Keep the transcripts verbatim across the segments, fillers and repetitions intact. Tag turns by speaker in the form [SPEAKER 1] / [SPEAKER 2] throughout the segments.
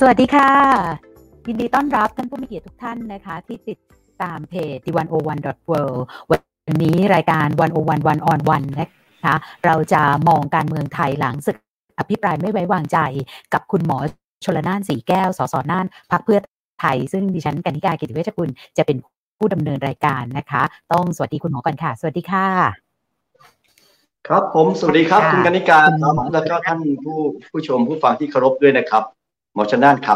[SPEAKER 1] สวัสดีค่ะยินดีต้อนรับท่านผู้มีเกียรติทุกท่านนะคะที่ติดตามเพจ หนึ่งศูนย์หนึ่ง ดอท เวิลด์ วันนี้รายการหนึ่งศูนย์หนึ่ง วัน on วันนะคะเราจะมองการเมืองไทยหลังศึกอภิปรายไม่ไว้วางใจกับคุณหมอชลน่านสีแก้วสสน่านพรรคเพื่อไทยซึ่งดิฉันกนิกา กิติเวชกุลจะเป็นผู้ดำเนินรายการนะคะต้องสวัสดีคุณหมอก่อนค่ะสวัสดีค่ะ
[SPEAKER 2] ครับผมสวัสดีครับคุณกนิกาครับแล้วก็ท่านผู้ผู้ชมผู้ฟังที่เคารพด้วยนะครับหมอชลน่านครับ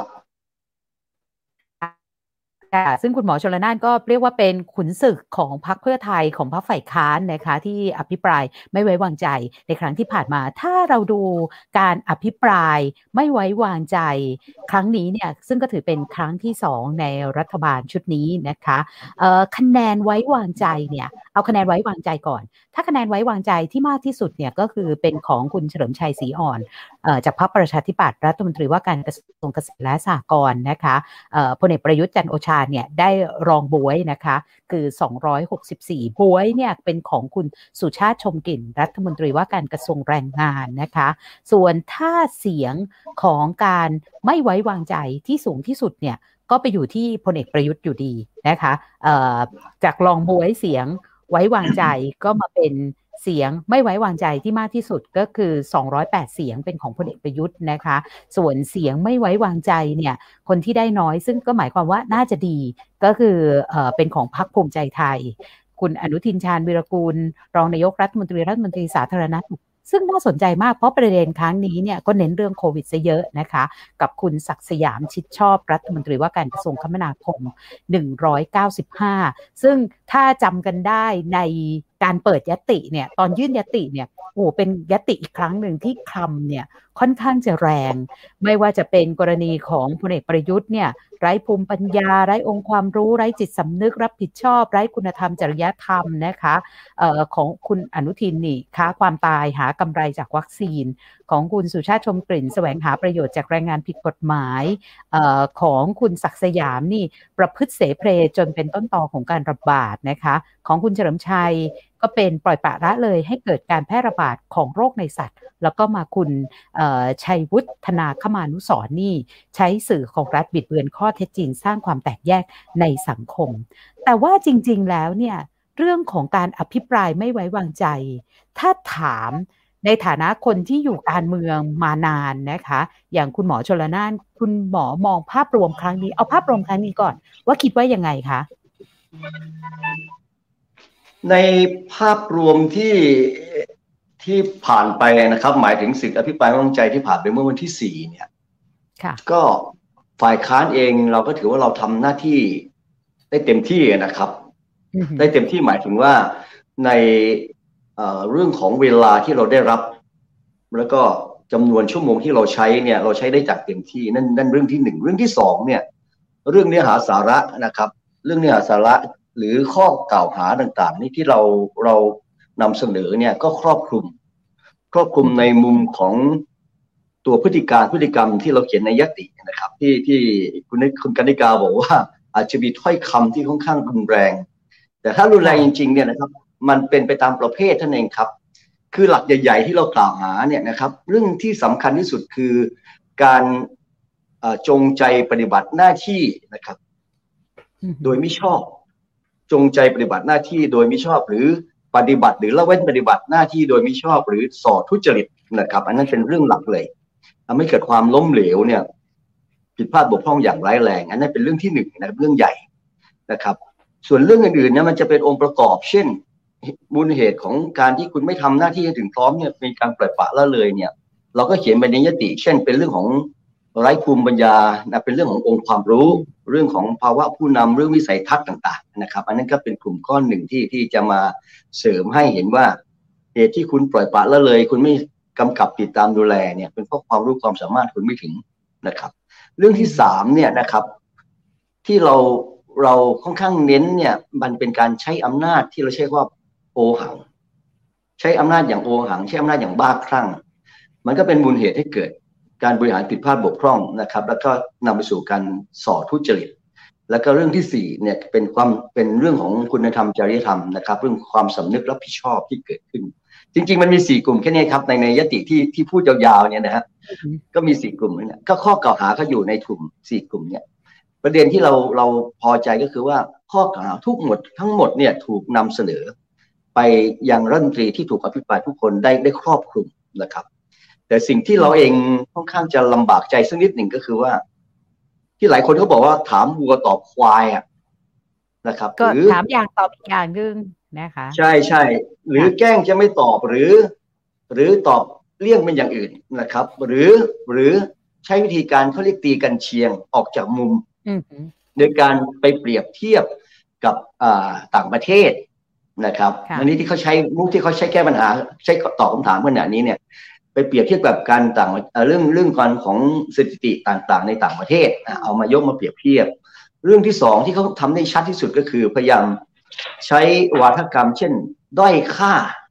[SPEAKER 1] ซึ่งคุณหมอชลน่านก็เรียกว่าเป็นขุนศึกของพรรคเพื่อไทยของพรรคฝ่ายค้านนะคะที่อภิปรายไม่ไว้วางใจในครั้งที่ผ่านมาถ้าเราดูการอภิปรายไม่ไว้วางใจครั้งนี้เนี่ยซึ่งก็ถือเป็นครั้งที่สองในรัฐบาลชุดนี้นะคะเอ่อคะแนนไว้วางใจเนี่ยเอาคะแนนไว้วางใจก่อนถ้าคะแนนไว้วางใจที่มากที่สุดเนี่ยก็คือเป็นของคุณเฉลิมชัยศรีอ่อนเอ่อจากพรรคประชาธิปัตย์รัฐมนตรีว่าการกระทรวงเกษตรและสหกรณ์นะคะเอ่อพลเอกประยุทธ์จันทร์โอชาเนี่ยได้รองบ๊วยนะคะคือสองร้อยหกสิบสี่บ๊วยเนี่ยเป็นของคุณสุชาติชมกลิ่นรัฐมนตรีว่าการกระทรวงแรงงานนะคะส่วนถ้าเสียงของการไม่ไว้วางใจที่สูงที่สุดเนี่ยก็ไปอยู่ที่พลเอกประยุทธ์อยู่ดีนะคะเอ่อจากรองบ๊วยเสียงไว้วางใจก็มาเป็นเสียงไม่ไว้วางใจที่มากที่สุดก็คือสองร้อยแปดเสียงเป็นของพลเอกประยุทธ์นะคะส่วนเสียงไม่ไว้วางใจเนี่ยคนที่ได้น้อยซึ่งก็หมายความว่าน่าจะดีก็คือเอ่อเป็นของพรรคภูมิใจไทยคุณอนุทินชาญวีรกูลรองนายกรัฐมนตรีรัฐมนตรีสาธารณสุขซึ่งน่าสนใจมากเพราะประเด็นครั้งนี้เนี่ยก็เน้นเรื่องโควิดซะเยอะนะคะกับคุณศักดิ์สยามชิดชอบรัฐมนตรีว่าการกระทรวงคมนาคมหนึ่งร้อยเก้าสิบห้าซึ่งถ้าจำกันได้ในการเปิดยติเนี่ยตอนยื่นยติเนี่ยโอ้เป็นยติอีกครั้งหนึ่งที่คำเนี่ยค่อนข้างจะแรงไม่ว่าจะเป็นกรณีของพลเอกประยุทธ์เนี่ยไร้ภูมิปัญญาไร้องค์ความรู้ไร้จิตสำนึกรับผิดชอบไร้คุณธรรมจริยธรรมนะคะเอ่อของคุณอนุทินนี่ค้าความตายหากำไรจากวัคซีนของคุณสุชาติชมกลิ่นแสวงหาประโยชน์จากแรงงานผิดกฎหมายเอ่อของคุณศักดิ์สยามนี่ประพฤติเสเพลจนเป็นต้นตอของการระบาดนะคะของคุณเฉลิมชัยก็เป็นปล่อยปละละเลยให้เกิดการแพร่ระบาดของโรคในสัตว์แล้วก็มาคุณชัยวุฒิธนาคมานุสรณ์นี่ใช้สื่อของรัฐบิดเบือนข้อเท็จจริงสร้างความแตกแยกในสังคมแต่ว่าจริงๆแล้วเนี่ยเรื่องของการอภิปรายไม่ไว้วางใจถ้าถามในฐานะคนที่อยู่การเมืองมานานนะคะอย่างคุณหมอชลน่านคุณหมอมองภาพรวมครั้งนี้เอาภาพรวมครั้งนี้ก่อนว่าคิดว่ายังไงคะ
[SPEAKER 2] ในภาพรวมที่ที่ผ่านไปนะครับหมายถึงศึกอภิปรายไม่ไว้วางใจที่ผ่านไปเมื่อวันที่สี่เนี่ยก็ฝ่ายค้านเองเราก็ถือว่าเราทำหน้าที่ได้เต็มที่นะครับได้เต็มที่หมายถึงว่าในเอ่อเรื่องของเวลาที่เราได้รับแล้วก็จำนวนชั่วโมงที่เราใช้เนี่ยเราใช้ได้จากเต็มที่นั่นนั่นเรื่องที่หนึ่งเรื่องที่สองเนี่ยเรื่องเนื้อหาสาระนะครับเรื่องเนื้อหาสาระหรือข้อกล่าวหาต่างๆนี่ที่เราเรานำเสนอเนี่ยก็ครอบคลุมครอบคลุมในมุมของตัวพฤติการพฤติกรรมที่เราเขียนในยตินะครับที่ที่คุณคุณกนิกาบอกว่าอาจจะมีถ้อยคำที่ค่อนข้างรุนแรงแต่ถ้ารุนแรงจริงๆเนี่ยนะครับมันเป็นไปตามประเภทท่านเองครับคือหลักใหญ่ๆที่เรากล่าวหาเนี่ยนะครับเรื่องที่สำคัญที่สุดคือการจงใจปฏิบัติหน้าที่นะครับโดยมิชอบจงใจปฏิบัติหน้าที่โดยมิชอบหรือปฏิบัติหรือละเว้นปฏิบัติหน้าที่โดยมิชอบหรือส่อทุจริตนะครับอันนั้นเป็นเรื่องหลักเลยทำให้เกิดความล้มเหลวเนี่ยผิดพลาดบกพร่องอย่างร้ายแรงอันนั้นเป็นเรื่องที่หนึ่งนะครับเรื่องใหญ่นะครับส่วนเรื่องอื่นๆเนี่ยมันจะเป็นองค์ประกอบเช่นมูลเหตุของการที่คุณไม่ทำหน้าที่ให้ถึงพร้อมเนี่ยมีการปล่อยปละละเลยเนี่ยเราก็เขียนไปในยติเช่นเป็นเรื่องของไร้ภูมิปัญญานะเป็นเรื่องขององค์ความรู้เรื่องของภาวะผู้นำเรื่องวิสัยทัศน์ต่างๆนะครับอันนั้นก็เป็นกลุ่มก้อนหนึ่งที่ที่จะมาเสริมให้เห็นว่าเหตุที่คุณปล่อยปละละเลยคุณไม่กำกับติดตามดูแลเนี่ยเป็นเพราะความรู้ความสามารถคุณไม่ถึงนะครับเรื่องที่สามเนี่ยนะครับที่เราเราค่อนข้างเน้นเนี่ยมันเป็นการใช้อำนาจที่เราใช้ว่าโอหังใช้อำนาจอย่างโอหังใช้อำนาจอย่างบ้าคลั่งมันก็เป็นมูลเหตุให้เกิดการบริหารผิดพลาดบกพร่องนะครับแล้วก็นำไปสู่การส่อทุจริตแล้วก็เรื่องที่สี่เนี่ยเป็นความเป็นเรื่องของคุณธรรมจริยธรรมนะครับเรื่องความสำนึกรับผิดชอบที่เกิดขึ้นจริงๆมันมีสี่กลุ่มแค่นี้ครับในในยติที่ที่พูดยาวๆเนี่ยนะฮะก็มีสี่กลุ่มเนี่ยก็ข้อกล่าวหาก็อยู่ในกลุ่มสี่กลุ่มเนี่ยประเด็นที่เราเราพอใจก็คือว่าข้อกล่าวหาทุกหมดทั้งหมดเนี่ยถูกนำเสนอไปยังรัฐมนตรีที่ถูกอภิปรายทุกคนได้ได้ครอบคลุมนะครับแต่สิ่งที่เราเองค่อนข้างจะลำบากใจสักนิดหนึ่งก็คือว่าที่หลายคนเขาบอกว่าถามวัวตอบควายอ่ะนะครับ
[SPEAKER 1] ก็ถามอย่างตอบอย่างนึงนะคะ
[SPEAKER 2] ใช่ใช่หรือแกล้งจะไม่ตอบหรือหรือตอบเลี่ยงเป็นอย่างอื่นนะครับหรือหรือใช้วิธีการเขาเรียกตีกันเชียงออกจากมุมโดยการไปเปรียบเทียบกับต่างประเทศนะครับอันนี้ที่เขาใช้มุกที่เขาใช้แก้ปัญหาใช้ตอบคำถามขนาดนี้เนี่ยไปเปรียบเทียบกับการต่างเรื่องเรื่องการของสถิติต่างๆในต่างประเทศเอามายกมาเปรียบเทียบเรื่องที่สองที่เขาทำได้ชัดที่สุดก็คือพยายามใช้วาทกรรมเช่นด้อยค่า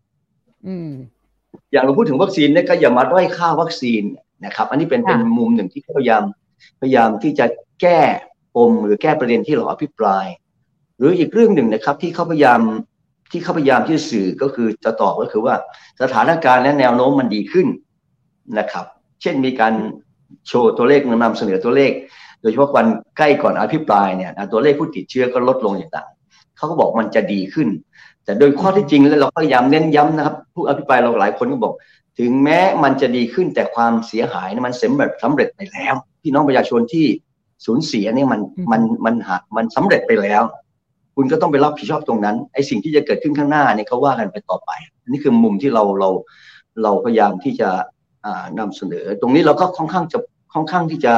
[SPEAKER 2] อย่างเราพูดถึงวัคซีนเนี่ยก็อย่ามาด้อยค่าวัคซีนนะครับอันนี้เป็นเป็นมุมหนึ่งที่พยายามพยายามที่จะแก้ปมหรือแก้ประเด็นที่เราอภิปรายหรืออีกเรื่องหนึ่งนะครับที่เขาพยายามที่เขาพยายามที่สื่อก็คือจะตอบก็คือว่าสถานการณ์และแนวโน้มมันดีขึ้นนะครับเช่นมีการโชว์ตัวเลขนำเสนอตัวเลขโดยเฉพาะวันใกล้ก่อนอภิปรายเนี่ยตัวเลขผู้ติดเชื้อก็ลดลงอย่างต่างเขาก็บอกมันจะดีขึ้นแต่โดยข้อที่จริงแล้วเราพยายามเน้นย้ำนะครับผู้อภิปรายเราหลายคนก็บอกถึงแม้มันจะดีขึ้นแต่ความเสียหายมันสำเร็จสำเร็จไปแล้วพี่น้องประชาชนที่สูญเสียเนี่ยมันมันมันหักมันสำเร็จไปแล้วคุณก็ต้องไปรับผิดชอบตรงนั้นไอ้สิ่งที่จะเกิดขึ้นข้างหน้าเนี่ยเขาว่ากันไปต่อไปอันนี้คือมุมที่เราเราเราพยายามที่จะนำเสนอตรงนี้เราก็ค่อนข้างจะค่อนข้างที่จะ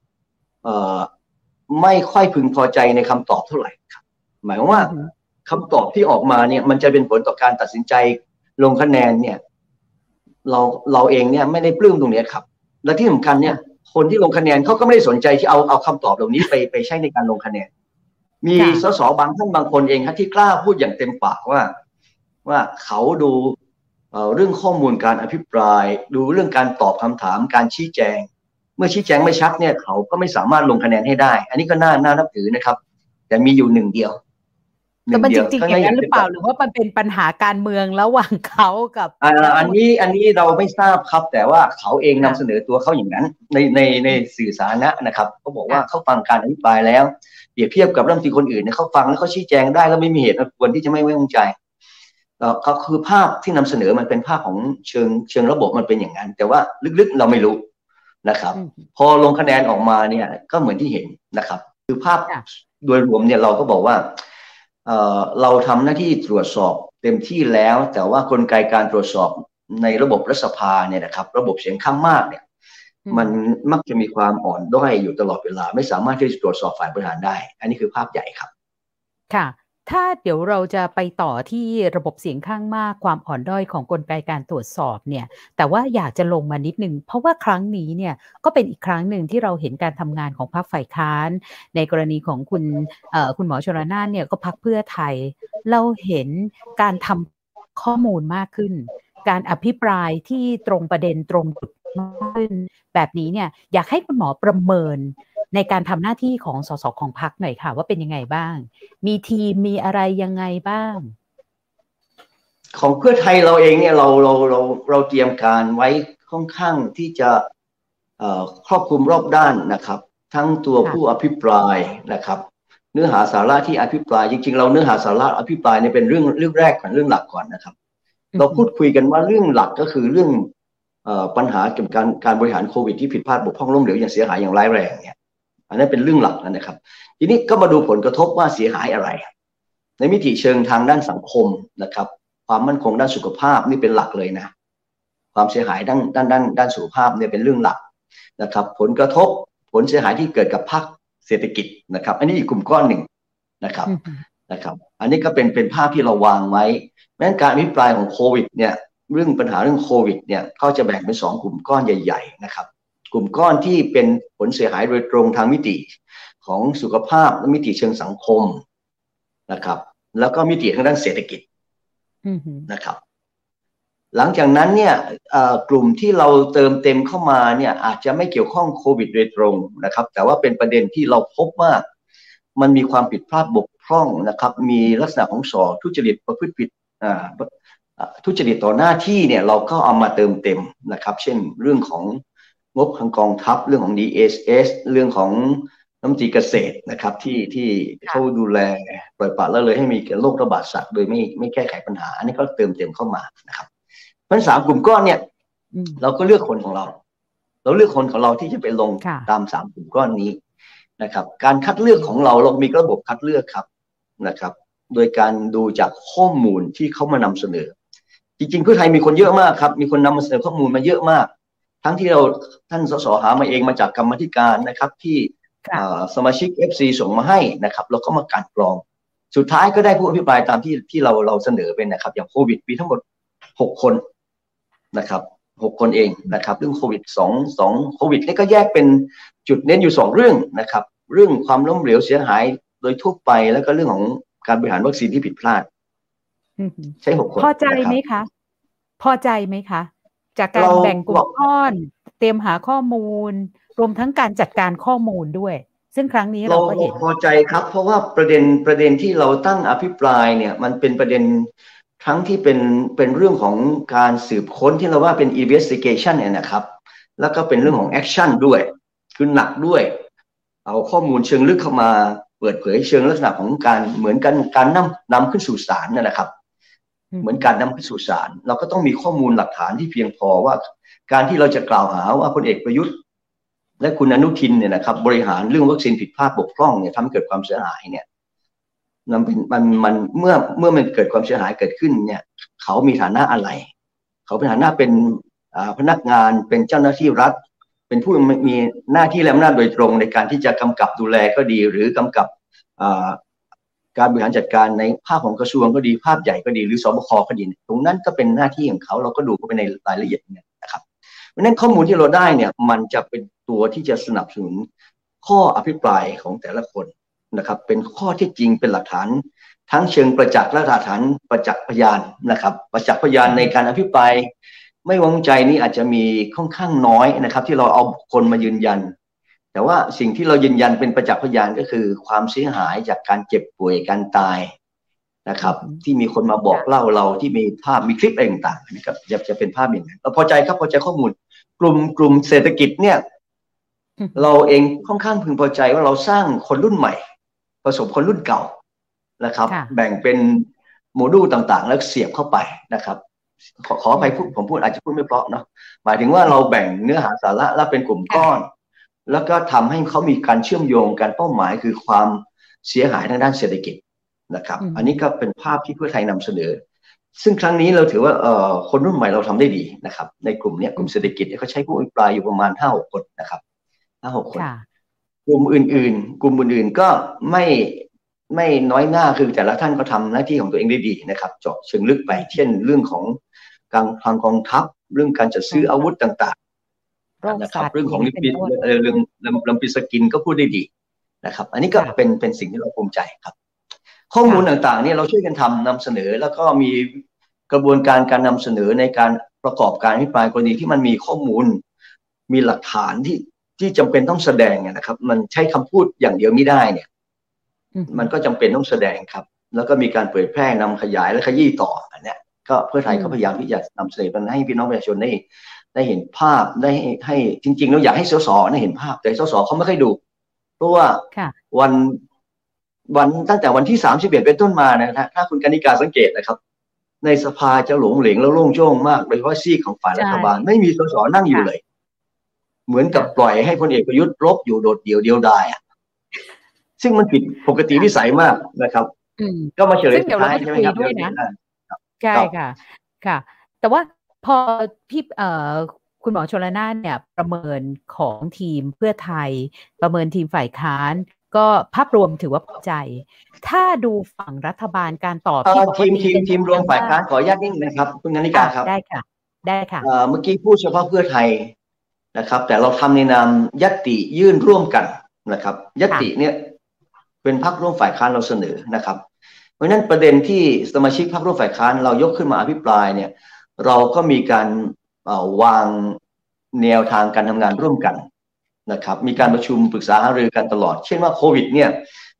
[SPEAKER 2] ไม่ค่อยพึงพอใจในคำตอบเท่าไหร่ครับหมายความว่าคำตอบที่ออกมาเนี่ยมันจะเป็นผลต่อการตัดสินใจลงคะแนนเนี่ยเราเราเองเนี่ยไม่ได้ปลื้มตรงนี้ครับและที่สำคัญเนี่ยคนที่ลงคะแนนเขาก็ไม่ได้สนใจที่เอาเอาคำตอบเหล่านี้ไปไปใช้ในการลงคะแนนมีสสบางท่านบางคนเองครับที่กล้าพูดอย่างเต็มปากว่าว่าเขาดูเอ่อเรื่องข้อมูลการอภิปรายดูเรื่องการตอบคำถามการชี้แจงเมื่อชี้แจงไม่ชัดเนี่ยเขาก็ไม่สามารถลงคะแนนให้ได้อันนี้ก็น่าน่านับถือนะครับแต่มีอยู่หนึ่งเดียว
[SPEAKER 1] แต่มันจริงๆอย่างนั้นหรือเปล่าหรือว่ามันเป็นปัญหาการเมืองระหว่างเขากับ
[SPEAKER 2] อันนี้อันนี้เราไม่ทราบครับแต่ว่าเขาเองนำเสนอตัวเขาอย่างนั้นในในในสื่อสาธารณะนะครับเขาบอกว่าเขาฟังการอภิปรายแล้วเปรียบเทียบกับรัฐมนตรีคนอื่นเนี่ยเขาฟังแล้วเขาชี้แจงได้แล้วไม่มีเหตุควรที่จะไม่ไว้วางใจเขาคือภาพที่นำเสนอมันเป็นภาพของเชิงเชิงระบบมันเป็นอย่างนั้นแต่ว่าลึกๆเราไม่รู้นะครับพอลงคะแนนออกมาเนี่ยก็เหมือนที่เห็นนะครับคือภาพโดยรวมเนี่ยเราก็บอกว่าเอ่อเราทำหน้าที่ตรวจสอบเต็มที่แล้วแต่ว่ากลไกการตรวจสอบในระบบรัฐสภาเนี่ยนะครับระบบเสียงข้างมากเนี่ยมันมักจะมีความอ่อนด้อยอยู่ตลอดเวลาไม่สามารถที่จะตรวจสอบฝ่ายบริหารได้อันนี้คือภาพใหญ่ครับ
[SPEAKER 1] ค่ะถ้าเดี๋ยวเราจะไปต่อที่ระบบเสียงข้างมากความอ่อนด้อยของกลไกการตรวจสอบเนี่ยแต่ว่าอยากจะลงมานิดนึงเพราะว่าครั้งนี้เนี่ยก็เป็นอีกครั้งหนึ่งที่เราเห็นการทำงานของพรรคฝ่ายค้านในกรณีของคุณเอ่อคุณหมอชลน่านเนี่ยก็พรรคเพื่อไทยเราเห็นการทำข้อมูลมากขึ้นการอภิปรายที่ตรงประเด็นตรงจุดมากขึ้นแบบนี้เนี่ยอยากให้คุณหมอประเมินในการทำหน้าที่ของสสของพรรคหน่อยค่ะว่าเป็นยังไงบ้างมีทีมมีอะไรยังไงบ้าง
[SPEAKER 2] ของเพื่อไทยเราเองเนี่ยเราเราเราเราเตรียมการไว้ค่อนข้างที่จะครอบคลุมรอบด้านนะครับทั้งตัวผู้อภิปรายนะครับเนื้อหาสาระที่อภิปรายจริงๆเราเนื้อหาสาระอภิปรายเนี่ยเป็นเรื่องเรื่องแรกก่อนเรื่องหลักก่อนนะครับเราพูดคุยกันว่าเรื่องหลักก็คือเรื่องปัญหาเกี่ยวกับการการบริหารโควิดที่ผิดพลาดบกพร่องล้มเหลวอย่างเสียหายอย่างร้ายแรงเนี่ยอันนั้นเป็นเรื่องหลักนะครับทีนี้ก็มาดูผลกระทบว่าเสียหายอะไรในมิติเชิงทางด้านสังคมนะครับความมั่นคงด้านสุขภาพนี่เป็นหลักเลยนะความเสียหายด้านด้านด้านด้านสุขภาพเนี่ยเป็นเรื่องหลักนะครับผลกระทบผลเสียหายที่เกิดกับภาคเศรษฐกิจนะครับอันนี้อีกกลุ่มก้อนหนึ่งนะครับนะครับอันนี้ก็เป็นเป็นภาพที่เราวางไว้แม้การอภิปรายของโควิดเนี่ยเรื่องปัญหาเรื่องโควิดเนี่ยเขาจะแบ่งเป็นสองกลุ่มก้อนใหญ่ๆนะครับกลุ่มก้อนที่เป็นผลเสียหายโดยตรงทางมิติของสุขภาพและมิติเชิงสังคมนะครับแล้วก็มิติทางด้านเศรษฐกิจนะครับหลังจากนั้นเนี่ยกลุ่มที่เราเติมเต็มเข้ามาเนี่ยอาจจะไม่เกี่ยวข้องโควิดโดยตรงนะครับแต่ว่าเป็นประเด็นที่เราพบว่ามันมีความผิดพลาดบกพร่องนะครับมีลักษณะของส่อทุจริตประพฤติผิดทุจริตต่อหน้าที่เนี่ยเราก็เอามาเติมเต็มนะครับเช่นเรื่องของงบทางกองทัพเรื่องของ ดี เอส เอส เรื่องของน้ำตรีเกษตรนะครับที่ที่เขาดูแลปล่อยปละละเลยให้มีโรคระบาดสัตว์โดยไม่ไม่แก้ไขปัญหาอันนี้ก็เติมเต็มเข้ามานะครับเพราะฉะนั้นสามกลุ่มก้อนเนี่ยเราก็เลือกคนของเราเราเลือกคนของเราที่จะไปลงตามสามกลุ่มก้อนนี้นะครับการคัดเลือกของเราเรามีระบบคัดเลือกครับนะครับโดยการดูจากข้อมูลที่เขามานำเสนอจริงๆเพื่อไทยมีคนเยอะมากครับมีคนนำมาเสนอข้อมูลมาเยอะมากทั้งที่เราท่านสสหามาเองมาจากกรรมธิการนะครับที่สมาชิก เอฟ ซี ส่งมาให้นะครับเราก็มากันกรองสุดท้ายก็ได้ผู้อภิปรายตามที่ที่เราเราเสนอไปนะครับอย่างโควิดมีทั้งหมดหกคนนะครับหกคนเองนะครับเรื่องโควิดสอง สองโควิดนี่ก็แยกเป็นจุดเน้นอยู่สองเรื่องนะครับเรื่องความล้มเหลวเสียหายโดยทั่วไปแล้วก็เรื่องของการบริหารวัคซีนที่ผิดพลาดใช้หกคน
[SPEAKER 1] พอใจไหมคะพอใจไหมคะจากการแบ่งกลุ่มก้อนเตรียมหาข้อมูลรวมทั้งการจัดการข้อมูลด้วยซึ่งครั้งนี้เราก็เห็น
[SPEAKER 2] พอใจครับเพราะว่าประเด็นประเด็นที่เราตั้งอภิปรายเนี่ยมันเป็นประเด็นทั้งที่เป็นเป็นเรื่องของการสืบค้นที่เราว่าเป็น investigation เนี่ยนะครับแล้วก็เป็นเรื่องของ action ด้วยคือหนักด้วยเอาข้อมูลเชิงลึกเข้ามาเปิดเผยเชิงลักษณะของการเหมือนกันการนำนำขึ้นสู่ศาลนะครับเหมือนการนำขึ้นสู่ศาลเราก็ต้องมีข้อมูลหลักฐานที่เพียงพอว่าการที่เราจะกล่าวหาว่าพลเอกประยุทธ์และคุณอนุทินเนี่ยนะครับบริหารเรื่องวัคซีนผิดพลาดบกพร่องเนี่ยทำให้เกิดความเสียหายเนี่ยมันเป็นมันมันเมื่อเมื่อมันเกิดความเสียหายเกิดขึ้นเนี่ยเขามีฐานะอะไรเขาเป็นฐานะเป็นพนักงานเป็นเจ้าหน้าที่รัฐเป็นผู้มีหน้าที่และอำนาจโดยตรงในการที่จะกำกับดูแลก็ดีหรือกำกับการบริหารจัดการในภาพของกระทรวงก็ดีภาพใหญ่ก็ดีหรือสบคก็ดีตรงนั้นก็เป็นหน้าที่ของเขาเราก็ดูเข้าไปในรายละเอียดเนี่ยนะครับเพราะฉะนั้นข้อมูลที่เราได้เนี่ยมันจะเป็นตัวที่จะสนับสนุนข้ออภิปรายของแต่ละคนนะครับเป็นข้อที่จริงเป็นหลักฐานทั้งเชิงประจักษ์และหลักฐานประจักษ์พยานนะครับประจักษ์พยานในการอภิปรายไม่วางใจนี้อาจจะมีค่อนข้างน้อยนะครับที่เราเอาคนมายืนยันแต่ว่าสิ่งที่เรายืนยันเป็นประจักษ์พยานก็คือความเสียหายจากการเจ็บป่วยการตายนะครับที่มีคนมาบอกเล่าเราที่มีภาพมีคลิปอะไรต่างๆนะครับจะจะเป็นภาพอย่างนั้นเราพอใจครับพอใจข้อมูลกลุ่มกลุ่มเศรษฐกิจเนี่ยเราเองค่อนข้างพึงพอใจว่าเราสร้างคนรุ่นใหม่ผสมคนรุ่นเก่านะครับแบ่งเป็นโมดูลต่างๆแล้วเสียบเข้าไปนะครับขอขออภัยพูดผมพูดอาจจะพูดไม่เพราะเนาะหมายถึงว่าเราแบ่งเนื้อหาสาระแล้วเป็นกลุ่มก้อนแล้วก็ทำให้เขามีการเชื่อมโยงกันเป้าหมายคือความเสียหายทางด้านเศรษฐกิจนะครับอันนี้ก็เป็นภาพที่เพื่อไทยนำเสนอซึ่งครั้งนี้เราถือว่าเอ่อคนรุ่นใหม่เราทำได้ดีนะครับในกลุ่มเนี้ยกลุ่มเศรษฐกิจเขาใช้ผู้อภิปรายอยู่ประมาณห้าหกคนนะครับห้าหกคนกลุ่มอื่นๆกลุ่มอื่นๆก็ไม่ไม่น้อยหน้าคือแต่ละท่านก็ทำหน้าที่ของตัวเองได้ดีนะครับเจาะเชิงลึกไปเช่นเรื่องของการทางกองทัพเรื่องการจัดซื้ออาวุธต่างๆนะครับเรื่องของลิปิดเรื่องลำปีสกินก็พูดได้ดีนะครับอันนี้ก็เป็นเป็นสิ่งที่เราภูมิใจครับข้อมูลต่างๆเนี่ยเราช่วยกันทำนำเสนอแล้วก็มีกระบวนการการนำเสนอในการประกอบการอภิปรายกรณีที่มันมีข้อมูลมีหลักฐานที่ที่จำเป็นต้องแสดงนะครับมันใช้คำพูดอย่างเดียวไม่ได้เนี่ยมันก็จำเป็นต้องแสดงครับแล้วก็มีการเผยแพร่นำขยายและขยี้ต่ออันเนี้ยก็เพื่อไทยเขาพยายามที่จะนำเสนอมันให้พี่น้องประชาชนได้ได้เห็นภาพได้ให้จริงๆเราอยากให้สสได้เห็นภาพแต่สสเขาไม่ค่อยดูเพราะว่าวันวันตั้งแต่วันที่สามสิบเอ็ดเป็นต้นมานะถ้าคุณกนิกาสังเกตนะครับในสภาจะหลงเหลงแล้วโล่งโจ้งมากโดยเฉพาะซีกของฝ่ายรัฐบาลไม่มีสสนั่งอยู่เลยเหมือนกับปล่อยให้พลเอกประยุทธ์รบอยู่โดดเดี่ยวเดียวดายอ่ะซึ่งมันผิดปกติวิสัยมากนะครับก็มาเฉลยสุดท้ายใช่ไหมครับ
[SPEAKER 1] ใช่ค่ะค่ะแต่ว่าพอพี่เอ่อคุณหมอชลนานเนี่ยประเมินของทีมเพื่อไทยประเมินทีมฝ่ายค้านก็ภาพรวมถือว่าพอใจถ้าดูฝั่งรัฐบาลการตอบที่บอกว่า
[SPEAKER 2] ทีมทีมทีมรวมฝ่ายค้านขออนุญาตนิดนึงนะครับคุณกนิกาครับ
[SPEAKER 1] ได้ค่ะได้ค่ะ
[SPEAKER 2] เมื่อกี้พูดเฉพาะเพื่อไทยนะครับแต่เราทำในนามญัตติยื่นร่วมกันนะครับญัตติเนี่ยเป็นพรรคร่วมฝ่ายค้านเราเสนอนะครับเพราะฉะนั้นประเด็นที่สมาชิกพรรคร่วมฝ่ายค้านเรายกขึ้นมาอภิปรายเนี่ยเราก็มีการวางแนวทางการทำงานร่วมกันนะครับมีการประชุมปรึกษาหารือกันตลอดเช่นว่าโควิดเนี่ย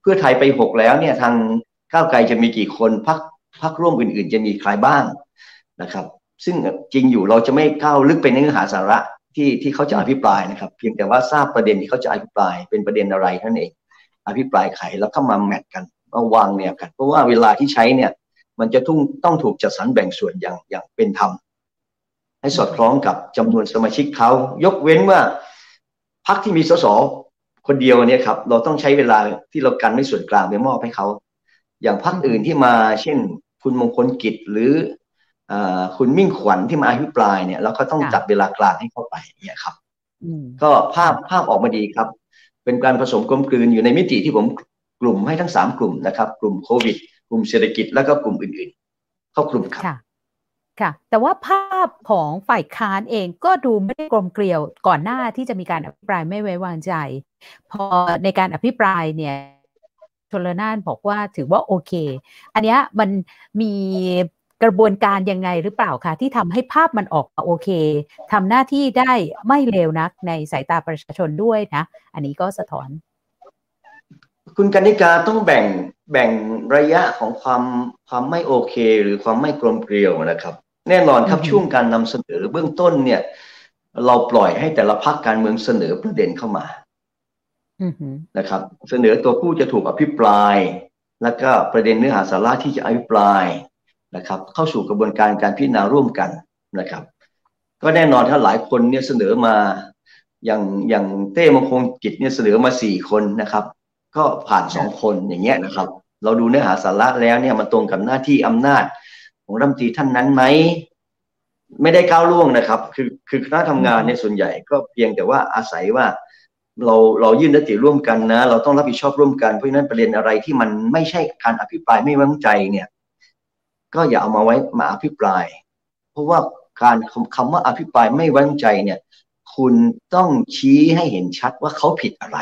[SPEAKER 2] พื่อไทยไปหกแล้วเนี่ยทางก้าวไกลจะมีกี่คนพรรคพรรคร่วมอื่นๆจะมีใครบ้างนะครับซึ่งจริงอยู่เราจะไม่ก้าวลึกไปในเนื้อหาสาระที่ที่เขาจะอภิปรายนะครับเพียงแต่ว่าทราบประเด็นที่เขาจะอภิปรายเป็นประเด็นอะไรเท่านั้นเองอภิปรายใครแล้วก็มาแมทกันมาวางเนี่ยกันเพราะว่าเวลาที่ใช้เนี่ยมันจะต้องต้องถูกจัดสรรแบ่งส่วนอย่างอย่างเป็นธรรมให้สอดคล้องกับจำนวนสมาชิกเขายกเว้นว่าพรรคที่มีสสคนเดียวเนี่ยครับเราต้องใช้เวลาที่เรากันไม่ส่วนกลางไปมอบให้เขาอย่างพรรคอื่นที่มาเช่นคุณมงคลกิจหรือคุณมิ่งขวัญที่มาอภิปรายเนี่ยเราก็ต้องจัดเวลากลางให้เข้าไปเนี่ยครับก็ภาพภาพออกมาดีครับเป็นการผสมกลมกลืนอยู่ในมิติที่ผมกลุ่มให้ทั้งสามกลุ่มนะครับกลุ่มโควิดกลุ่มเศรษฐกิจแล้วก็กลุ่มอื่นๆเข้ากลุ่มครับ
[SPEAKER 1] ค่ะแต่ว่าภาพของฝ่ายค้านเองก็ดูไม่ได้กลมเกลียวก่อนหน้าที่จะมีการอภิปรายไม่ไว้วางใจพอในการอภิปรายเนี่ยชลน่านบอกว่าถือว่าโอเคอันนี้มันมีกระบวนการยังไงหรือเปล่าคะที่ทำให้ภาพมันออกมาโอเคทำหน้าที่ได้ไม่เลวนักในสายตาประชาชนด้วยนะอันนี้ก็สะท้อน
[SPEAKER 2] คุณกนิกาต้องแบ่งแบ่งระยะของความความไม่โอเคหรือความไม่กลมเกลียวนะครับแน่นอนครับช่วงการนำเสนอเบื้องต้นเนี่ยเราปล่อยให้แต่ละพรรคการเมืองเสนอประเด็นเข้ามานะครับเสนอตัวผู้จะถูกอภิปรายแล้วก็ประเด็นเนื้อหาสาระที่จะอภิปรายนะครับเข้าสู่กระบวนการการพิจารณาร่วมกันนะครับก็แน่นอนถ้าหลายคนเนี่ยเสนอมาอย่างอย่างเต้มงคลกิจเนี่ยเสนอมาสี่คนนะครับก็ผ่านสองคนอย่างเงี้ยนะครับเราดูเนื้อหาสาระแล้วเนี่ยมันตรงกับหน้าที่อำนาจของรัฐมนตรีท่านนั้นไหมไม่ได้ก้าวล่วงนะครับคือคือคณะทำงานในส่วนใหญ่ก็เพียงแต่ว่าอาศัยว่าเราเรายื่นยติร่วมกันนะเราต้องรับผิดชอบร่วมกันเพราะฉะนั้นประเด็นอะไรที่มันไม่ใช่การอภิปรายไม่ไว้วางใจเนี่ยก็อย่าเอามาไว้มาอภิปรายเพราะว่าการคำว่าอภิปรายไม่ไว้วางใจเนี่ยคุณต้องชี้ให้เห็นชัดว่าเขาผิดอะไร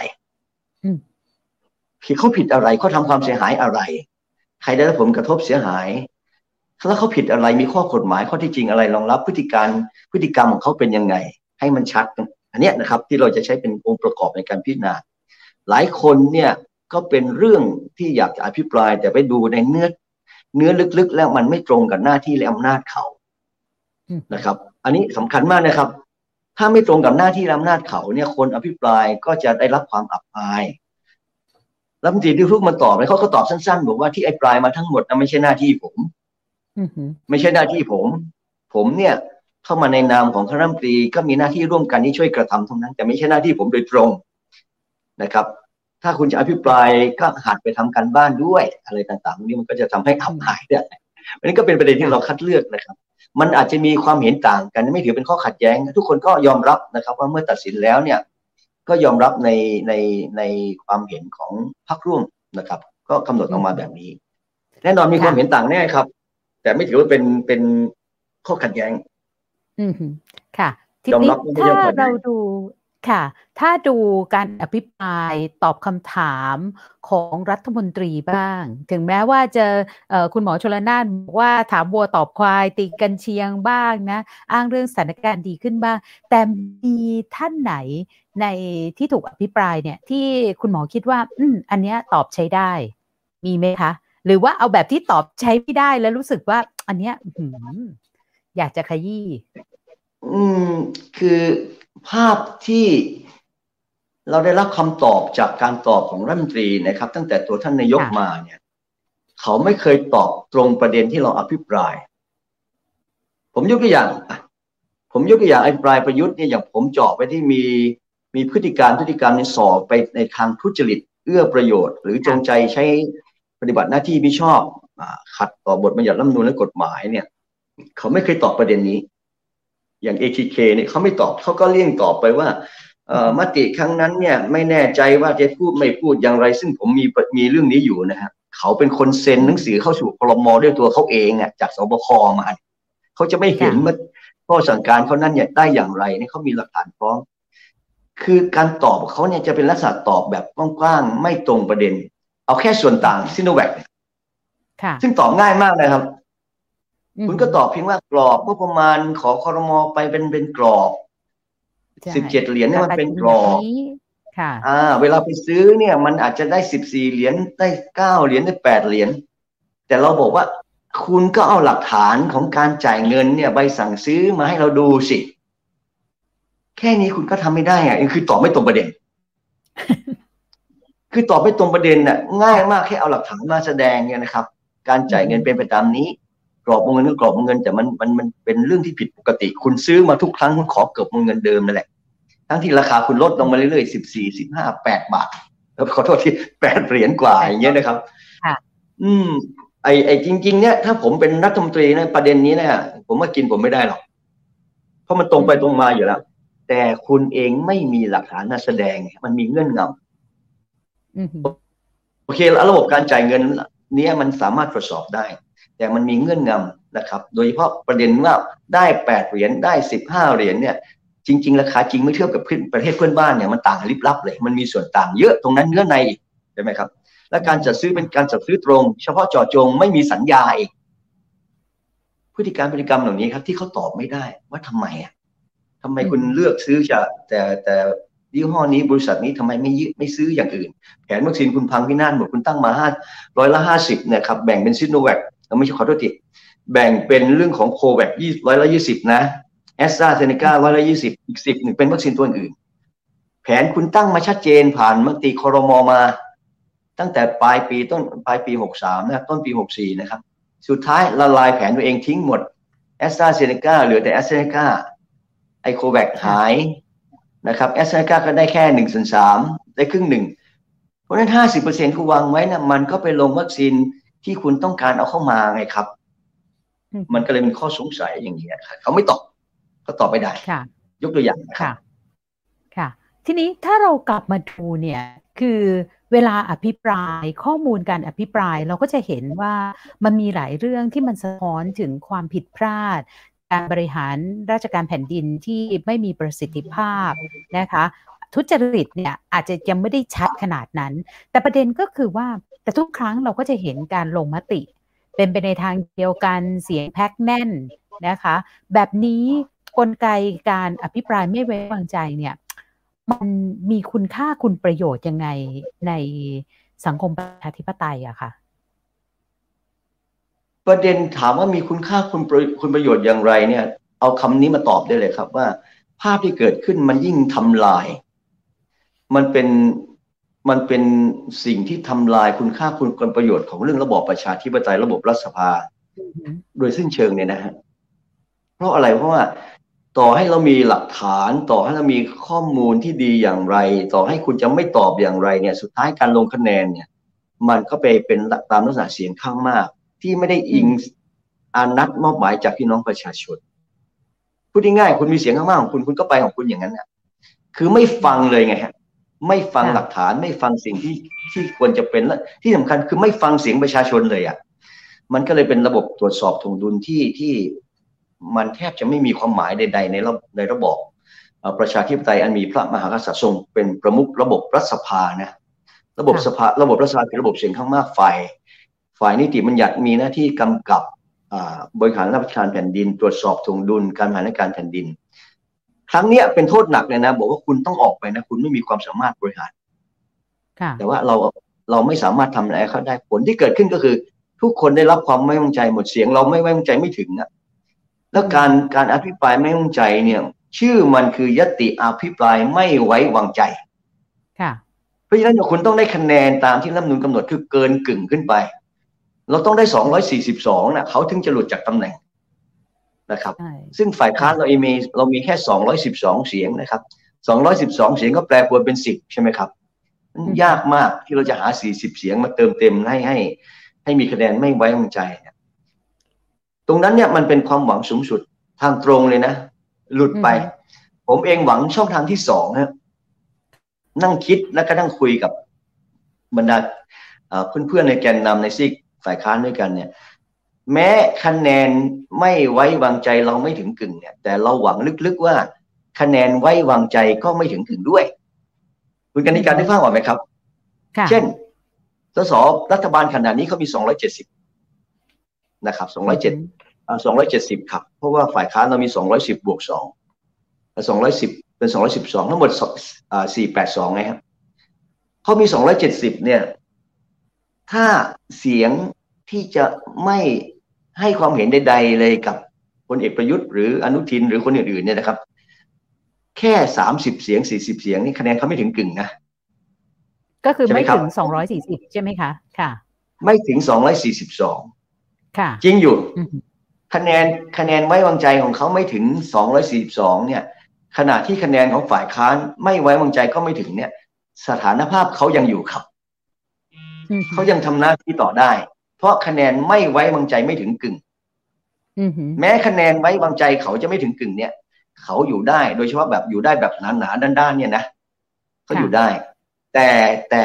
[SPEAKER 2] คือเขาผิดอะไรเขาทำความเสียหายอะไรใครได้รับผลกระทบเสียหายแล้วเขาผิดอะไรมีข้อกฎหมายข้อที่จริงอะไรรองรับพฤติการพฤติกรรมของเขาเป็นยังไงให้มันชัดอันนี้นะครับที่เราจะใช้เป็นองค์ประกอบในการพิจารณาหลายคนเนี่ยก็เป็นเรื่องที่อยากจะอภิปรายแต่ไปดูในเนื้อเนื้อลึกๆแล้วมันไม่ตรงกับหน้าที่และอำนาจเขานะครับอันนี้สำคัญมากนะครับถ้าไม่ตรงกับหน้าที่และอำนาจเขาเนี่ยคนอภิปรายก็จะได้รับความอับอายรัฐมนตรีที่พูดมาตอบเขาก็ตอบสั้นๆบอกว่าที่อภิปรายมาทั้งหมดนั้นไม่ใช่หน้าที่ผมไม่ใช่หน้าที่ผมผมเนี่ยเข้ามาในนามของคณะรัฐมนตรีก็มีหน้าที่ร่วมกันที่ช่วยกระทำเท่านั้นแต่ไม่ใช่หน้าที่ผมโดยตรงนะครับถ้าคุณจะอภิปรายก็หัดไปทำการบ้านด้วยอะไรต่างๆนี้มันก็จะทำให้อับอายได้อันนี้ก็เป็นประเด็นที่เราคัดเลือกนะครับมันอาจจะมีความเห็นต่างกันไม่ถือเป็นข้อขัดแย้งทุกคนก็ยอมรับนะครับว่าเมื่อตัดสินแล้วเนี่ยก็ยอมรับในในในความเห็นของพรรคร่วมนะครับก็กำหนดออกมาแบบนี้แน่นอนมีความเห็นต่างแน่ครับแต่ไม่ถือว่าเป็นเป็นข้อขัดแย้ง
[SPEAKER 1] อืมค่ะทีนี้ถ้าเราดูค่ะถ้าดูการอภิปรายตอบคำถามของรัฐมนตรีบ้างถึงแม้ว่าจะคุณหมอชลน่านบอกว่าถามวัวตอบควายตีกันเชียงบ้างนะอ้างเรื่องสถานการณ์ดีขึ้นบ้างแต่มีท่านไหนในที่ถูกอภิปรายเนี่ยที่คุณหมอคิดว่าอืมอันเนี้ยตอบใช้ได้มีไหมคะหรือว่าเอาแบบที่ตอบใช้ไม่ได้แล้วรู้สึกว่าอันเนี้ยอยากจะขยี้
[SPEAKER 2] อืมคือภาพที่เราได้รับคำตอบจากการตอบของรัฐมนตรีนะครับตั้งแต่ตัวท่านนายกมาเนี่ยเขาไม่เคยตอบตรงประเด็นที่เราอภิปรายผมยกตัวอย่างผมยกตัวอย่างอภิปรายประยุทธ์เนี่ยอย่างผมเจาะไปที่มีมีพฤติการพฤติกรรมในสอบไปในทางทุจริตเอื้อประโยชน์หรือจงใจใช้ปฏิบัติหน้าที่ไม่ชอบขัดต่อบทบัญญัติรัฐธรรมนูญและกฎหมายเนี่ยเขาไม่เคยตอบประเด็นนี้อย่าง เอ ที เค เนี่ยเขาไม่ตอบเขาก็เลี่ยงตอบไปว่าเอ่อมติครั้งนั้นเนี่ยไม่แน่ใจว่าจะพูดไม่พูดอย่างไรซึ่งผมมีมีเรื่องนี้อยู่นะฮะเขาเป็นคนเซ็นหนังสือเข้าสู่ครม.ด้วยตัวเขาเองอ่ะจากสบคมาเขาจะไม่เห็นว่าข้อสั่งการเขานั้นเนี่ยได้อย่างไรเนี่ยเขามีหลักฐานพร้อมคือการตอบเขาเนี่ยจะเป็นลักษณะตอบแบบกว้างๆไม่ตรงประเด็นเอาแค่ส่วนต่างซิโนแวคซึ่งตอบง่ายมากนะครับคุณก็ตอบเพียงว่ากรอบงบประมาณขอครม.ไปเป็นเป็นกรอบสิบเจ็ดเหรียญนี่มันเป็นกรอบ
[SPEAKER 1] ค่ะ
[SPEAKER 2] อ่าเวลาไปซื้อเนี่ยมันอาจจะได้สิบสี่เหรียญได้เก้าเหรียญได้แปดเหรียญแต่เราบอกว่าคุณก็เอาหลักฐานของการจ่ายเงินเนี่ยใบสั่งซื้อมาให้เราดูสิแค่นี้คุณก็ทำไม่ได้อ่ะคือตอบไม่ตรงประเด็น คือตอบไม่ตรงประเด็นน่ะง่ายมากแค่เอาหลักฐานมาแสดงเนี่ยนะครับการจ่ายเงินเป็นไปตามนี้กรอบวงเงินก็กรอบวงเงินแต่มันมันมันเป็นเรื่องที่ผิดปกติคุณซื้อมาทุกครั้งคุณขอเกือบวงเงินเดิมนั่นแหละทั้งที่ราคาคุณลดลงมาเรื่อยๆสิบสี่สิบห้าแปดบาทแล้วขอโทษที่แปดเหรียญกว่าอย่างเงี้ยนะครับอืมไอไอจริงๆเนี่ยถ้าผมเป็นรัฐมนตรีในประเด็นนี้เนี่ยผมว่ากินผมไม่ได้หรอกเพราะมันตรงไปตรงมาอยู่แล้วแต่คุณเองไม่มีหลักฐานมาแสดงมันมีเงื่อนงำโอเคแล้วระบบการจ่ายเงินนี้มันสามารถตรวจสอบได้แต่มันมีเงื่อนงำนะครับโดยเฉพาะประเด็นว่าได้แปดเหรียญได้สิบห้าเหรียญเนี่ยจริงๆราคาจริงไม่เทียบกับประเทศเพื่อนบ้านเนี่ยมันต่างลิบลับเลยมันมีส่วนต่างเยอะตรงนั้นเนื้อในอีกใช่ไหมครับและการจัดซื้อเป็นการจัดซื้อตรงเฉพาะเจาะจงไม่มีสัญญาอีกพฤติการพฤติกรรมเหล่านี้ครับที่เขาตอบไม่ได้ว่าทำไมอ่ะทำไมคุณเลือกซื้อจะแต่แต่ยี่ห้อนี้บริษัทนี้ทำไมไม่ยึดไม่ซื้ออย่างอื่นแผนวัคซีนคุณพังพินาศหมดคุณตั้งมาห้าร้อยละห้าสิบเนี่ยครับแบ่งเป็นซิโนแวคเราไม่ใช่ขอโทษทีแบ่งเป็นเรื่องของโควิดยี่ร้อยละยี่สิบนะแอสตราเซเนการ้อยละยี่สิบอีกสิบหนึ่งเป็นวัคซีนตัวอื่นแผนคุณตั้งมาชัดเจนผ่านมติครม.มาตั้งแต่ปลายปีต้นปลายปีหกสามนะต้นปีหกสี่นะครับสุดท้ายละลายแผนตัวเองทิ้งหมดแอสตราเซเนกาเหลือแต่แอสตราเซเนกาไอโควิดหายนะครับแอสตราเซเนกาก็ได้แค่หนึ่งส่วนสามได้ครึ่งหนึ่งเพราะฉะนั้นห้าสิบเปอร์เซ็นต์คุณวางไว้นะมันก็ไปลงวัคซีนที่คุณต้องการเอาเข้ามาไงครับมันก็เลยเป็นข้อสงสัยอย่างนี้ครับเขาไม่ตอบเขาตอบไม่ได้ยกตัวอย่าง
[SPEAKER 1] ค่ะค่ะทีนี้ถ้าเรากลับมาดูเนี่ยคือเวลาอภิปรายข้อมูลการอภิปรายเราก็จะเห็นว่ามันมีหลายเรื่องที่มันสะท้อนถึงความผิดพลาดการบริหารราชการแผ่นดินที่ไม่มีประสิทธิภาพนะคะทุจริตเนี่ยอาจจะยังไม่ได้ชัดขนาดนั้นแต่ประเด็นก็คือว่าแต่ทุกครั้งเราก็จะเห็นการลงมติเป็นไปในทางเดียวกันเสียงแพ็คแน่นนะคะแบบนี้กลไกการอภิปรายไม่ไว้วางใจเนี่ยมันมีคุณค่าคุณประโยชน์ยังไงในสังคมประชาธิปไตยอะค่ะ
[SPEAKER 2] ประเด็นถามว่ามีคุณค่าคุณประคุณประโยชน์อย่างไรเนี่ยเอาคำนี้มาตอบได้เลยครับว่าภาพที่เกิดขึ้นมันยิ่งทำลายมันเป็นมันเป็นสิ่งที่ทำลายคุณค่าคุณประโยชน์ของเรื่องระบอบประชาธิปไตยระบบรัฐสภาโดยสิ้นเชิงเนี่ยนะฮะเพราะอะไรเพราะว่าต่อให้เรามีหลักฐานต่อให้เรามีข้อมูลที่ดีอย่างไรต่อให้คุณจะไม่ตอบอย่างไรเนี่ยสุดท้ายการลงคะแนนเนี่ยมันก็ไปเป็นตามลักษณะเสียงข้างมากที่ไม่ได้อิงอานัดมอบหมายจากพี่น้องประชาชนพูดง่ายๆคุณมีเสียงข้างมากของคุณคุณก็ไปของคุณอย่างนั้นนะคือไม่ฟังเลยไงฮะไม่ฟังหลักฐานไม่ฟังสิ่งที่ที่ควรจะเป็นและที่สำคัญคือไม่ฟังเสียงประชาชนเลยอ่ะมันก็เลยเป็นระบบตรวจสอบถ่วงดุลที่ที่มันแทบจะไม่มีความหมายใดๆในระในระบอบประชาธิปไตยอันมีพระมหากษัตริย์ทรงเป็นประมุขระบบรัฐสภานะระบบสภาระบบรัฐสภาเป็นระบบเสียงข้างมากฝ่ายฝ่ายนิติบัญญัติมีหน้าที่กำกับบริหารราชการแผ่นดินตรวจสอบถ่วงดุลการบริหารราชการแผ่นดินครั้งนี้เป็นโทษหนักเลยนะบอกว่าคุณต้องออกไปนะคุณไม่มีความสามารถบริหารแต่ว่าเราเราไม่สามารถทำอะไรเขาได้ผลที่เกิดขึ้นก็คือทุกคนได้รับความไม่ไว้วางใจหมดเสียงเราไม่ไว้วางใจไม่ถึงนะแล้วการการอภิปรายไม่ไว้วางใจเนี่ยชื่อมันคือยติอภิปรายไม่ไว้วางใจเพราะฉะนั้นคุณต้องได้คะแนนตามที่รัฐธรรมนูญกำหนดคือเกินกึ่งขึ้นไปเราต้องได้สองร้อยสี่สิบสองนะเขาถึงจะหลุดจากตำแหน่งนะครับซึ่งฝ่ายค้านเราเมีเรามีแค่สองร้อยสิบสองเสียงนะครับสองร้อยสิบสองเสียงก็แปลผลเป็นสิบใช่ไหมครับมันยากมากที่เราจะหาสี่สิบเสียงมาเติมเต็มให้ให้ให้มีคะแนนไม่ไว้วางใจตรงนั้นเนี่ยมันเป็นความหวังสูงสุดทางตรงเลยนะหลุดไปผมเองหวังช่องทางที่สองนะนั่งคิดแล้วก็นั่งคุยกับบรรดาเพื่อนๆในแกนนำในซีกฝ่ายค้านด้วยกันเนี่ยแม้คะแนนไม่ไว้วางใจเราไม่ถึงกึ่งเนี่ยแต่เราหวังลึกๆว่าคะแนนไว้วางใจก็ไม่ถึงกึ่งด้วยคุณกนิการได้ฟังออกไหมครับเช่นสสรัฐบาลขณะนี้เขามีสองร้อยเจ็ดสิบนะครับสองร้อยเจ็ดอ่าสองร้อยเจ็ดสิบครับเพราะว่าฝ่ายค้านเรามีสองร้อยสิบบวกสองสองร้อยสิบเป็นสองร้อยสิบสองทั้งหมดสี่แปดสองไงครับเขามีสองร้อยเจ็ดสิบเนี่ยถ้าเสียงที่จะไม่ให้ความเห็นใดๆเลยกับพลเอกประยุทธ์หรืออนุทินหรือคนอื่นๆเนี่ยนะครับแค่สามสิบเสียงสี่สิบเสียงนี่คะแนนเขาไม่ถึงกึ่งนะ
[SPEAKER 1] ก็คือไม่ถึงสองร้อยสี่สิบใช่ไหมคะค่ะ
[SPEAKER 2] ไม่ถึงสองร้อยสี่สิบสอง
[SPEAKER 1] ค่ะ
[SPEAKER 2] จริงอยู่คะแนนคะแนนไว้วางใจของเขาไม่ถึงสองร้อยสี่สิบสองเนี่ยขณะที่คะแนนของฝ่ายค้านไม่ไว้วางใจก็ไม่ถึงเนี่ยสถานภาพเขายังอยู่ครับเขายังทำหน้าที่ต่อได้เพราะคะแนนไม่ไว้วางใจไม่ถึงกึ่งแม้คะแนนไว้วางใจเขาจะไม่ถึงกึ่งเนี่ยเขาอยู่ได้โดยเฉพาะแบบอยู่ได้แบบหนาๆด้านๆเนี่ยนะเขาอยู่ได้แต่แต่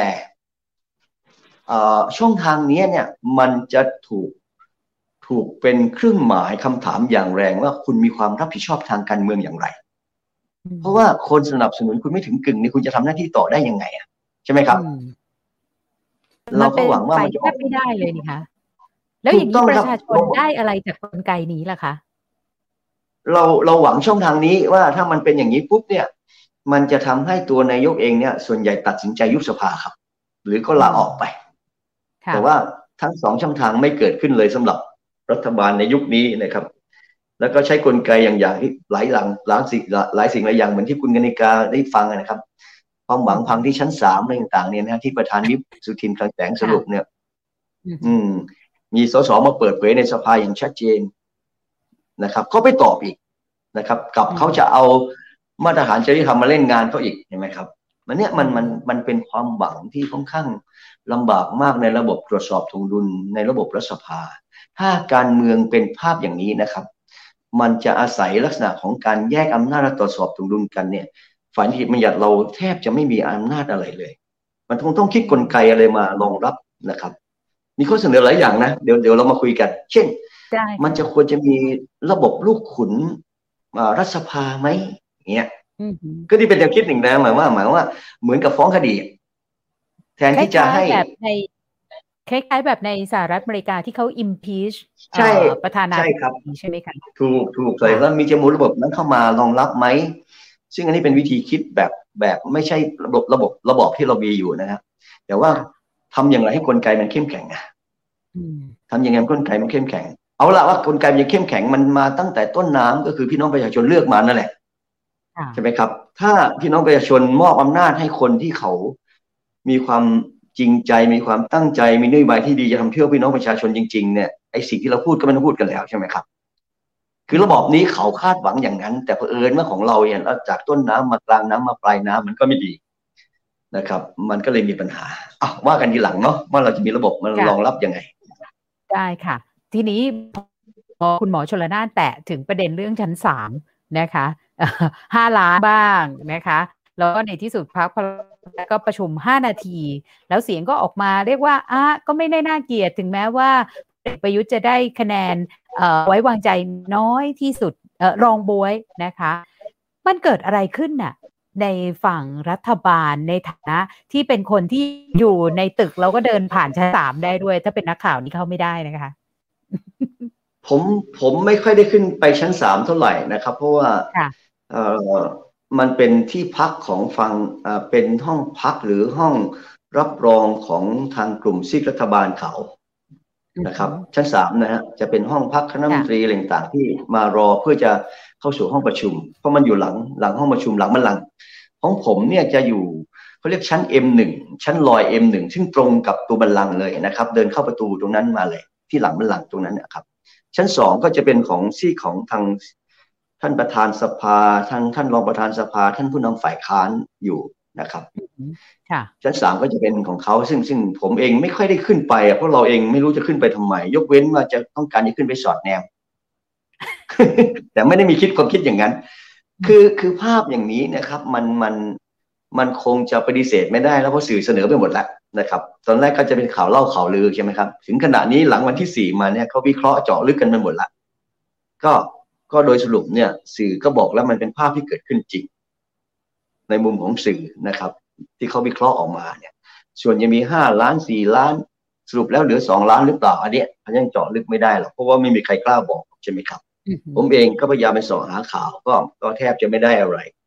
[SPEAKER 2] ช่องทางนี้เนี่ยมันจะถูกถูกเป็นเครื่องหมายคำถามอย่างแรงว่าคุณมีความรับผิดชอบทางการเมืองอย่างไรเพราะว่าคนสนับสนุนคุณไม่ถึงกึ่งนี่คุณจะทำหน้าที่ต่อได้ยังไงอ่ะใช่ไหมครับ
[SPEAKER 1] เราก็หวังว่ามันจะไม่ได้เลยนี่คะแล้วอย่างนี้ประชาชนได้อะไรจากกลไกนี้ล่ะคะ
[SPEAKER 2] เราเราหวังช่องทางนี้ว่าถ้ามันเป็นอย่างนี้ปุ๊บเนี่ยมันจะทำให้ตัวนายกเองเนี่ยส่วนใหญ่ตัดสินใจยุบสภาครับหรือก็ลาออกไปแต่ว่าทั้งสองช่องทางไม่เกิดขึ้นเลยสำหรับรัฐบาลในยุคนี้นะครับแล้วก็ใช้กลไกอย่างอย่างที่หลายหลังหลายสิ่งหลายสิ่งหลายอย่างเหมือนที่คุณกนิกาได้ฟังนะครับความหวังพังที่ชั้นสามอะไรต่างๆเนี่ยนะที่ประธานวิปสุทินคลังแสงสรุปเนี่ยอืมมีสสมาเปิดเผยในสภาอย่างชัดเจนนะครับเขาไปตอบอีกนะครับกับเขาจะเอามาตรฐานจริยธรรมมาเล่นงานเขาอีกเห็นไหมครับมันเนี้ยมันมันมันเป็นความหวังที่ค่อนข้างลำบากมากในระบบตรวจสอบถวงดุลในระบบรัฐสภาถ้าการเมืองเป็นภาพอย่างนี้นะครับมันจะอาศัยลักษณะของการแยกอำนาจและตรวจสอบถวงดุลกันเนี่ยฝ่ายนิติบัญญัติเราแทบจะไม่มีอำนาจอะไรเลยมันคงต้องคิดกลไกอะไรมารองรับนะครับมีข้อเสนอหลายอย่างนะเดี๋ยวเดี๋ยวเรามาคุยกันเช่นมันจะควรจะมีระบบลูกขุนรัฐสภาไหมเงี้ยก็ที่เป็นแนวคิดหนึ่งนะหมายว่าหมายว่าเหมือนกับฟ้องคดีแทนที่จะให้
[SPEAKER 1] แบบในคล้ายๆแบบในสหรัฐอเมริกาที่เขา impeach ประธานาธิบดีใช่ไหมคะ
[SPEAKER 2] ถูกถูกเลยแล้วมีจะมูระบบนั้นเข้ามารองรับไหมซึ่งอันนี้เป็นวิธีคิดแบบแบบไม่ใช่ระบบระบบระบบที่เรามีอยู่นะครับแต่ว่าทำอย่างไรให้กลไกมันเข้มแข็งอ่ะทำยังไงกลไกมันเข้มแข็งเอาละว่ากลไกมันเข้มแข็งมันมาตั้งแต่ต้นน้ำก็คือพี่น้องประชาชนเลือกมานั่นแหละใช่ไหมครับถ้าพี่น้องประชาชนมอบอำนาจให้คนที่เขามีความจริงใจมีความตั้งใจมีนโยบายที่ดีจะทำเพื่อพี่น้องประชาชนจริงๆเนี่ยไอ้สิ่งที่เราพูดก็ไม่ต้องพูดกันแล้วใช่ไหมครับคือระบอบนี้เขาคาดหวังอย่างนั้นแต่เผอิญว่าของเราเนี่ยจากต้นน้ำมากลางน้ำมาปลายน้ำมันก็ไม่ดีนะครับมันก็เลยมีปัญหาอ่ะว่ากันทีหลังเนาะว่าเราจะมีระบบมันรองรับยังไง
[SPEAKER 1] ได้ค่ะทีนี้พอคุณหมอชลน่านแตะถึงประเด็นเรื่องชั้นสามนะคะห้าล้านบ้างนะคะแล้วก็ในที่สุดพรรคก็ประชุมห้านาทีแล้วเสียงก็ออกมาเรียกว่าอ่ะก็ไม่ได้น่าเกลียดถึงแม้ว่าประยุทธ์จะได้คะแนนไว้วางใจน้อยที่สุดรองบ๊วยนะคะมันเกิดอะไรขึ้นน่ะในฝั่งรัฐบาลในฐานะที่เป็นคนที่อยู่ในตึกแล้วก็เดินผ่านชั้นสามได้ด้วยถ้าเป็นนักข่าวนี่เข้าไม่ได้นะคะ
[SPEAKER 2] ผมผมไม่ค่อยได้ขึ้นไปชั้นสามเท่าไหร่นะครับเพราะว่าเอ่อมันเป็นที่พักของฝั่งเป็นห้องพักหรือห้องรับรองของทางกลุ่มซีกรัฐบาลเขานะครับชั้นสามนะฮะจะเป็นห้องพักคณะรัฐมนตรีอะไรต่างๆที่มารอเพื่อจะเข้าสู่ห้องประชุมเพราะมันอยู่หลังหลังห้องประชุมหลังบัลลังก์ของผมเนี่ยจะอยู่เขาเรียกชั้น เอ็ม หนึ่ง ชั้นลอย เอ็ม หนึ่ง ซึ่งตรงกับตัวบัลลังก์เลยนะครับเดินเข้าประตูตรงนั้นมาเลยที่หลังบัลลังก์ตรงนั้นนะครับชั้นสองก็จะเป็นของซีกของทางท่านประธานสภาท่านท่านรองประธานสภาท่านผู้นำฝ่ายค้านอยู่นะครับชั้นสามก็จะเป็นของเขาซึ่งซึ่งผมเองไม่ค่อยได้ขึ้นไปอ่ะเพราะเราเองไม่รู้จะขึ้นไปทำไมยกเว้นว่าจะต้องการจะขึ้นไปสอดแนม แต่ไม่ได้มีคิดความคิดอย่างนั้นคือคือภาพอย่างนี้นะครับมันมันมันคงจะปฏิเสธไม่ได้แล้วเพราะสื่อเสนอไปหมดแล้วนะครับตอนแรกก็จะเป็นข่าวเล่าข่าวลือใช่ไหมครับถึงขณะนี้หลังวันที่สี่มาเนี่ยเขาวิเคราะห์เจาะลึกกันไปหมดละก็ก็โดยสรุปเนี่ยสื่อก็บอกแล้วมันเป็นภาพที่เกิดขึ้นจริงในมุมของสื่อนะครับที่เขาวิเคราะห์ออกมาเนี่ยส่วนยังมีห้าล้านสี่ล้านสรุปแล้วเหลือสองล้านหรือเปล่าอันนี้ยังเจาะลึกไม่ได้หรอกเพราะว่าไม่มีใครกล้าบอกใช่ไหมครับผมเองก็พยายามไปสอบหาข่าวก็ก็แทบจะไม่ได้อะไร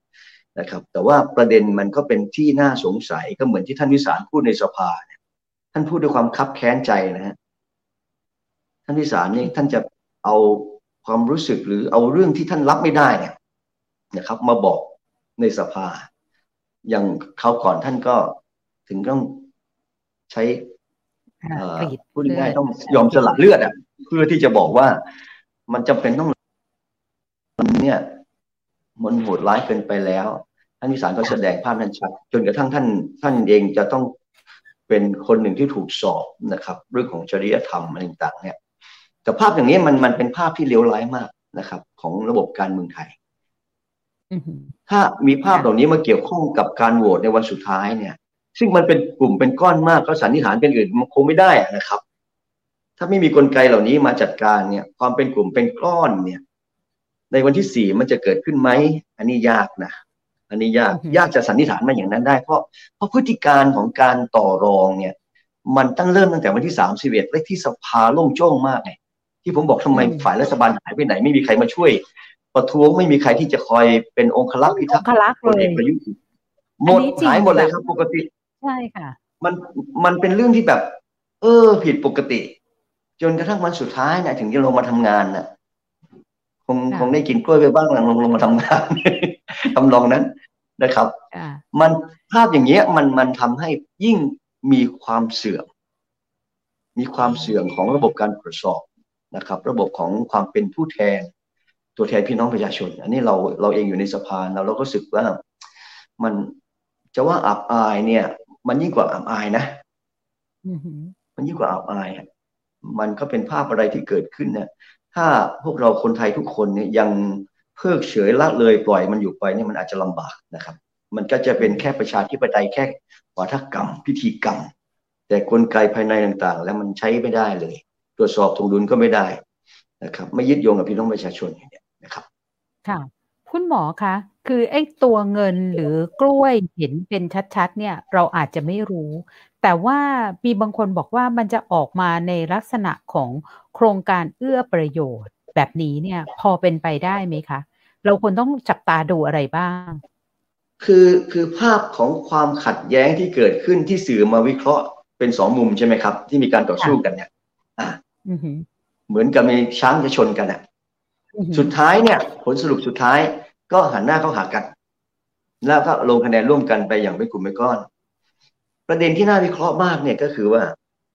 [SPEAKER 2] นะครับแต่ว่าประเด็นมันก็เป็นที่น่าสงสัยก็เหมือนที่ท่านวิสารพูดในสภาเนี่ยท่านพูดด้วยความคับแค้นใจนะฮะท่านวิสารนี่ท่านจะเอาความรู้สึกหรือเอาเรื่องที่ท่านรับไม่ได้เนี่ยนะครับมาบอกในสภาอย่างคราวก่อนท่านก็ถึงต้องใช้พูดง่ายๆต้องยอมสละเลือดอ่ะเพื่อที่จะบอกว่ามันจำเป็นต้องเนี่ยมันโหดร้ายเกินไปแล้วท่านวิสารก็แสดงภาพนั้นชัดจนกระทั่งท่านท่านเองจะต้องเป็นคนหนึ่งที่ถูกสอบนะครับเรื่องของจริยธรรมอะไรต่างๆเนี่ยแต่ภาพอย่างนี้มันมันเป็นภาพที่เลวร้ายมากนะครับของระบบการเมืองไทยถ้ามีภาพเหล่านี้มาเกี่ยวข้องกับการโหวตในวันสุดท้ายเนี่ยซึ่งมันเป็นกลุ่มเป็นก้อนมากก็สันนิษฐานเป็นอื่นมันคงไม่ได้นะครับถ้าไม่มีกลไกเหล่านี้มาจัดการเนี่ยความเป็นกลุ่มเป็นก้อนเนี่ยในวันที่สี่มันจะเกิดขึ้นไหมอันนี้ยากนะอันนี้ยากยากจะสันนิษฐานมาอย่างนั้นได้เพราะเพราะพฤติการของการต่อรองเนี่ยมันตั้งเริ่มตั้งแต่วันที่สามสิบเอ็ดและที่สภาโล่งโจ้งมากไงที่ผมบอกทำไมฝ่ายรัฐบาลหายไปไหนไม่มีใครมาช่วยประท้วงไม่มีใครที่จะคอยเป็นองครักษ์พิทักษ์พลเอกประยุทธ์หมดหายหมดเลยครับปกติ
[SPEAKER 1] ใช่ค่ะ
[SPEAKER 2] มันมันเป็นเรื่องที่แบบเออผิดปกติจนกระทั่งวันสุดท้ายเนี่ยถึงจะลงมาทำงานน่ะคงคงได้กินกล้วยไปบ้างหลังลงลงมาทำงานทำนองนั้นนะครับมันภาพอย่างเงี้ยมันมันทำให้ยิ่งมีความเสื่อมมีความเสื่อมของระบบการตรวจสอบนะครับระบบของความเป็นผู้แทนตัวแทนพี่น้องประชาชนอันนี้เราเราเองอยู่ในสภาเราเราก็รู้สึกว่ามันจะว่าอับอายเนี่ยมันยิ่งกว่าอับอายนะมันยิ่งกว่าอับอายมันก็เป็นภาพอะไรที่เกิดขึ้นเนี่ยถ้าพวกเราคนไทยทุกคนเนี่ยยังเพิกเฉยละเลยปล่อยมันอยู่ไปเนี่ยมันอาจจะลำบากนะครับมันก็จะเป็นแค่ประชาธิปไตยแค่วาทกรรมพิธีกรรมแต่กลไกภายในต่างๆแล้วมันใช้ไม่ได้เลยตรวจสอบถวงดุลก็ไม่ได้นะครับไม่ยึดโยงกับพี่น้องประชาชนอย่างนี้นะครับ
[SPEAKER 1] ค่ะคุณหมอคะคือไอ้ตัวเงินหรือกล้วยเห็นเป็นชัดๆเนี่ยเราอาจจะไม่รู้แต่ว่ามีบางคนบอกว่ามันจะออกมาในลักษณะของโครงการเอื้อประโยชน์แบบนี้เนี่ยพอเป็นไปได้ไหมคะเราควรต้องจับตาดูอะไรบ้าง
[SPEAKER 2] คือคือภาพของความขัดแย้งที่เกิดขึ้นที่สื่อมาวิเคราะห์เป็นสองมุมใช่ไหมครับที่มีการต่อสู้กันเนี่ยอ่าเหมือนกับมีช้างจะชนกันอ่ะสุดท้ายเนี่ยผลสรุปสุดท้ายก็หันหน้าเข้าหากันแล้วก็ลงคะแนนร่วมกันไปอย่างไม่กลุ่มไม่ก้อนประเด็นที่น่าวิเคราะห์มากเนี่ยก็คือว่า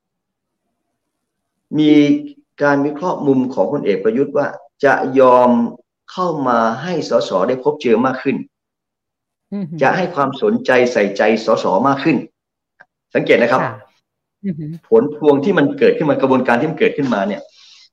[SPEAKER 2] มีการวิเคราะห์มุมของพลเอกประยุทธ์ว่าจะยอมเข้ามาให้สสได้พบเจอมากขึ้นจะให้ความสนใจใส่ใจสสมากขึ้นสังเกตนะครับผลพวงที่มันเกิดขึ้นมากระบวนการที่มันเกิดขึ้นมาเนี่ย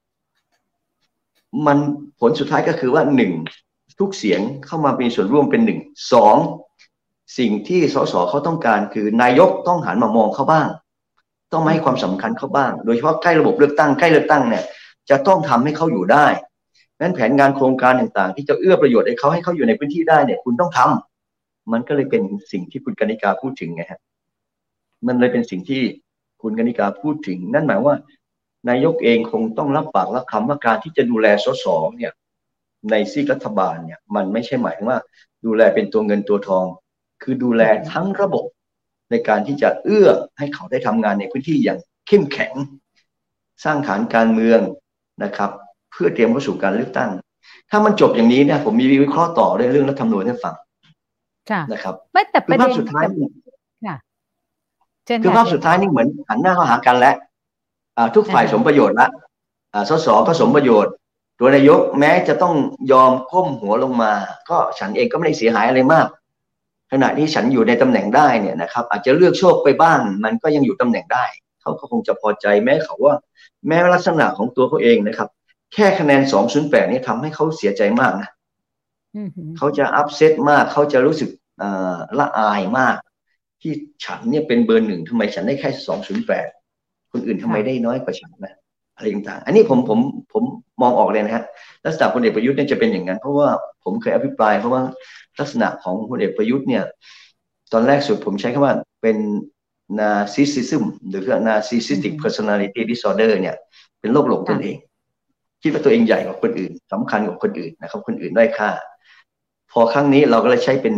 [SPEAKER 2] มันผลสุดท้ายก็คือว่าหนึ่งทุกเสียงเข้ามาเป็นส่วนร่วมเป็นหนึ่งสองสิ่งที่สสเขาต้องการคือนายกต้องหันมามองเขาบ้างต้องให้ความสำคัญเขาบ้างโดยเฉพาะใกล้ระบบเลือกตั้งใกล้เลือกตั้งเนี่ยจะต้องทำให้เขาอยู่ได้นั้นแผนงานโครงการต่างๆที่จะเอื้อประโยชน์ให้เขาให้เขาอยู่ในพื้นที่ได้เนี่ยคุณต้องทำมันก็เลยเป็นสิ่งที่คุณกนิกาพูดถึงไงฮะมันเลยเป็นสิ่งที่คุณกนิกาพูดถึงนั่นหมายว่านายกเองคงต้องรับปากรับคำว่าการที่จะดูแลสสเนี่ยในซีกรัฐบาลเนี่ยมันไม่ใช่หมายถึงว่าดูแลเป็นตัวเงินตัวทองคือดูแลทั้งระบบในการที่จะเอื้อให้เขาได้ทำงานในพื้นที่อย่างเข้มแข็งสร้างฐานการเมืองนะครับเพื่อเตรียมเข้าสู่การเลือกตั้งถ้ามันจบอย่างนี้เนี่ยผมมีวิเคราะห์ต่อในเรื่องรัฐธรรมนูญให้ฟังนะครับ
[SPEAKER 1] ไม่แต่ประเด็น
[SPEAKER 2] ภาพสุดท้าย
[SPEAKER 1] ค่ะ
[SPEAKER 2] คือภาพสุดท้ายนี่เหมือนหันหน้าเข้าหากันแล้วทุกฝ่ายสมประโยชน์ละสสก็สมประโยชน์ตัวนายกแม้จะต้องยอมก้มหัวลงมาก็ฉันเองก็ไม่ได้เสียหายอะไรมากขณะที่ฉันอยู่ในตำแหน่งได้เนี่ยนะครับอาจจะเลือกโชคไปบ้างมันก็ยังอยู่ตำแหน่งได้เขาก็คงจะพอใจแม้เขาว่าแม้ลักษณะของตัวเขาเองนะครับแค่คะแนนสองศูนย์แปดนี่ทำให้เขาเสียใจมากนะเขาจะอัพเซตมากเขาจะรู้สึกละอายมากที่ฉันเนี่ยเป็นเบอร์หนึ่งทำไมฉันได้แค่สองศูนย์แปดคนอื่นทำไมได้น้อยกว่าฉันนะอะไรต่างๆอันนี้ผมผมผมมองออกเลยนะฮะลักษณะพลเอกประยุทธ์เนี่ยจะเป็นอย่างนั้นเพราะว่าผมเคยอภิปรายเพราะว่าลักษณะของพลเอกประยุทธ์เนี่ยตอนแรกสุดผมใช้คำว่าเป็น narcissism หรือ narcissistic personality disorder เนี่ยเป็นโรคหลงตนเองคิดว่าตัวเองใหญ่กว่าคนอื่นสำคัญกว่าคนอื่นนะครับคนอื่นได้ค่าพอครั้งนี้เราก็เลยใช้เป็น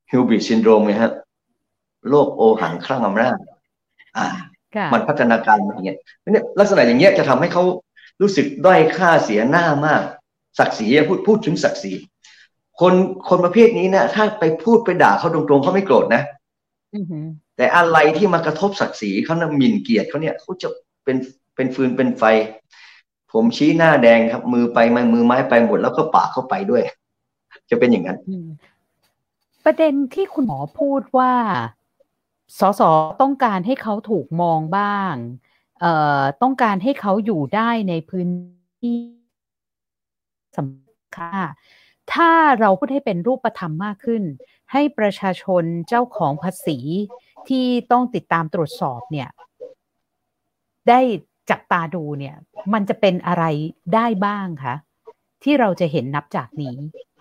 [SPEAKER 2] ฮิลบิดซินโดรมไงฮะโรคโอหังคลั่งอำนาจอ่ามันพัฒนาการอย่างเงี้ยเนี่ยลักษณะอย่างเงี้ยจะทำให้เขารู้สึกด้อยค่าเสียหน้ามากศักดิ์ศรีพูดพูดถึงศักดิ์ศรีคนคนประเภทนี้นะถ้าไปพูดไปด่าเขาตรงๆเขาไม่โกรธนะแต่อะไรที่มากระทบศักดิ์ศรีเขานะหมิ่นเกียรติเขาเนี่ยเขาจะเป็นเป็นฟืนเป็นไฟผมชี้หน้าแดงครับมือไปมือมือไม้ไปหมดแล้วก็ปากเข้าไปด้วยจะเป็นอย่างนั้น
[SPEAKER 1] ประเด็นที่คุณหมอพูดว่าสสต้องการให้เขาถูกมองบ้างเอ่อต้องการให้เขาอยู่ได้ในพื้นที่สำคัญถ้าเราพูดให้เป็นรูปธรรมมากขึ้นให้ประชาชนเจ้าของภาษีที่ต้องติดตามตรวจสอบเนี่ยได้จับตาดูเนี่ยมันจะเป็นอะไรได้บ้างคะที่เราจะเห็นนับจากนี้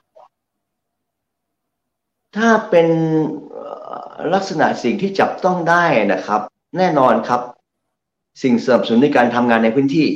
[SPEAKER 2] ถ้าเป็นลักษณะสิ่งที่จับต้องได้นะครับแน่นอนครับสิ่งสนับสนุนในการทำงานในพื้นที่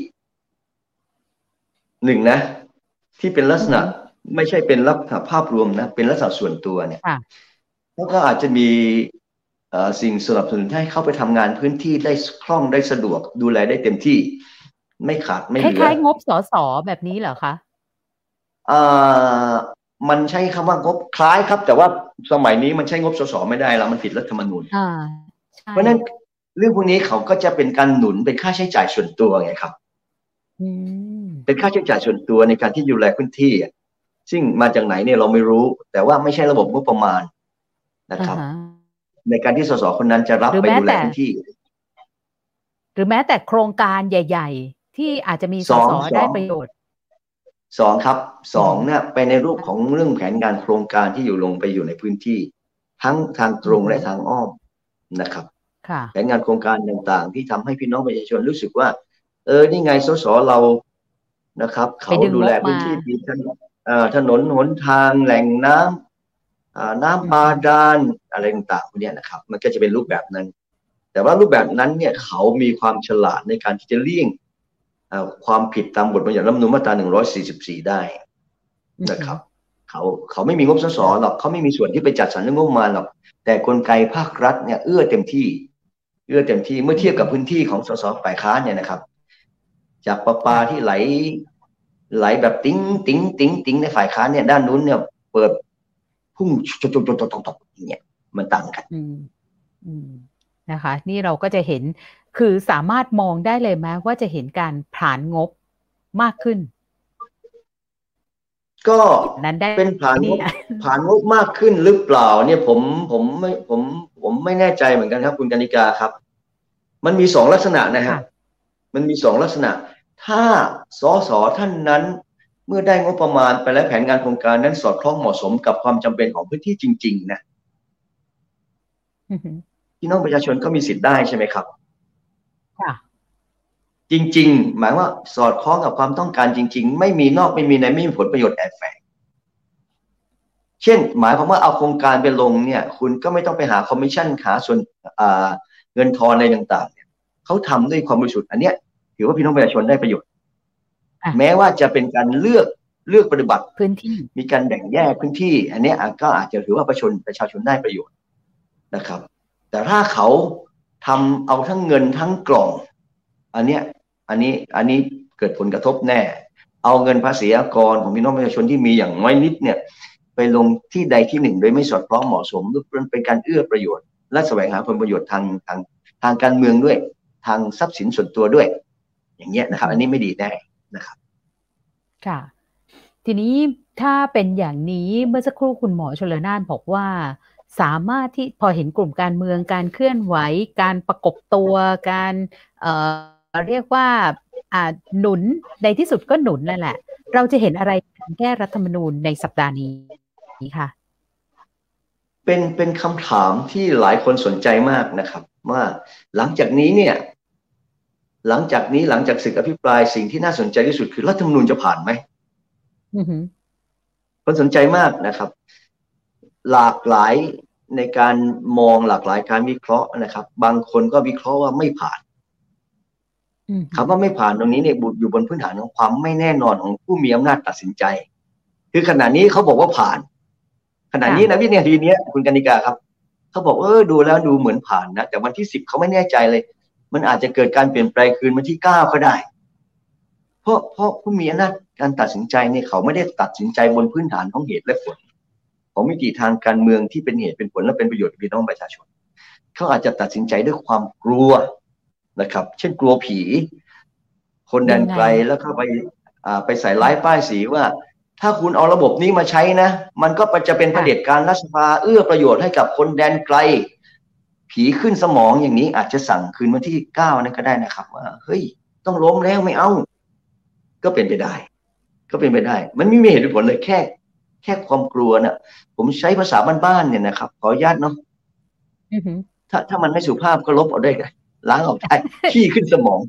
[SPEAKER 2] หนึ่งนะที่เป็นลักษณะไม่ใช่เป็นลักษณะภาพรวมนะเป็นลักษณะส่วนตัวเนี่ยแล้วก็อาจจะมีสิ่งสนับสนุนให้เข้าไปทำงานพื้นที่ได้คล่องได้สะดวกดูแลได้เต็มที่ไม่ขาดไม่เหลือ
[SPEAKER 1] คล้ายๆงบสสแบบนี้เหรอคะ
[SPEAKER 2] อ่ามันใช้คำว่างบคล้ายครับแต่ว่าสมัยนี้มันใช้งบสสไม่ได้แล้วมันผิดรัฐธรรมนูญเพราะนั้นเรื่องพวกนี้เขาก็จะเป็นการหนุนเป็นค่าใช้จ่ายส่วนตัวไงครับเป็นค่าใช้จ่ายส่วนตัวในการที่ดูแลพื้นที่ซึ่งมาจากไหนเนี่ยเราไม่รู้แต่ว่าไม่ใช่ระบบงบประมาณนะครับในการที่สสคนนั้นจะรับไปดูแลพื้นที่
[SPEAKER 1] หรือแม้แต่โครงการใหญ่ๆที่อาจจะมีสสได้ประโยชน์
[SPEAKER 2] สองครับสองเนี่ยไปในรูปของเรื่องแผนงานโครงการที่อยู่ลงไปอยู่ในพื้นที่ทั้งทางตรงและทางอ้อมนะครับแผนงานโครงการต่างๆที่ทำให้พี่น้องประชาชนรู้สึกว่าเออนี่ไงสสเรานะครับเขาดูแลพื้นที่ดีถนนถนนหนทางแหล่งน้ำน้ำบาดาลอะไรต่างๆพวกนี้นะครับมันก็จะเป็นรูปแบบนั้นแต่ว่ารูปแบบนั้นเนี่ยเขามีความฉลาดในการที่จะเลี่ยงความผิดตามบทบัญญัติรัฐธรรมนูญมาตราหนึ่งร้อยสี่สิบสี่ได้นะครับเขาเขาไม่มีงบสสหรอกเขาไม่มีส่วนที่ไปจัดสรรเรื่องงบประมาณหรอกแต่กลไกภาครัฐเนี่ยเอื้อเต็มที่เอื้อเต็มที่เมื่อเทียบกับพื้นที่ของสสฝ่ายค้านเนี่ยนะครับจากประปาที่ไหลไหลแบบติ้งติ้งติ้งติ้งในฝ่ายค้านเนี่ยด้านนู้นเนี่ยเปิดพุ่งจดจดจดจดอย่างเงี้ยมันต่างกัน
[SPEAKER 1] นะคะนี่เราก็จะเห็นคือสามารถมองได้เลยไหมว่าจะเห็นการผ่านงบมากขึ้น
[SPEAKER 2] ก็เป็นผ่านงบผ่านงบมากขึ้นหรือเปล่าเนี่ยผมผมไม่ผมผมไม่แน่ใจเหมือนกันครับคุณกนิกาครับมันมีสองลักษณะนะฮะมันมีสองลักษณะถ้าสสท่านนั้นเมื่อได้งบประมาณไปและแผนงานโครงการนั้นสอดคล้องเหมาะสมกับความจำเป็นของพื้นที่จริงๆนะพี่น้องประชาชนก็มีสิทธิ์ได้ใช่ไหมครับจริงๆหมายว่าสอดคล้องกับความต้องการจริงๆไม่มีนอกไม่มีในไม่มีผลประโยชน์แอบแฝงเช่นหมายความว่าเอาโครงการไปลงเนี่ยคุณก็ไม่ต้องไปหาคอมมิชชั่นหาส่วนเงินทอนอะไรต่างๆเนี่ยเขาทำด้วยความบริสุทธิ์อันเนี้ยถือว่าพี่น้องประชาชนได้ประโยชน์แม้ว่าจะเป็นการเลือกเลือกปฏิบัติ
[SPEAKER 1] พื้นที่
[SPEAKER 2] มีการแบ่งแยกพื้นที่อันนี้ก็อาจจะถือว่าประชาชนประชาชนได้ประโยชน์นะครับแต่ถ้าเขาทำเอาทั้งเงินทั้งกล่องอันเนี้ยอันนี้อันนี้เกิดผลกระทบแน่เอาเงินภาษีอากรของพี่น้องประชาชนที่มีอย่างน้อยนิดเนี่ยไปลงที่ใดที่หนึ่งโดยไม่สอดคล้องเหมาะสมหรือเป็นการเอื้อประโยชน์และแสวงหาผลประโยชน์ทางทางทางการเมืองด้วยทางทรัพย์สินส่วนตัวด้วยอย่างเงี้ยนะครับอันนี้ไม่ดีแน่นะครับ
[SPEAKER 1] ค่ะทีนี้ถ้าเป็นอย่างนี้เมื่อสักครู่คุณหมอชลน่านบอกว่าสามารถที่พอเห็นกลุ่มการเมืองการเคลื่อนไหวการประกบตัวการเอ่อเรียกว่าอ่าหนุนในที่สุดก็หนุนนั่นแหละเราจะเห็นอะไรการแก้รัฐธรรมนูญในสัปดาห์นี้ค่ะ
[SPEAKER 2] เป็นเป็นคำถามที่หลายคนสนใจมากนะครับว่าหลังจากนี้เนี่ยหลังจากนี้หลังจากศึกอภิปรายสิ่งที่น่าสนใจที่สุดคือรัฐธรรมนูญจะผ่านไหมคนสนใจมากนะครับหลากหลายในการมองหลากหลายการวิเคราะห์นะครับบางคนก็วิเคราะห์ว่าไม่ผ่านคำว่าไม่ผ่านตรงนี้เนี่ยอยู่บนพื้นฐานของความไม่แน่นอนของผู้มีอำนาจตัดสินใจคือขณะนี้เขาบอกว่าผ่านขณะนี้นะวินาทีนี้คุณกนิกาครับเขาบอกเออดูแล้วดูเหมือนผ่านนะแต่วันที่สิบเขาไม่แน่ใจเลยมันอาจจะเกิดการเปลี่ยนแปลงคืนวันที่เก้าก็ได้เพราะเพราะผู้มีอำนาจการตัดสินใจเนี่ยเขาไม่ได้ตัดสินใจบนพื้นฐานของเหตุและผลของมิติทางการเมืองที่เป็นเหตุเป็นผลและเป็นประโยชน์กับพี่น้องประชาชนเขาอาจจะตัดสินใจด้วยความกลัวนะครับเช่นกลัวผีคนแดนไกลแล้วเข้าไปไปใส่ร้ายป้ายสีว่าถ้าคุณเอาระบบนี้มาใช้นะมันก็จะเป็นเผด็จการรัฐสภาเอื้อประโยชน์ให้กับคนแดนไกลผีขึ้นสมองอย่างนี้อาจจะสั่งคืนวันที่เก้านั่นก็ได้นะครับว่าเฮ้ยต้องล้มแล้วไม่เอาก็เป็นไปได้ก็เป็นไปได้มันไม่มีเหตุผลเลยแค่แค่ความกลัวน่ะผมใช้ภาษาบ้านๆเนี่ยนะครับขออนุญาตเนาะถ้าถ้ามันไม่สุภาพก็ลบเอาได้เลยล้างออกได้ขี้ขึ้นสมอง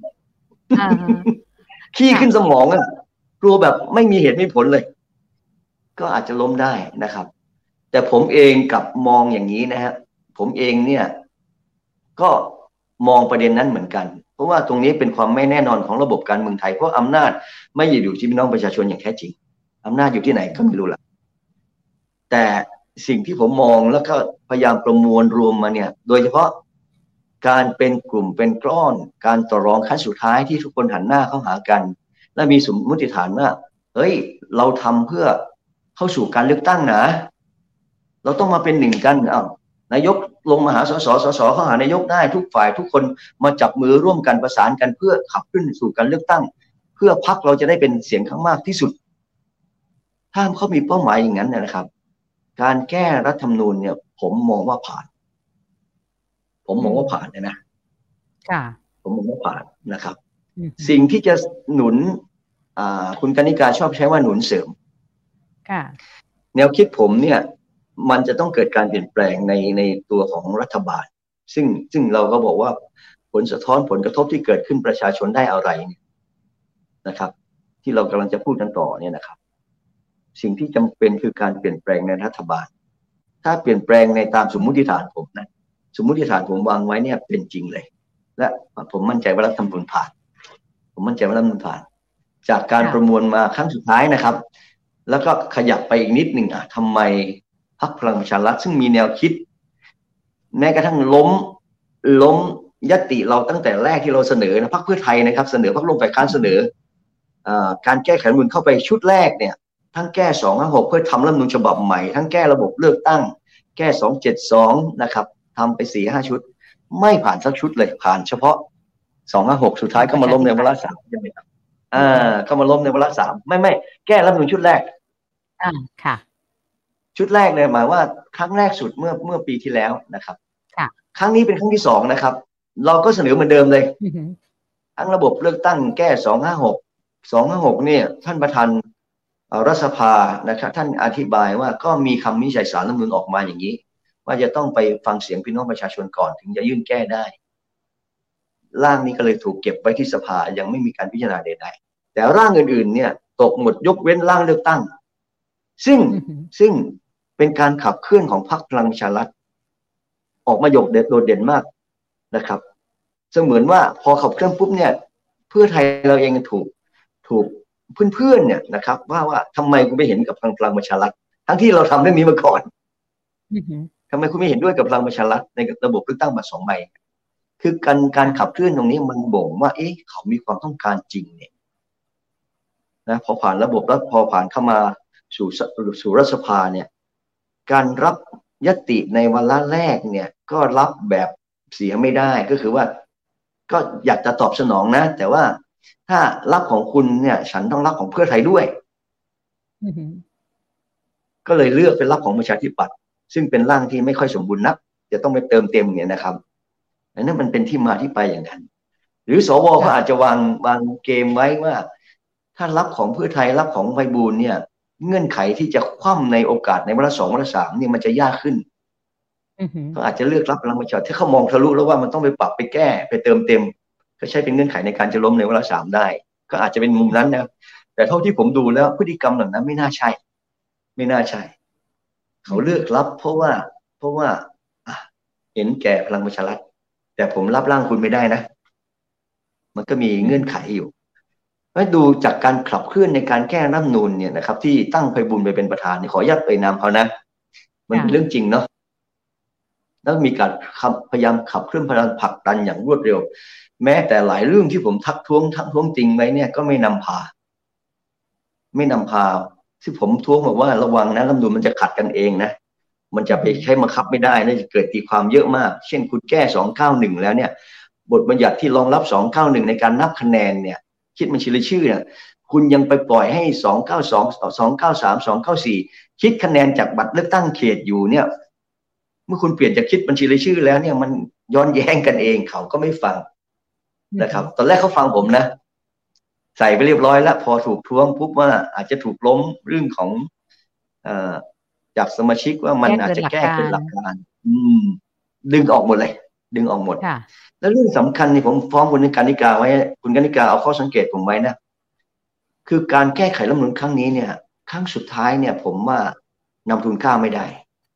[SPEAKER 2] ขี้ขึ้นสมองอ่ะกลัวแบบไม่มีเหตุไม่ผลเลยก็อาจจะล้มได้นะครับแต่ผมเองกับมองอย่างนี้นะฮะผมเองเนี่ยก็มองประเด็นนั้นเหมือนกันเพราะว่าตรงนี้เป็นความไม่แน่นอนของระบบการเมืองไทยเพราะอำนาจไม่อยู่ที่พี่น้องประชาชนอย่างแท้จริงอำนาจอยู่ที่ไหนก็ไม่รู้ละแต่สิ่งที่ผมมองแล้วก็พยายามประมวลรวมมาเนี่ยโดยเฉพาะการเป็นกลุ่มเป็นก้อนการต่อรองขั้นสุดท้ายที่ทุกคนหันหน้าเข้าหากันและมีสมมติฐานว่าเฮ้ยเราทำเพื่อเข้าสู่การเลือกตั้งนะเราต้องมาเป็นหนึ่งกันอ้าวนายกลงมาหาสสสสเข้าหานายกได้ทุกฝ่ายทุกคนมาจับมือร่วมกันประสานกันเพื่อขับขึ้นสู่การเลือกตั้งเพื่อพรรคเราจะได้เป็นเสียงข้างมากที่สุดถ้าเขามีเป้าหมายอย่างนั้นนะครับการแก้รัฐธรรมนูญเนี่ยผมมองว่าผ่านผมมองว่าผ่านนะนะค่ะผมมองว่าผ่านนะครับสิ่งที่จะหนุนคุณกนิกาชอบใช้ว่าหนุนเสริมค่ะแนวคิดผมเนี่ยมันจะต้องเกิดการเปลี่ยนแปลงในในตัวของรัฐบาลซึ่งซึ่งเราก็บอกว่าผลสะท้อนผลกระทบที่เกิดขึ้นประชาชนได้อะไรเนี่ยนะครับที่เรากำลังจะพูดกันต่อเนี่ยนะครับสิ่งที่จำเป็นคือการเปลี่ยนแปลงในรัฐบาลถ้าเปลี่ยนแปลงในตามสมมุติฐานผมนะสมมุติฐานผมวางไว้เนี่ยเป็นจริงเลยและผมมั่นใจว่ารัฐธรรมนูญผ่านผมมั่นใจว่ารัฐธรรมนูญผ่านจากการประมวลมาครั้งสุดท้ายนะครับแล้วก็ขยับไปอีกนิดหนึ่งอ่ะทำไมพรรคพลังประชารัฐซึ่งมีแนวคิดแม้กระทั่งล้มล้มยติเราตั้งแต่แรกที่เราเสนอนะพรรคเพื่อไทยนะครับเสนอพรรคร่วมฝ่ายค้านเสนอการแก้ไขรัฐธรรมนูญเข้าไปชุดแรกเนี่ยทั้งแก้สองห้าหกเพื่อทำรัฐธรรมนูญฉบับใหม่ทั้งแก้ระบบเลือกตั้งแก้สองเจ็ดสองนะครับทำไปสี่ห้าชุดไม่ผ่านสักชุดเลยผ่านเฉพาะสองห้าหกสุดท้ายก็มาล้มในวาระสามใช่ไหมครับอ่าก็มาล้มในวาระสามไม่ไม่แก้รัฐธรรมนูญชุดแรก
[SPEAKER 1] อ่าค่ะ
[SPEAKER 2] ชุดแรกเลยหมายว่าครั้งแรกสุดเมื่อเมื่อปีที่แล้วนะครับ
[SPEAKER 1] ค่ะ
[SPEAKER 2] ครั้งนี้เป็นครั้งที่สองนะครับเราก็เสนอเหมือนเดิมเลยทั้งระบบเลือกตั้งแก้สองห้าหกสองห้าหกเนี่ยท่านประธานรัฐสภานะครับท่านอธิบายว่าก็มีคำวินิจฉัยศาลรัฐธรรมนูญออกมาอย่างนี้ว่าจะต้องไปฟังเสียงพี่น้องประชาชนก่อนถึงจะยื่นแก้ได้ร่างนี้ก็เลยถูกเก็บไว้ที่สภายังไม่มีการพิจารณาใดๆแต่ร่างอื่นๆเนี่ยตกหมดยกเว้นร่างเลือกตั้งซึ่งซึ่งเป็นการขับเคลื่อนของพรรคพลังประชารัฐออกมาโดดเด่นมากนะครับเสมือนว่าพอขับเคลื่อนปุ๊บเนี่ยเพื่อไทยเราเองถูกถูกเพื่อนๆเนี่ยนะครับว่าว่าทำไมคุณไม่เห็นกับพลังประชารัฐทั้งที่เราทำเรื่องนี้มาก่อนทำไมคุณไม่เห็นด้วยกับพลังประชารัฐในระบบเลือกตั้งแบบสองใบคือการการขับเคลื่อนตรงนี้มันบ่งว่าเอ๊ะเขามีความต้องการจริงเนี่ยนะพอผ่านระบบแล้วพอผ่านเข้ามาสู่สู่รัฐสภาเนี่ยการรับยติในวาระแรกเนี่ยก็รับแบบเสียไม่ได้ก็คือว่าก็อยากจะตอบสนองนะแต่ว่าถ้ารับของคุณเนี่ยฉันต้องรับของเพื่อไทยด้วย ก็เลยเลือกเป็นรับของประชาธิปัตย์ซึ่งเป็นร่างที่ไม่ค่อยสมบูรณ์นักจะต้องไปเติมเต็มเนี่ยนะครับอันนั้นมันเป็นที่มาที่ไปอย่างนั้นหรือสวก็อาจจะวางวางเกมไว้ว่าถ้ารับของเพื่อไทยรับของไพบูลย์เนี่ยเงื่อนไขที่จะคว่ำในโอกาสในวาระสองวาระสามเนี่ยมันจะยากขึ้นก็อาจจะเลือกรับพลังประชารัฐที่เขามองทะลุแล้วว่ามันต้องไปปรับไปแก้ไปเติมเต็มก็ใช้เป็นเงื่อนไขในการจะล้มในวาระสามได้ก็อาจจะเป็นมุมนั้นนะแต่เท่าที่ผมดูแล้วพฤติกรรมเหล่านั้นไม่น่าใช่ไม่น่าใช่เขาเลือกรับเพราะว่าเพราะว่าเห็นแก่พลังประชารัฐแต่ผมรับร่างคุณไม่ได้นะมันก็มีเงื่อนไขอยู่ถ้าดูจากการขับเคลื่อนในการแก้รัฐธรรมนูญเนี่ยนะครับที่ตั้งไพบูลย์ไปเป็นประธานขออนุญาตเอ่ยนามเขานะมันเป็นเรื่องจริงเนาะแล้วมีการพยายามขับเคลื่อนพลังผลักดันอย่างรวดเร็วแม้แต่หลายเรื่องที่ผมทักท้วงทักท้วงจริงไว้เนี่ยก็ไม่นำพาไม่นำพาที่ผมท้วงบอกว่าระวังนะรัฐธรรมนูญมันจะขัดกันเองนะมันจะไปใช้บังคับไม่ได้นะจะเกิดตีความเยอะมากเช่นคุณแก้สองเก้าหนึ่งแล้วเนี่ยบทบัญญัติที่รองรับสองเก้าหนึ่งในการนับคะแนนเนี่ยคิดบัญชีรายชื่อเนี่ยคุณยังไปปล่อยให้สองเก้าสอง สองเก้าสาม สองเก้าสี่คิดคะแนนจากบัตรเลือกตั้งเขตอยู่เนี่ยเมื่อคุณเปลี่ยนจากคิดบัญชีรายชื่อแล้วเนี่ยมันย้อนแย้งกันเองเขาก็ไม่ฟังนะครับตอนแรกเขาฟังผมนะใส่ไปเรียบร้อยแล้วพอถูกท้วงปุ๊บว่าอาจจะถูกล้มเรื่องของเอ่อจากสมาชิกว่ามันอาจจะแก้เกินหลักการอืมดึงออกหมดเลยดึงออกหมดแล้วเรื่องสำคัญนี่ผมฟ้องคุณกนิกาไว้คุณกนิกาเอาข้อสังเกตผมไว้นะคือการแก้ไขรัฐธรรมนูญครั้งนี้เนี่ยครั้งสุดท้ายเนี่ยผมว่านำทุนข้าวไม่ได้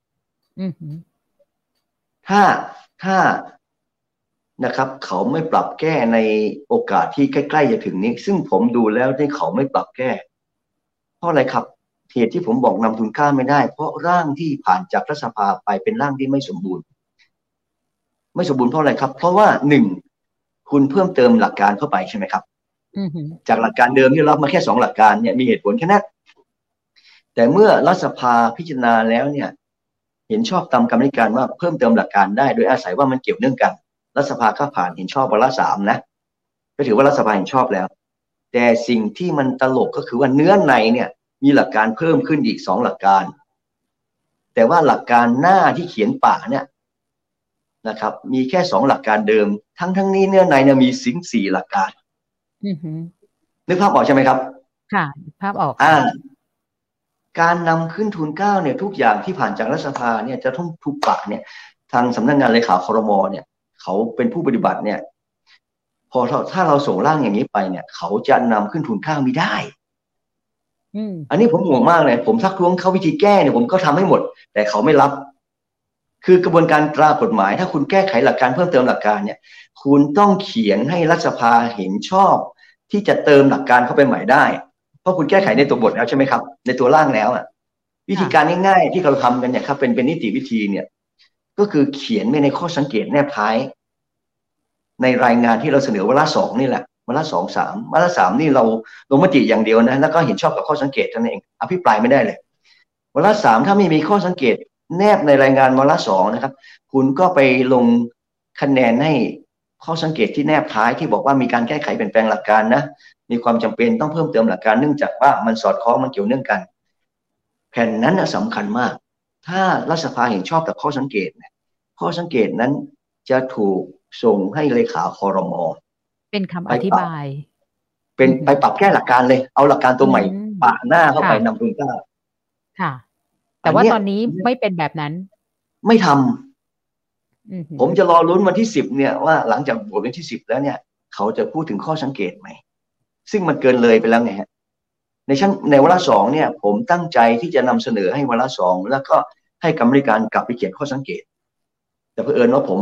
[SPEAKER 2] ถ้าถ้านะครับเขาไม่ปรับแก้ในโอกาสที่ใกล้ๆจะถึงนี้ซึ่งผมดูแล้วที่เขาไม่ปรับแก้เพราะอะไรครับเหตุที่ผมบอกนำทุนข้าวไม่ได้เพราะร่างที่ผ่านจากรัฐสภาไปเป็นร่างที่ไม่สมบูรณ์ไม่สมบูรณ์เพราะอะไรครับเพราะว่าหนึ่งคุณเพิ่มเติมหลักการเข้าไปใช่ไหมครับจากหลักการเดิมที่รับมาแค่สองหลักการเนี่ยมีเหตุผลแค่นั้นแต่เมื่อรัฐสภาพิจารณาแล้วเนี่ยเห็นชอบตามกรรมธิการว่าเพิ่มเติมหลักการได้โดยอาศัยว่ามันเกี่ยวเนื่องกันรัฐสภาก็ผ่านเห็นชอบวาระสามนะก็ถือว่ารัฐสภาเห็นชอบแล้วแต่สิ่งที่มันตลกก็คือว่าเนื้อในเนี่ยมีหลักการเพิ่มขึ้นอีกสองหลักการแต่ว่าหลักการหน้าที่เขียนป่าเนี่ยนะครับมีแค่สองหลักการเดิมทั้งทั้งนี้เนื้อในเนี่ยมีสิงสี่หลักการนึกภาพออกใช่ไหมครับ
[SPEAKER 1] ค่ะภาพออก
[SPEAKER 2] อ่าการนำขึ้นทุนเกล้าเนี่ยทุกอย่างที่ผ่านจากรัฐสภาเนี่ยจะต้องทุกปะเนี่ยทางสำนักงานเลขาครมเนี่ยเขาเป็นผู้ปฏิบัติเนี่ยพอถ้าเราส่งร่างอย่างนี้ไปเนี่ยเขาจะนำขึ้นทุนเกล้าไม่ได้อันนี้ผมห่วงมากเลยผมทักท้วงเขาวิธีแก้เนี่ยผมก็ทำให้หมดแต่เขาไม่รับคือกระบวนการตรากฎหมายถ้าคุณแก้ไขหลักการเพิ่มเติมหลักการเนี่ยคุณต้องเขียนให้รัฐสภาเห็นชอบที่จะเติมหลักการเข้าไปใหม่ได้เพราะคุณแก้ไขในตัวบทแล้วใช่ไหมครับในตัวร่างแล้วอ่ะวิธีการง่ายๆที่เราทำกันเนี่ยครับเป็นเป็นนิติวิธีเนี่ยก็คือเขียนไว้ในข้อสังเกตแนบท้ายในรายงานที่เราเสนอวาระสองนี่แหละวาระสองสามวาระสามนี่เราลงมติอย่างเดียวนะแล้วก็เห็นชอบกับข้อสังเกตนั่นเองอภิปรายไม่ได้เลยวาระสามถ้าไม่มีข้อสังเกตแนบในรายงานวาระสองนะครับคุณก็ไปลงคะแนนให้ข้อสังเกตที่แนบท้ายที่บอกว่ามีการแก้ไขเปลี่ยนแปลงหลักการนะมีความจำเป็นต้องเพิ่มเติมหลักการเนื่องจากว่ามันสอดคล้องมันเกี่ยวเนื่องกันแผ่นนั้นสำคัญมากถ้ารัฐสภาเห็นชอบกับข้อสังเกตข้อสังเกตนั้นจะถูกส่งให้เลขาครม.
[SPEAKER 1] เป็นคำอธิบาย
[SPEAKER 2] เป็นไปปรับแก้หลักการเลยเอาหลักการตัวใหม่ปะหน้าเข้าไปนำทุนเกล้า
[SPEAKER 1] ค่ะแต่ว่าตอนนี้ไม่เป็นแบบนั้น
[SPEAKER 2] ไม่ทำผมจะรอลุ้นวันที่สิบเนี่ยว่าหลังจากบทวันที่สิบแล้วเนี่ยเขาจะพูดถึงข้อสังเกตไหมซึ่งมันเกินเลยไปแล้วไงฮะในชั้นในวาระสองเนี่ยผมตั้งใจที่จะนำเสนอให้วาระสองแล้วก็ให้กรรมธิการกลับไปเขียนข้อสังเกตแต่เผอิญว่าผม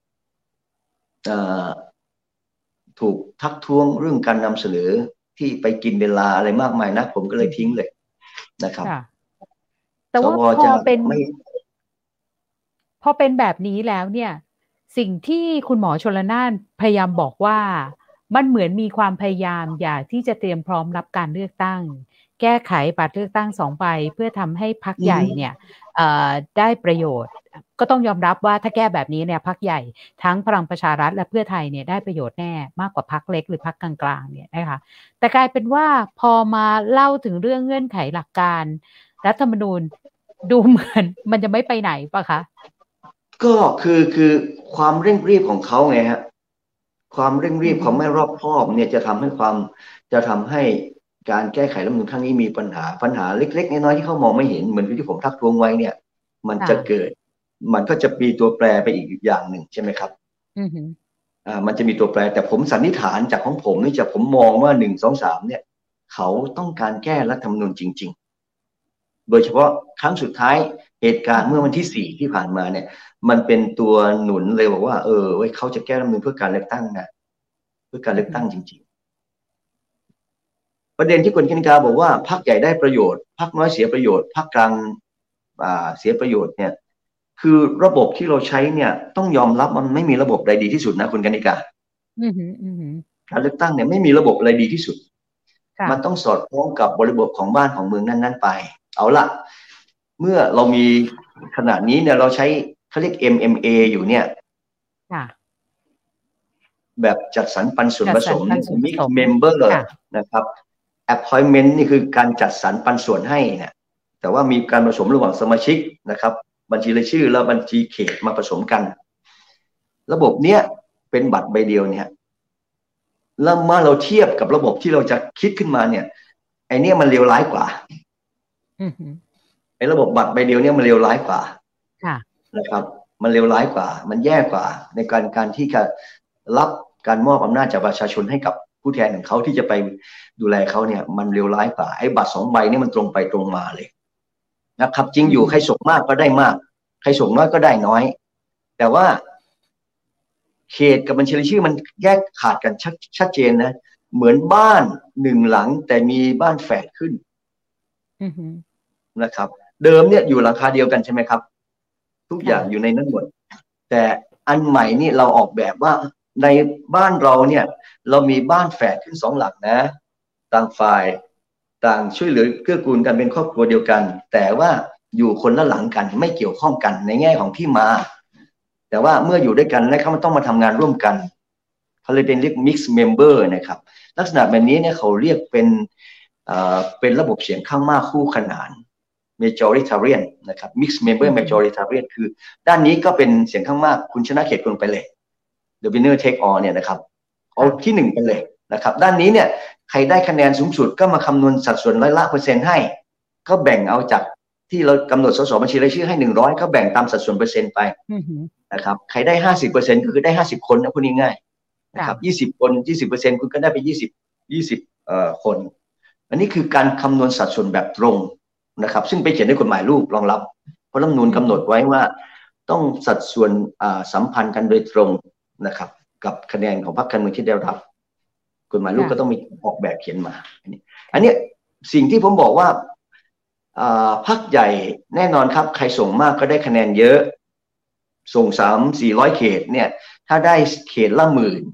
[SPEAKER 2] ถูกทักท้วงเรื่องการนำเสนอที่ไปกินเวลาอะไรมากมายนะผมก็เลยทิ้งเลยนะครับ
[SPEAKER 1] แต่ว่าพอเป็นพอเป็นแบบนี้แล้วเนี่ยสิ่งที่คุณหมอชลน่านพยายามบอกว่ามันเหมือนมีความพยายามอยากที่จะเตรียมพร้อมรับการเลือกตั้งแก้ไขบัตรเลือกตั้งสองใบเพื่อทำให้พรรคใหญ่เนี่ยได้ประโยชน์ก็ต้องยอมรับว่าถ้าแก้แบบนี้เนี่ยพรรคใหญ่ทั้งพลังประชารัฐและเพื่อไทยเนี่ยได้ประโยชน์แน่มากกว่าพรรคเล็กหรือพรรคกลางๆเนี่ยนะคะแต่กลายเป็นว่าพอมาเล่าถึงเรื่องเงื่อนไขหลักการรัฐธรรมนูญดูเหมือนมันจะไม่ไปไหนปะคะ
[SPEAKER 2] ก็คือคือความเร่งรีบของเขาไงฮะความเร่งรีบของไม่รอบคอบเนี่ยจะทำให้ความจะทำให้การแก้ไขรัฐธรรมนูญครั้งนี้มีปัญหาปัญหาเล็กๆน้อยๆที่เขามองไม่เห็นเหมือนที่ผมทักท้วงไว้เนี่ยมันจะเกิดมันก็จะมีตัวแปรไปอีกอย่างหนึ่งใช่ไหมครับอ่ามันจะมีตัวแปรแต่ผมสันนิษฐานจากของผมนี่จะผมมองว่าหนึ่งสองสามเนี่ยเขาต้องการแก้รัฐธรรมนูญจริงๆโดยเฉพาะครั้งสุดท้ายเหตุการณ์เมื่อวันที่สี่ที่ผ่านมาเนี่ยมันเป็นตัวหนุนเลยบอกว่าเออเว้ยเขาจะแก้รัฐธรรมนูญเพื่อการเลือกตั้งนะเพื่อการเลือกตั้งจริงๆประเด็นที่คุณกนิกาบอกว่าพรรคใหญ่ได้ประโยชน์พรรคน้อยเสียประโยชน์พรรคกลางอ่าเสียประโยชน์เนี่ยคือระบบที่เราใช้เนี่ยต้องยอมรับมันไม่มีระบบใดดีที่สุดนะคุณกนิกา
[SPEAKER 1] อือหืออือหือ
[SPEAKER 2] การเลือกตั้งเนี่ยไม่มีระบบอะไรดีที่สุด
[SPEAKER 1] ค่ะ
[SPEAKER 2] มันต้องสอดคล้องกับบริบทของบ้านของเมืองนั้นๆไปเอาละเมื่อเรามีขนาดนี้เนี่ยเราใช้เขาเรียก เอ็ม เอ็ม เอ อยู่เนี่ย
[SPEAKER 1] ค่ะ
[SPEAKER 2] แบบจัดสรรปันส่วน
[SPEAKER 1] จัด
[SPEAKER 2] ผสม
[SPEAKER 1] สรรปันส่วนผ
[SPEAKER 2] mix
[SPEAKER 1] สม
[SPEAKER 2] member
[SPEAKER 1] ค่ะ
[SPEAKER 2] นะครับ appointment นี่คือการจัดสรรปันส่วนให้เนี่ยแต่ว่ามีการผสมระหว่างสมาชิกนะครับบัญชีรายชื่อและบัญชีเขตมาผสมกันระบบเนี้ยเป็นบัตรใบเดียวเนี่ยแล้วเมื่อเราเทียบกับระบบที่เราจะคิดขึ้นมาเนี่ยไอเนี้ยมันเลวร้ายกว่า
[SPEAKER 1] อือหือ
[SPEAKER 2] ไอระบบบัตรใบเดียวเนี่ยมันเลวร้ายกว่า
[SPEAKER 1] ค่ะ
[SPEAKER 2] นะครับมันเลวร้ายกว่ามันแย่กว่าในการการที่จะรับการมอบอำนาจจากประชาชนให้กับผู้แทนของเขาที่จะไปดูแลเขาเนี่ยมันเลวร้ายกว่าไอ้บัตรสองใบนี่มันตรงไปตรงมาเลยนะครับจริงอยู่ใครส่งมากก็ได้มากใครส่งน้อยก็ได้น้อยแต่ว่าเขตกับบัญชีรายชื่อมันแยกขาดกันชัดชัดเจนนะเหมือนบ้านหนึ่งหลังแต่มีบ้านแฝดขึ้นนะครับเดิมเนี่ยอยู่หลังคาเดียวกันใช่ไหมครับทุกอย่างอยู่ในนั้นหมดแต่อันใหม่นี่เราออกแบบว่าในบ้านเราเนี่ยเรามีบ้านแฝดขึ้นสองหลังนะต่างฝ่ายต่างช่วยเหลือเกื้อกูลกันเป็นครอบครัวเดียวกันแต่ว่าอยู่คนละหลังกันไม่เกี่ยวข้องกันในแง่ของที่มาแต่ว่าเมื่ออยู่ด้วยกันแล้วเขาต้องมาทำงานร่วมกันเขาเลยเป็นเรียก mix member นะครับลักษณะแบบนี้เนี่ยเขาเรียกเป็นเอ่อเป็นระบบเสียงข้างมากคู่ขนาน majoritarian นะครับ mix member majoritarian คือด้านนี้ก็เป็นเสียงข้างมากคุณชนะเขตคุณไปเลย the winner take all เนี่ยนะครับเอาที่หนึ่งไปเลยนะครับด้านนี้เนี่ยใครได้คะแนนสูงสุดก็มาคำนวณสัดส่วนร้อยละเปอร์เซ็นต์ให้ก็แบ่งเอาจากที่เรากำหนดสสบัญชีรายชื่อให้หนึ่งร้อยก็แบ่งตามสัดส่วนเปอร์เซ็นต์ไปนะครับใครได้ห้าสิบเปอร์เซ็นต์ก็คือได้ห้าสิบคนนะพูดง่ายๆนะครับยี่สิบคนยี่สิบเปอร์เซ็นต์คุณก็ได้ไปยี่สิบ ยี่สิบเอ่อคนอันนี้คือการคำนวณสัดส่วนแบบตรงนะครับซึ่งไปเขียนในกฎหมายลูกรองรับเพราะรัฐธรรมนูญกำหนดไว้ว่าต้องสัดส่วนสัมพันธ์กันโดยตรงนะครับกับคะแนนของพรรคการเมืองที่ได้รับกฎหมายลูกก็ต้องมีออกแบบเขียนมาอันนี้อันนี้สิ่งที่ผมบอกว่าพรรคใหญ่แน่นอนครับใครส่งมากก็ได้คะแนนเยอะส่งสามสี่ร้อยเขตเนี่ยถ้าได้เขตละหมื่น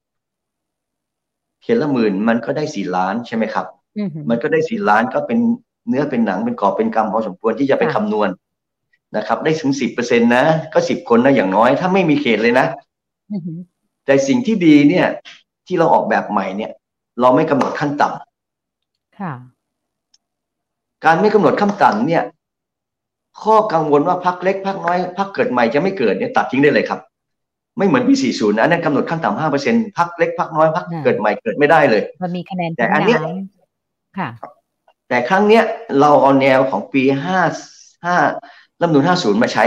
[SPEAKER 2] เขตละหมื่นมันก็ได้สี่ล้านใช่ไหมครับมันก็ได้สี่ล้านก็เป็นเนื้อเป็นหนังเป็นกอบเป็นกำพอสมควรที่จะไปคำนวณนะครับได้ถึงสิบเปอร์เซ็นต์นะก็สิบคนนะอย่างน้อยถ้าไม่มีเขตเลยนะแต่สิ่งที่ดีเนี่ยที่เราออกแบบใหม่เนี่ยเราไม่กำหนดขั้นต่ำการไม่กำหนดขั้นต่ำเนี่ยข้อกังวลว่าพรรคเล็กพรรคน้อยพรรคเกิดใหม่จะไม่เกิดเนี่ยตัดทิ้งได้เลยครับไม่เหมือนปีสี่สิบนะนั่นกำหนดขั้นต่ำห้าเปอร์เซ็นต์พรรคเล็กพรรคน้อยพรรคเกิดใหม่เกิดไม่ได้เลย
[SPEAKER 1] มันมีคะแนน
[SPEAKER 2] แต่อันเนี้ย
[SPEAKER 1] ค่ะ
[SPEAKER 2] แต่ครั้งเนี้ยเราเอาแนวของปีห้าห้ารัฐธรรมนูญห้าสิบมาใช้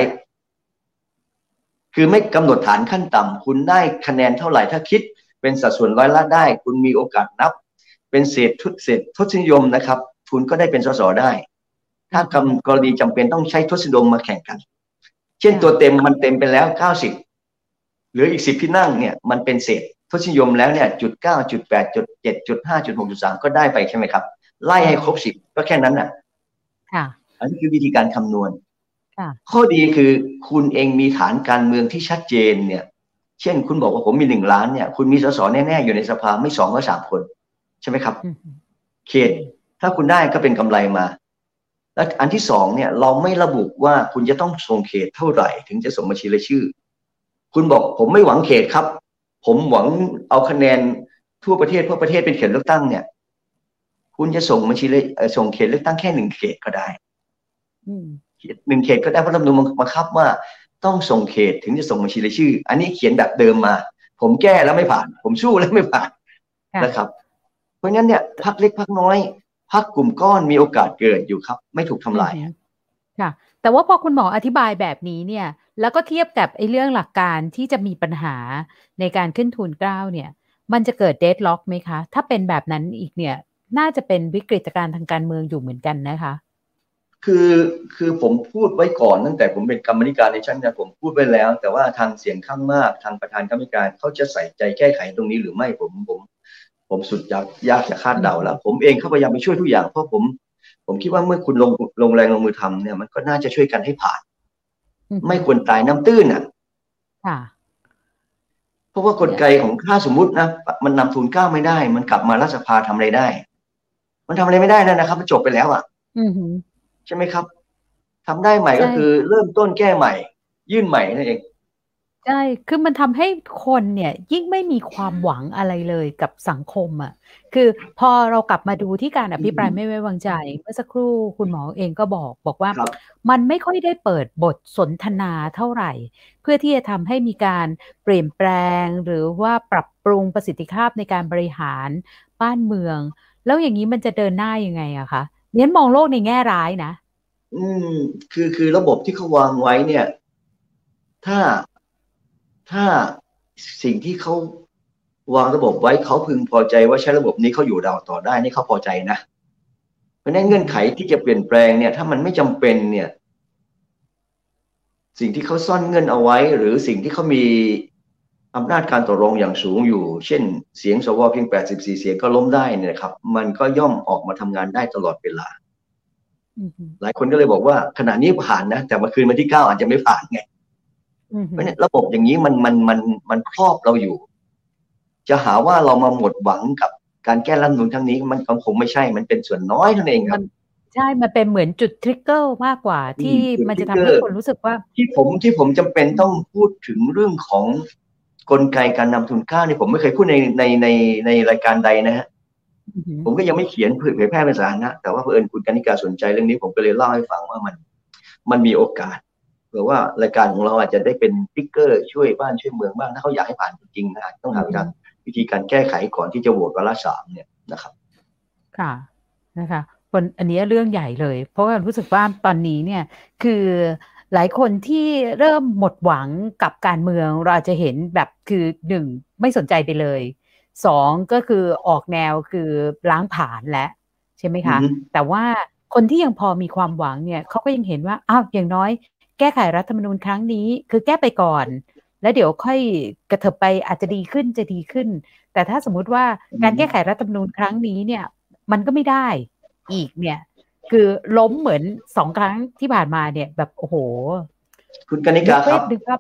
[SPEAKER 2] คือไม่กำหนดฐานขั้นต่ำคุณได้คะแนนเท่าไหร่ถ้าคิดเป็นสัดส่วนร้อยละได้คุณมีโอกาสนับเป็นเศษทุเศษทศนิยมนะครับคุณก็ได้เป็นสสได้ถ้ากรณีจำเป็นต้องใช้ทศนิยมมาแข่งกันเช่นตัวเต็มมันเต็มไปแล้วเก้าสิบเหลืออีกสิบที่นั่งเนี่ยมันเป็นเศษทศนิยมแล้วเนี่ยจุดเก้าจุดแปดจุดเจ็ดจุดห้าจุดหกจุดสามก็ได้ไปใช่ไหมครับไล่ให้ครบสิบก็แค่นั้นน่ะอันนี้คือวิธีการคำนวณข้อดีคือคุณเองมีฐานการเมืองที่ชัดเจนเนี่ยเช่นคุณบอกว่าผมมีหนึ่งล้านเนี่ยคุณมีสสแน่ๆอยู่ในสภาไม่สองก็สามคนใช่ไหมครับเขตถ้าคุณได้ก็เป็นกำไรมาแล้วอันที่สองเนี่ยเราไม่ระบุว่าคุณจะต้องส่งเขตเท่าไหร่ถึงจะส่งบัญชีรายชื่อคุณบอกผมไม่หวังเขตครับผมหวังเอาคะแนนทั่วประเทศทั่วประเทศเป็นเขตเลือกตั้งเนี่ยคุณจะส่งบัญชีเลยส่งเขตเลือกตั้งแค่หนึ่งเขตก็ได้หนึ่งเขตก็ได้เพราะรัฐธรรมนูญบังคับว่าต้องส่งเขตถึงจะส่งบัญชีรายชื่ออันนี้เขียนแบบเดิมมาผมแก้แล้วไม่ผ่านผมสู้แล้วไม่ผ่านนะครับเพราะงั้นเนี่ยพรรคเล็กพรรคน้อยพรรคกลุ่มก้อนมีโอกาสเกิดอยู่ครับไม่ถูกทำลาย
[SPEAKER 1] ค่ะแต่ว่าพอคุณหมออธิบายแบบนี้เนี่ยแล้วก็เทียบกับไอ้เรื่องหลักการที่จะมีปัญหาในการขึ้นทุนเกล้าเนี่ยมันจะเกิดเดดล็อกไหมคะถ้าเป็นแบบนั้นอีกเนี่ยน่าจะเป็นวิกฤตการณ์ทางการเมืองอยู่เหมือนกันนะคะ
[SPEAKER 2] คือคือผมพูดไว้ก่อนตั้งแต่ผมเป็นกรรมธิการในชั้นเนี่ยผมพูดไว้แล้วแต่ว่าทางเสียงข้างมากทางประธานกรรมการเขาจะใส่ใจแก้ไขตรงนี้หรือไม่ผมผมผมสุดยากยากจะคาดเดาแล้วผมเองเขาพยายามไปช่วยทุกอย่างเพราะผมผมคิดว่าเมื่อคุณลงลงแรงลงมือทำเนี่ยมันก็น่าจะช่วยกันให้ผ่านไม่ควรตายน้ำตื้นอ่ะเพราะว่ากลไกของถ้าสมมุตินะมันนำทุนเก้าไม่ได้มันกลับมารัฐสภาทำอะไรได้มันทำอะไรไม่ได้แล้วนะครับมันจบไปแล้วอ่ะใช่ไหมครับทำได้ใหม่ก็คือเริ่มต้นแก้ใหม่ยื่นใหม่นั่นเอง
[SPEAKER 1] ใช่คือมันทำให้คนเนี่ยยิ่งไม่มีความหวังอะไรเลยกับสังคมอ่ะคือพอเรากลับมาดูที่การอภิปรายไม่ไว้วางใจเมื่อสักครู่คุณหมอเองก็บอกบอกว่ามันไม่ค่อยได้เปิดบทสนทนาเท่าไหร่เพื่อที่จะทำให้มีการเปลี่ยนแปลงหรือว่าปรับปรุงประสิทธิภาพในการบริหารบ้านเมืองแล้วอย่างนี้มันจะเดินหน้ายังไงอะคะเน้นมองโลกในแง่ร้ายนะ
[SPEAKER 2] อืมคือคือระบบที่เขาวางไว้เนี่ยถ้าถ้าสิ่งที่เขาวางระบบไว้เขาพึงพอใจว่าใช้ระบบนี้เขาอยู่ดาวต่อได้นี่เขาพอใจนะเพราะนั้นเงื่อนไขที่จะเปลี่ยนแปลงเนี่ยถ้ามันไม่จำเป็นเนี่ยสิ่งที่เขาซ่อนเงื่อนเอาไว้หรือสิ่งที่เขามีอำนาจการต่อรองอย่างสูงอยู่เช่นเสียงสวเพียงแปดสิบสี่เสียงก็ล้มได้เนี่ยครับมันก็ย่อมออกมาทำงานได้ตลอดเวลาหลายคนก็เลยบอกว่าขณะนี้ผ่านนะแต่มาคืนวันที่เก้าอาจจะไม่ผ่านไงเพราะเนี่ยระบบอย่างนี้มันมันมันมันครอบเราอยู่จะหาว่าเรามาหมดหวังกับการแก้รัฐธรรมนูญครั้งนี้มันคงไม่ใช่มันเป็นส่วนน้อยเท่านั้นเองครับ
[SPEAKER 1] ใช่มันเป็นเหมือนจุดทริกเกอร์มากกว่าที่มันจะทำให้คนรู้สึกว่า
[SPEAKER 2] ที่ผมที่ผมจำเป็นต้องพูดถึงเรื่องของกลไกการนำทุนกล้านี่ผมไม่เคยพูดในในในในรายการใดนะฮะผมก็ยังไม่เขียนเผยแพร่เป็นสาธารณะแต่ว่าเผอิญคุณกนิกาสนใจเรื่องนี้ผมก็เลยเล่าให้ฟังว่ามันมันมีโอกาสเผื่อว่ารายการของเราอาจจะได้เป็นทริกเกอร์ช่วยบ้านช่วยเมืองบ้างถ้าเขาอยากให้ผ่านจริงๆนะต้องหาทางวิธีการแก้ไขก่อนที่จะโหวตวาระสามเนี่ยนะครับ
[SPEAKER 1] ค่ะนะคะคนอันนี้เรื่องใหญ่เลยเพราะว่ารู้สึกว่าตอนนี้เนี่ยคือหลายคนที่เริ่มหมดหวังกับการเมืองเราอาจจะเห็นแบบคือหนึ่งไม่สนใจไปเลยสองก็คือออกแนวคือล้างผลาญแล้วใช่ไหมคะแต่ว่าคนที่ยังพอมีความหวังเนี่ยเขาก็ยังเห็นว่าอ้าวอย่างน้อยแก้ไขรัฐธรรมนูญครั้งนี้คือแก้ไปก่อนแล้วเดี๋ยวค่อยกระเถิบไปอาจจะดีขึ้นจะดีขึ้นแต่ถ้าสมมุติว่าการแก้ไขรัฐธรรมนูญครั้งนี้เนี่ยมันก็ไม่ได้อีกเนี่ยคือล้มเหมือนสองครั้งที่ผ่านมาเนี่ยแบบโอ้โห
[SPEAKER 2] คุณกนิกาครับ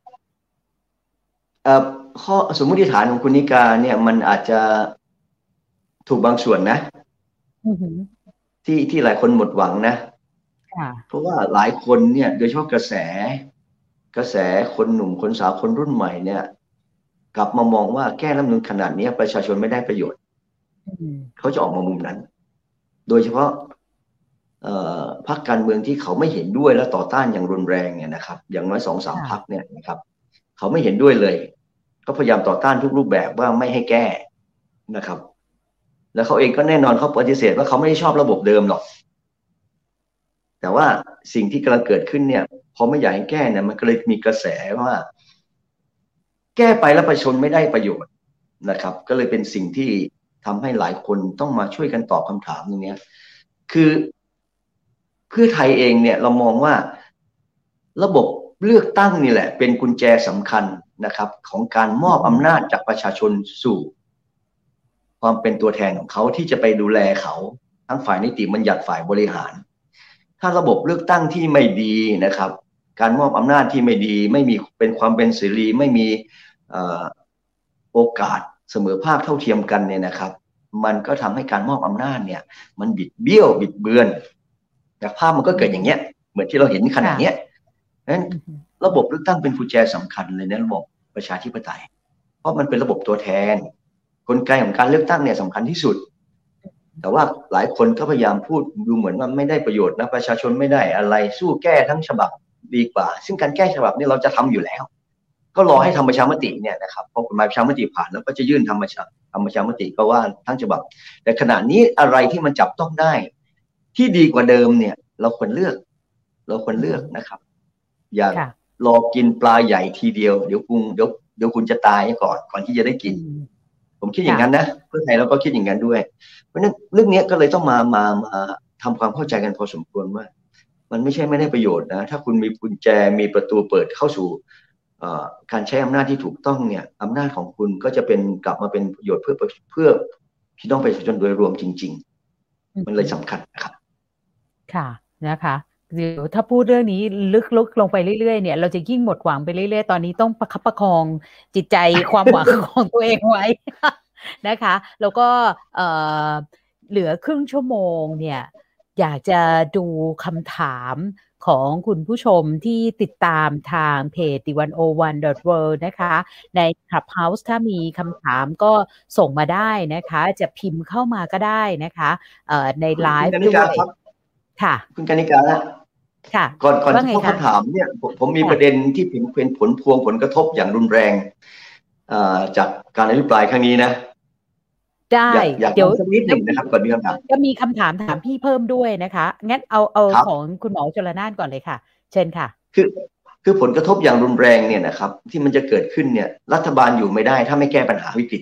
[SPEAKER 2] เอ่อข้อสมมติฐานของคุณนิกาเนี่ยมันอาจจะถูกบางส่วนนะที่ที่หลายคนหมดหวังนะเพราะว่าหลายคนเนี่ยโดยเฉพาะกระแสกระแสคนหนุ่มคนสาวคนรุ่นใหม่เนี่ยกลับมามองว่าแก้รัฐธรรมนูญขนาดนี้ประชาชนไม่ได้ประโยชน์เขาจะออกมามุมนั้นโดยเฉพาะพรรคการเมืองที่เขาไม่เห็นด้วยและต่อต้านอย่างรุนแรงเนี่ยนะครับอย่างน้อยสองสามพรรคเนี่ยนะครับเขาไม่เห็นด้วยเลยก็พยายามต่อต้านทุกรูปแบบว่าไม่ให้แก้นะครับแล้วเขาเองก็แน่นอนเขาปฏิเสธว่าเขาไม่ได้ชอบระบบเดิมหรอกแต่ว่าสิ่งที่กำลังเกิดขึ้นเนี่ยพอไม่อยากให้แก้เนี่ยมันก็เลยมีกระแสว่าแก้ไปแล้วประชาชนไม่ได้ประโยชน์นะครับก็เลยเป็นสิ่งที่ทำให้หลายคนต้องมาช่วยกันตอบคำถามตรงนี้คือเพื่อไทยเองเนี่ยเรามองว่าระบบเลือกตั้งนี่แหละเป็นกุญแจสำคัญนะครับของการมอบอำนาจจากประชาชนสู่ความเป็นตัวแทนของเขาที่จะไปดูแลเขาทั้งฝ่ายนิติบัญญัติฝ่ายบริหารถ้าระบบเลือกตั้งที่ไม่ดีนะครับการมอบอำนาจที่ไม่ดีไม่มีเป็นความเป็นเสรีไม่มีโอกาสเสมอภาคเท่าเทียมกันเนี่ยนะครับมันก็ทำให้การมอบอำนาจเนี่ยมันบิดเบี้ยวบิดเบือนแต่ภาพมันก็เกิดอย่างเงี้ยเหมือนที่เราเห็นขณะเนี้ยนั้นระบบเลือกตั้งเป็นกุญแจสำคัญเลยในระบบประชาธิปไตยเพราะมันเป็นระบบตัวแทนกลไกของการเลือกตั้งเนี่ยสำคัญที่สุดแต่ว่าหลายคนก็พยายามพูดดูเหมือนว่าไม่ได้ประโยชน์นะประชาชนไม่ได้อะไรสู้แก้ทั้งฉบับดีกว่าซึ่งการแก้ฉบับนี่เราจะทำอยู่แล้วก็รอให้ทำประชามติเนี่ยนะครับพอกฎหมายประชามติผ่านแล้วก็จะยื่นทำประชาทำประชามติก็ว่าทั้งฉบับแต่ขณะนี้อะไรที่มันจับต้องได้ที่ดีกว่าเดิมเนี่ยเราควรเลือกเราควรเลือกนะครับอย่ารอกินปลาใหญ่ทีเดียวเดี๋ยวคุณเดี๋ยวเดี๋ยวคุณจะตายก่อนก่อนที่จะได้กินผมคิดอย่างนั้นนะเพื่อไทยเราก็คิดอย่างนั้นด้วยเพราะนั้นเรื่องนี้ก็เลยต้องมามามาทำความเข้าใจกันพอสมควรว่ามันไม่ใช่ไม่ได้ประโยชน์นะถ้าคุณมีกุญแจมีประตูเปิดเข้าสู่การใช้อำนาจที่ถูกต้องเนี่ยอำนาจของคุณก็จะเป็นกลับมาเป็นประโยชน์เพื่อเพื่อพี่น้องประชาชนโดยรวมจริงๆมันเลยสำคัญนะครับ
[SPEAKER 1] ค่ะนะคะเดี๋ยวถ้าพูดเรื่องนี้ลึกๆลงไปเรื่อยๆเนี่ยเราจะยิ่งหมดหวังไปเรื่อยๆตอนนี้ต้องประคับประคองจิตใจความหวังของตัวเองไว้นะคะแล้วก็เอ่อเหลือครึ่งชั่วโมงเนี่ยอยากจะดูคำถามของคุณผู้ชมที่ติดตามทางเพจ หนึ่งหนึ่งศูนย์หนึ่ง ดอท เวิลด์ นะคะใน Clubhouse ถ้ามีคำถามก็ส่งมาได้นะคะจะพิมพ์เข้ามาก็ได้นะคะเอ่อในไลฟ์ด้วยค่ะ
[SPEAKER 2] คุณกนิกา
[SPEAKER 1] ค่ะ
[SPEAKER 2] ก่อนก่อนที่เขาถามเนี่ยผมผมมีประเด็นที่เป็นผลพวงผลกระทบอย่างรุนแรงจากการอภิปรายครั้งนี้นะ
[SPEAKER 1] ได้
[SPEAKER 2] เดี๋ยวสักนิดหนึ่งนะครับก่อนมีคำถาม
[SPEAKER 1] ก็มีคำถามถามพี่เพิ่มด้วยนะคะงั้นเอาเอาของคุณหมอชลน่านก่อนเลยค่ะเชิญค่ะ
[SPEAKER 2] คือคือผลกระทบอย่างรุนแรงเนี่ยนะครับที่มันจะเกิดขึ้นเนี่ยรัฐบาลอยู่ไม่ได้ถ้าไม่แก้ปัญหาวิกฤต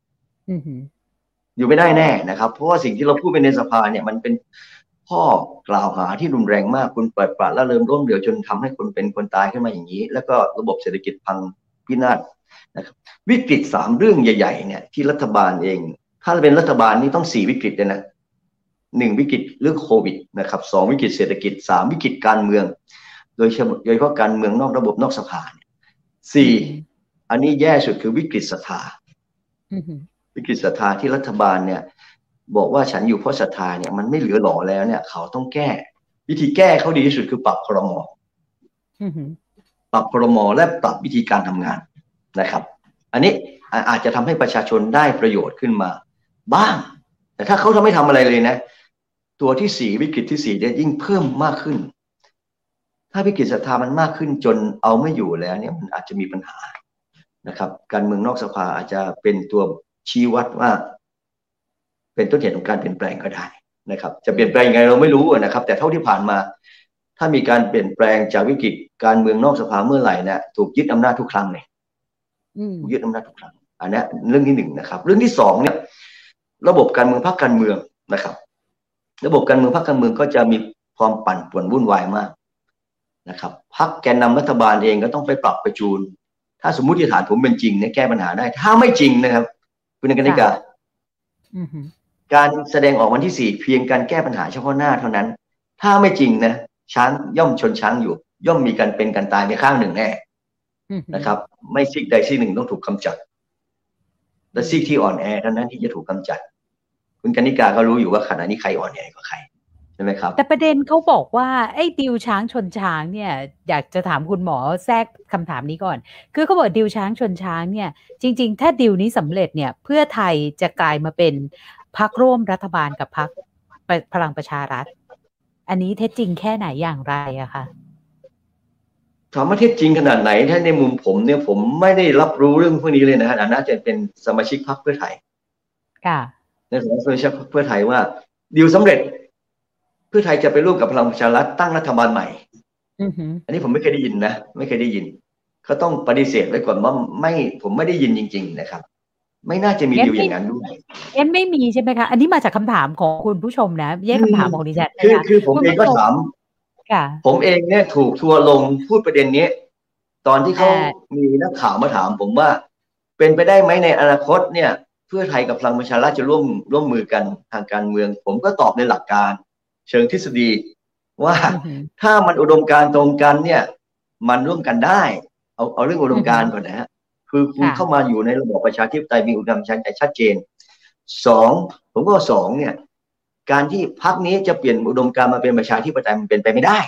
[SPEAKER 2] อยู่ไม่ได้แน่นะครับเพราะว่าสิ่งที่เราพูดไปในสภาเนี่ยมันเป็นข้อกล่าวหาที่รุนแรงมากคุณปล่อยปละละเลยร่มเหลวจนทำให้คนเป็นคนตายขึ้นมาอย่างนี้แล้วก็ระบบเศรษฐกิจพังพินาศนะครับวิกฤตสามเรื่องใหญ่ๆเนี่ยที่รัฐบาลเองถ้าเป็นรัฐบาลนี่ต้องสี่วิกฤตเลยนะหนึ่งวิกฤตเรื่องโควิดนะครับสองวิกฤตเศรษฐกิจสามวิกฤตการเมืองโดยเฉพาะโดยเฉพาะการเมืองนอกระบบนอกสภาสี่อันนี้แย่สุดคือวิกฤตศรัทธาวิกฤตศรัทธาที่รัฐบาลเนี่ยบอกว่าฉันอยู่เพราะศรัทธาเนี่ยมันไม่เหลือหล่อแล้วเนี่ยเขาต้องแก้วิธีแก้เขาดีที่สุดคือปรับครม.ปรับครม.และปรับวิธีการทำงานนะครับอันนี้อาจจะทำให้ประชาชนได้ประโยชน์ขึ้นมาบ้างแต่ถ้าเขาทำไม่ทำอะไรเลยนะตัวที่สี่วิกฤตที่สี่เนี่ยยิ่งเพิ่มมากขึ้นถ้าวิกฤตศรัทธามันมากขึ้นจนเอาไม่อยู่แล้วเนี่ยมันอาจจะมีปัญหานะครับการเมืองนอกสภาอาจจะเป็นตัวชี้วัดว่าเป็นต้นเหตุของการเปลี่ยนแปลงก็ได้นะครับจะเปลี่ยนแปลงยังไงเราไม่รู้นะครับแต่เท่าที่ผ่านมาถ้ามีการเปลี่ยนแปลงจากวิกฤตการเมืองนอกสภาเมื่อไหร่เนี่ยถูกยึดอำนาจทุกครั้งเลยยึดอำนาจทุกครั้งอันนี้เรื่องที่หนึ่งนะครับเรื่องที่สองเนี่ยระบบการเมืองพรรคการเมืองนะครับระบบการเมืองพรรคการเมืองก็จะมีความปั่นป่วนวุ่นวายมากนะครับพรรคแกนนำรัฐบาลเองก็ต้องไปปรับไปจูนถ้าสมมุติฐานผมเป็นจริงเนี่ยแก้ปัญหาได้ถ้าไม่จริงนะครับคุณกนิกาการแสดงออกวันที่สี่เพียงการแก้ปัญหาเฉพาะหน้าเท่านั้นถ้าไม่จริงนะช้างย่อมชนช้างอยู่ย่อมมีการเป็นการตายในข้างหนึ่งแน่นะครับไม่ซีกใดซีกหนึ่งต้องถูกกำจัดและซีกที่อ่อนแอเท่านั้นที่จะถูกกำจัดคุณกนิกาก็รู้อยู่ว่าขณะนี้ใครอ่อนแอกว่าใครใช่ไหมครับ
[SPEAKER 1] แต่ประเด็นเขาบอกว่าไอ้ดิวช้างชนช้างเนี่ยอยากจะถามคุณหมอแทรกคำถามนี้ก่อนคือเขาบอกดิวช้างชนช้างเนี่ยจริงๆถ้าดิวนี้สำเร็จเนี่ยเพื่อไทยจะกลายมาเป็นพรรคร่วมรัฐบาลกับพรรคพลังประชารัฐอันนี้เท็จจริงแค่ไหนอย่างไรอะคะ
[SPEAKER 2] ถามว่าเท็จจริงขนาดไหนถ้าในมุมผมเนี่ยผมไม่ได้รับรู้เรื่องพวกนี้เลยนะฮะน่าจะเป็นสมาชิกพรรคเพื่อไทย
[SPEAKER 1] ค่ะ
[SPEAKER 2] ในส่วนของสมาชิกเพื่อไทยว่าดิวสำเร็จเพื่อไทยจะไปร่วมกับพลังประชารัฐตั้งรัฐบาลใหม่อันนี้ผมไม่เคยได้ยินนะไม่เคยได้ยินเขาต้องปฏิเสธไว้ก่อนว่าไม่ผมไม่ได้ยินจริงๆนะครับไม่น่าจะมีดิวอย่างนั้นด้วย
[SPEAKER 1] เอ็นไม่มีใช่ไหมคะอันนี้มาจากคำถามของคุณผู้ชมนะไม่ใช่คำถามของดิฉัน
[SPEAKER 2] คือคือผมเองก็ถามผมเองเนี่ยถูกทัวร์ลงพูดประเด็นนี้ตอนที่เขามีนักข่าวมาถามผมว่าเป็นไปได้ไหมในอนาคตเนี่ยเพื่อไทยกับพลังประชารัฐจะร่วมร่วมมือกันทางการเมืองผมก็ตอบในหลักการเชิงทฤษฎีว่าถ้ามันอุดมการณ์ตรงกันเนี่ยมันร่วมกันได้เอาเอาเรื่องอุดมการณ์ก่อนนะฮะคือคุณเข้ามาอยู่ในระบอบประชาธิปไตยมีอุดมการณ์ชัดเจนสองผมก็สองเนี่ยการที่พรรคนี้จะเปลี่ยนอุดมการณ์มาเป็นประชาธิปไตยมันเป็นไปไม่ได้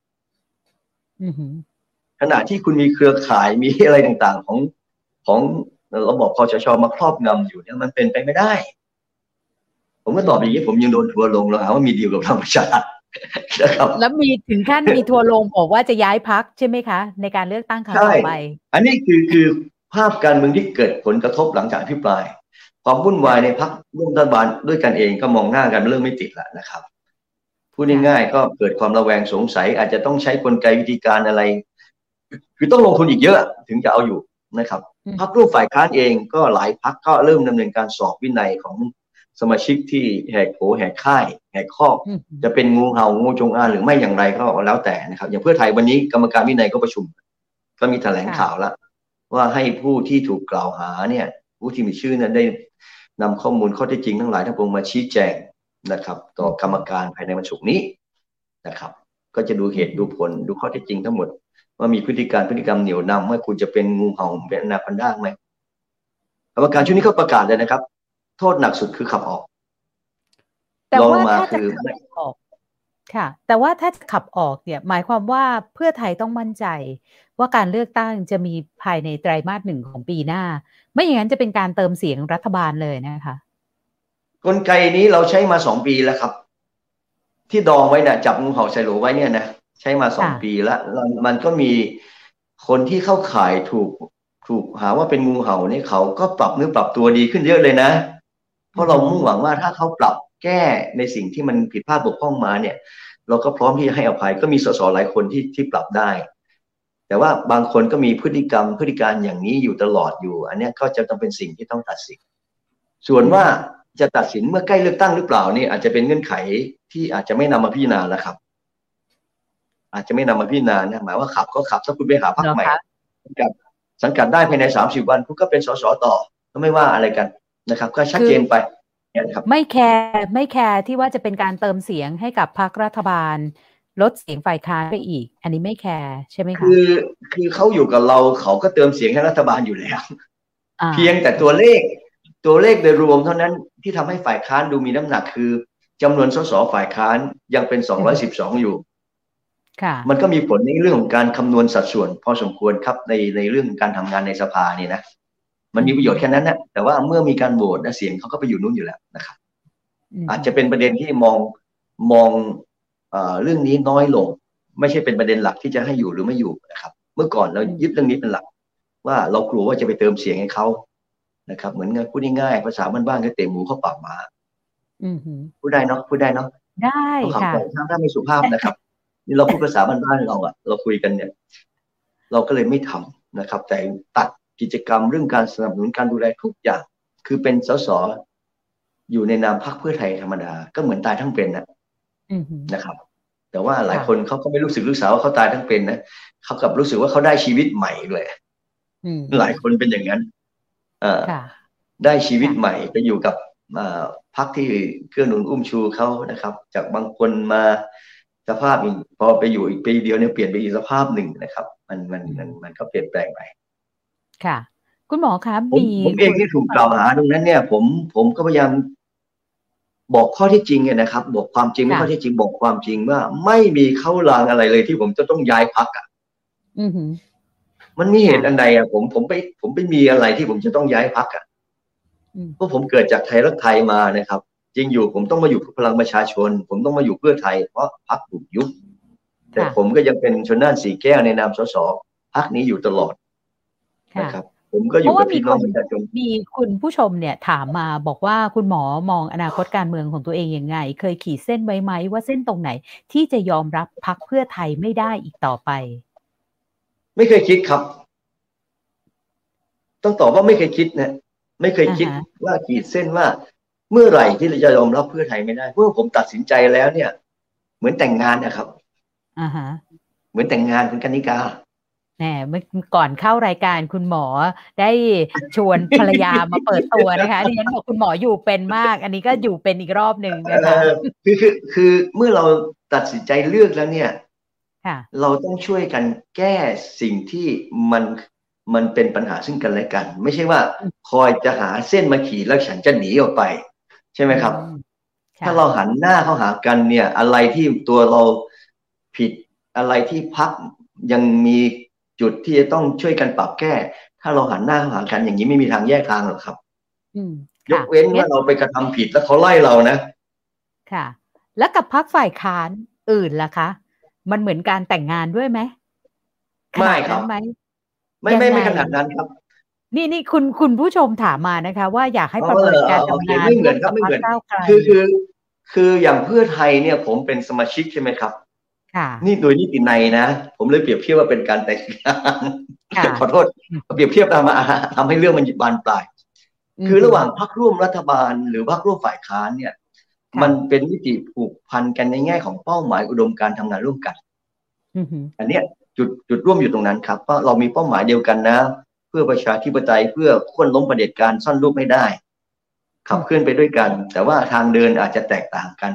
[SPEAKER 2] ขณะที่คุณมีเครือข่ายมีอะไรต่างๆของของระบบคชช.มาครอบงำอยู่เนี่ยมันเป็นไปไม่ได้ผมก็ตอบอย่างนี้ผมยังโดนทัวร์ลงแล้วหาว่ามีดีลกับพลังประชารัฐนะครับ
[SPEAKER 1] แล้วมีถึงขั้นมีทัวร์ลงบอกว่าจะย้ายพรรคใช่ไหมคะในการเลือกตั้งครั้งต่อไป
[SPEAKER 2] อันนี้คือคือภาพการเมืองที่เกิดผลกระทบหลังจากอภิปรายความวุ่นวายในพรรคร่วมรัฐบาลด้วยกันเองก็มองหน้ากันเรื่องไม่ติดแล้วนะครับพูดง่ายๆก็เกิดความระแวงสงสัยอาจจะต้องใช้กลไกวิธีการอะไรคือต้องลงทุนอีกเยอะถึงจะเอาอยู่นะครับพรรคร่วมฝ่ายค้านเองก็หลายพรรคก็เริ่มดำเนินการสอบวินัยของสมาชิกที่แหกโผแหกค่ายแหกข้อจะเป็นงูเห่างูจงอางหรือไม่อย่างไรก็แล้วแต่นะครับอย่างเพื่อไทยวันนี้กรรมการวินัยก็ประชุมก็มีแถลงข่าวแล้วว่าให้ผู้ที่ถูกกล่าวหาเนี่ยผู้ที่มีชื่อนั้นได้นำข้อมูลข้อเท็จจริงทั้งหลายทั้งปวงมาชี้แจงนะครับต่อกรรมการภายในวันศุกร์นี้นะครับก็จะดูเหตุดูผลดูข้อเท็จจริงทั้งหมดว่ามีพฤติการพฤติกรรมเหนี่ยวนำว่าคุณจะเป็นงูเห่าเป็นอนาคอนดาไหมกรรมการชุดนี้เขาประกาศเลยนะครับโทษหนักสุดคือขับออก
[SPEAKER 1] แต่ว่าถ้าจะขับออกค่ะแต่ว่าถ้าจะขับออกเนี่ยหมายความว่าเพื่อไทยต้องมั่นใจว่าการเลือกตั้งจะมีภายในไตรมาสหนึ่งของปีหน้าไม่อย่างนั้นจะเป็นการเติมเสียงรัฐบาลเลยนะคะ
[SPEAKER 2] กลไกนี้เราใช้มาสองปีแล้วครับที่ดองไว้เนี่ยจับงูเห่าใส่โหลไว้เนี่ยนะใช้มาสองปีแล้วมันก็มีคนที่เข้าข่ายถูกถูกหาว่าเป็นงูเห่านี่เขาก็ปรับเนื้อปรับตัวดีขึ้นเยอะเลยนะเพราะเรามุ่งหวังว่าถ้าเขาปรับแก้ในสิ่งที่มันผิดพลาดบกพร่องมาเนี่ยเราก็พร้อมที่จะให้อภัยก็มีสสหลายคนที่ที่ปรับได้แต่ว่าบางคนก็มีพฤติกรรมพฤติการอย่างนี้อยู่ตลอดอยู่อันนี้ก็จะต้องเป็นสิ่งที่ต้องตัดสินส่วนว่าจะตัดสินเมื่อใกล้เลือกตั้งหรือเปล่านี่อาจจะเป็นเงื่อนไขที่อาจจะไม่นำมาพิจารณาแล้วครับอาจจะไม่นำมาพิจารณานะหมายว่าขับก็ขับถ้าคุณไปหาพรรคใหม่สังกัดสังกัดได้ภายในสามสิบวันคุณก็เป็นสสต่อก็ไม่ว่าอะไรกันนะครับก็ชัดเจนไป
[SPEAKER 1] ไม่แคร์ไม่แคร์ที่ว่าจะเป็นการเติมเสียงให้กับพรรครัฐบาลลดเสียงฝ่ายค้านไปอีกอันนี้ไม่แคร์ใช่ไหมคะ
[SPEAKER 2] คือคือเขาอยู่กับเราเขาก็เติมเสียงให้รัฐบาลอยู่แล้วเพียงแต่ตัวเลขตัวเลขโดยรวมเท่านั้นที่ทำให้ฝ่ายค้านดูมีน้ำหนักคือจำนวนสสฝ่ายค้านยังเป็นสองร้อยสิบสองอยู่มันก็มีผลในเรื่องของการคำนวณสัดส่วนพอสมควรครับในในเรื่องการทำงานในสภานี่นะมันมีประโยชน์แค่นั้นนะแต่ว่าเมื่อมีการโหวตนะเสียงเขาก็ไปอยู่นู้นอยู่แล้วนะครับอาจจะเป็นประเด็นที่มองมองเอ่อเรื่องนี้น้อยลงไม่ใช่เป็นประเด็นหลักที่จะให้อยู่หรือไม่อยู่นะครับเมื่อก่อนเรายึดเรื่องนี้เป็นหลักว่าเรากลัวว่าจะไปเติมเสียงให้เขานะครับเหมือนกันพูดง่ายๆภาษาบ้านๆก็เตะหมูเข้าปากหมาพูดได้เนาะพูดได้เนาะ
[SPEAKER 1] ได้ค่ะ
[SPEAKER 2] ถ้าไม่สุภาพนะครับนี่เราพูดภาษาบ้านๆเราอะเราคุยกันเนี่ยเราก็เลยไม่ทำนะครับแต่ตัดกิจกรรมเรื่องการสนับสนุนการดูแลทุกอย่างคือเป็นสสอยู่ในนามพรรคเพื่อไทยธรรมดาก็เหมือนตายทั้งเป็นนะนะครับแต่ว่าหลายคนเขาก็ไม่รู้สึกรู้สาวว่าเขาตายทั้งเป็นนะเขากลับรู้สึกว่าเขาได้ชีวิตใหม่ด้วยหลายคนเป็นอย่างนั้นได้ชีวิตใหม่ไปอยู่กับพรรคที่เกื้อหนุนอุ้มชูเขานะครับจากบางคนมาสภาพพอไปอยู่อีกปีเดียวเนี่ยเปลี่ยนไปอีกสภาพหนึ่งนะครับมันมันมันมันก็เปลี่ยนแปลงไป
[SPEAKER 1] ค่ะคุณหมอคะ
[SPEAKER 2] มีผมเองที่ถูกกล่าวหาตรงนั้นเนี่ยผมผมก็พยายามบอกข้อที่จริงเนี่ยนะครับบอกความจริงไม่ข้อที่จริงบอกความจริงว่าไม่มีเข้าลางอะไรเลยที่ผมจะต้องย้ายพรรคอ่ะมันมีเหตุอันใดอ่ะผมผมไปผมไปมีอะไรที่ผมจะต้องย้ายพรรคอ่ะเพราะผมเกิดจากไทยรักไทยมานะครับจริงอยู่ผมต้องมาอยู่พลังประชาชนผมต้องมาอยู่เพื่อไทยเพราะพรรคถูกยุบแต่ผมก็ยังเป็นชลน่านสีแก้วในนามสสพรรคนี้อยู่ตลอดนะครับผมก็อยู่กับพี่น้องประชาชน
[SPEAKER 1] มีคุณผู้ชมเนี่ยถามมาบอกว่าคุณหมอมองอนาคตการเมืองของตัวเองยังไงเคยขีดเส้นไว้ไหมว่าเส้นตรงไหนที่จะยอมรับพรรคเพื่อไทยไม่ได้อีกต่อไป
[SPEAKER 2] ไม่เคยคิดครับต้องตอบว่าไม่เคยคิดนะไม่เคยคิดว่าขีดเส้นว่าเมื่อไหร่ที่เราจะยอมรับเพื่อไทยไม่ได้เมื่อผมตัดสินใจแล้วเนี่ยเหมือนแต่งงานนะครับ
[SPEAKER 1] อ่าฮะ
[SPEAKER 2] เหมือนแต่งงานคุณกนิกา
[SPEAKER 1] แหมเมื่อก่อนเข้ารายการคุณหมอได้ชวนภรรยามาเปิดตัวนะคะดิฉันบอกคุณหมออยู่เป็นมากอันนี้ก็อยู่เป็นอีกรอบหนึ่งนะคะ
[SPEAKER 2] คือคือคือเมื่อเราตัดสินใจเลือกแล้วเนี่ยเราต้องช่วยกันแก้สิ่งที่มันมันเป็นปัญหาซึ่งกันและกันไม่ใช่ว่าคอยจะหาเส้นมาขีดแล้วฉันจะหนีออกไปใช่ไหมครับถ้าเราหันหน้าเข้าหากันเนี่ยอะไรที่ตัวเราผิดอะไรที่พรรคยังมีจุดที่จะต้องช่วยกันปรับแก้ถ้าเราหันหน้าเข้าหากันอย่างนี้ไม่มีทางแยกทางหรอกครับยกเว้นว่าเราไปกระทำผิดแล้วเขาไล่เรานะ
[SPEAKER 1] ค่ะแล้วกับพรรคฝ่ายค้านอื่นล่ะคะมันเหมือนการแต่งงานด้วยไหม
[SPEAKER 2] ไม่ครับไม่ไม่ไม่ขนาดนั้นครับ
[SPEAKER 1] นี่นี่คุณคุณผู้ชมถามมานะคะว่าอยากให้ประเมินการทำงาน
[SPEAKER 2] ไม่เหมือนครับไม่เหมือนคือคือคืออย่างเพื่อไทยเนี่ยผมเป็นสมาชิกใช่ไหมครับนี่โดยนิตินัยนะผมเลยเปรียบเทียบว่าเป็นการแต่งงานขอโทษเปรียบเทียบทำทำให้เรื่องมันบานปลายคือระหว่างพรรคร่วมรัฐบาลหรือพรรคร่วมฝ่ายค้านเนี่ยมันเป็นมิติผูกพันกันในแง่ของเป้าหมายอุดมการทำงานร่วมกันอันเนี้ยจุดจุดร่วมอยู่ตรงนั้นครับเพราะเรามีเป้าหมายเดียวกันนะเพื่อประชาธิปไตยเพื่อโค่นล้มเผด็จการซ่อนรูปไม่ได้ขับเคลื่อนไปด้วยกันแต่ว่าทางเดินอาจจะแตกต่างกัน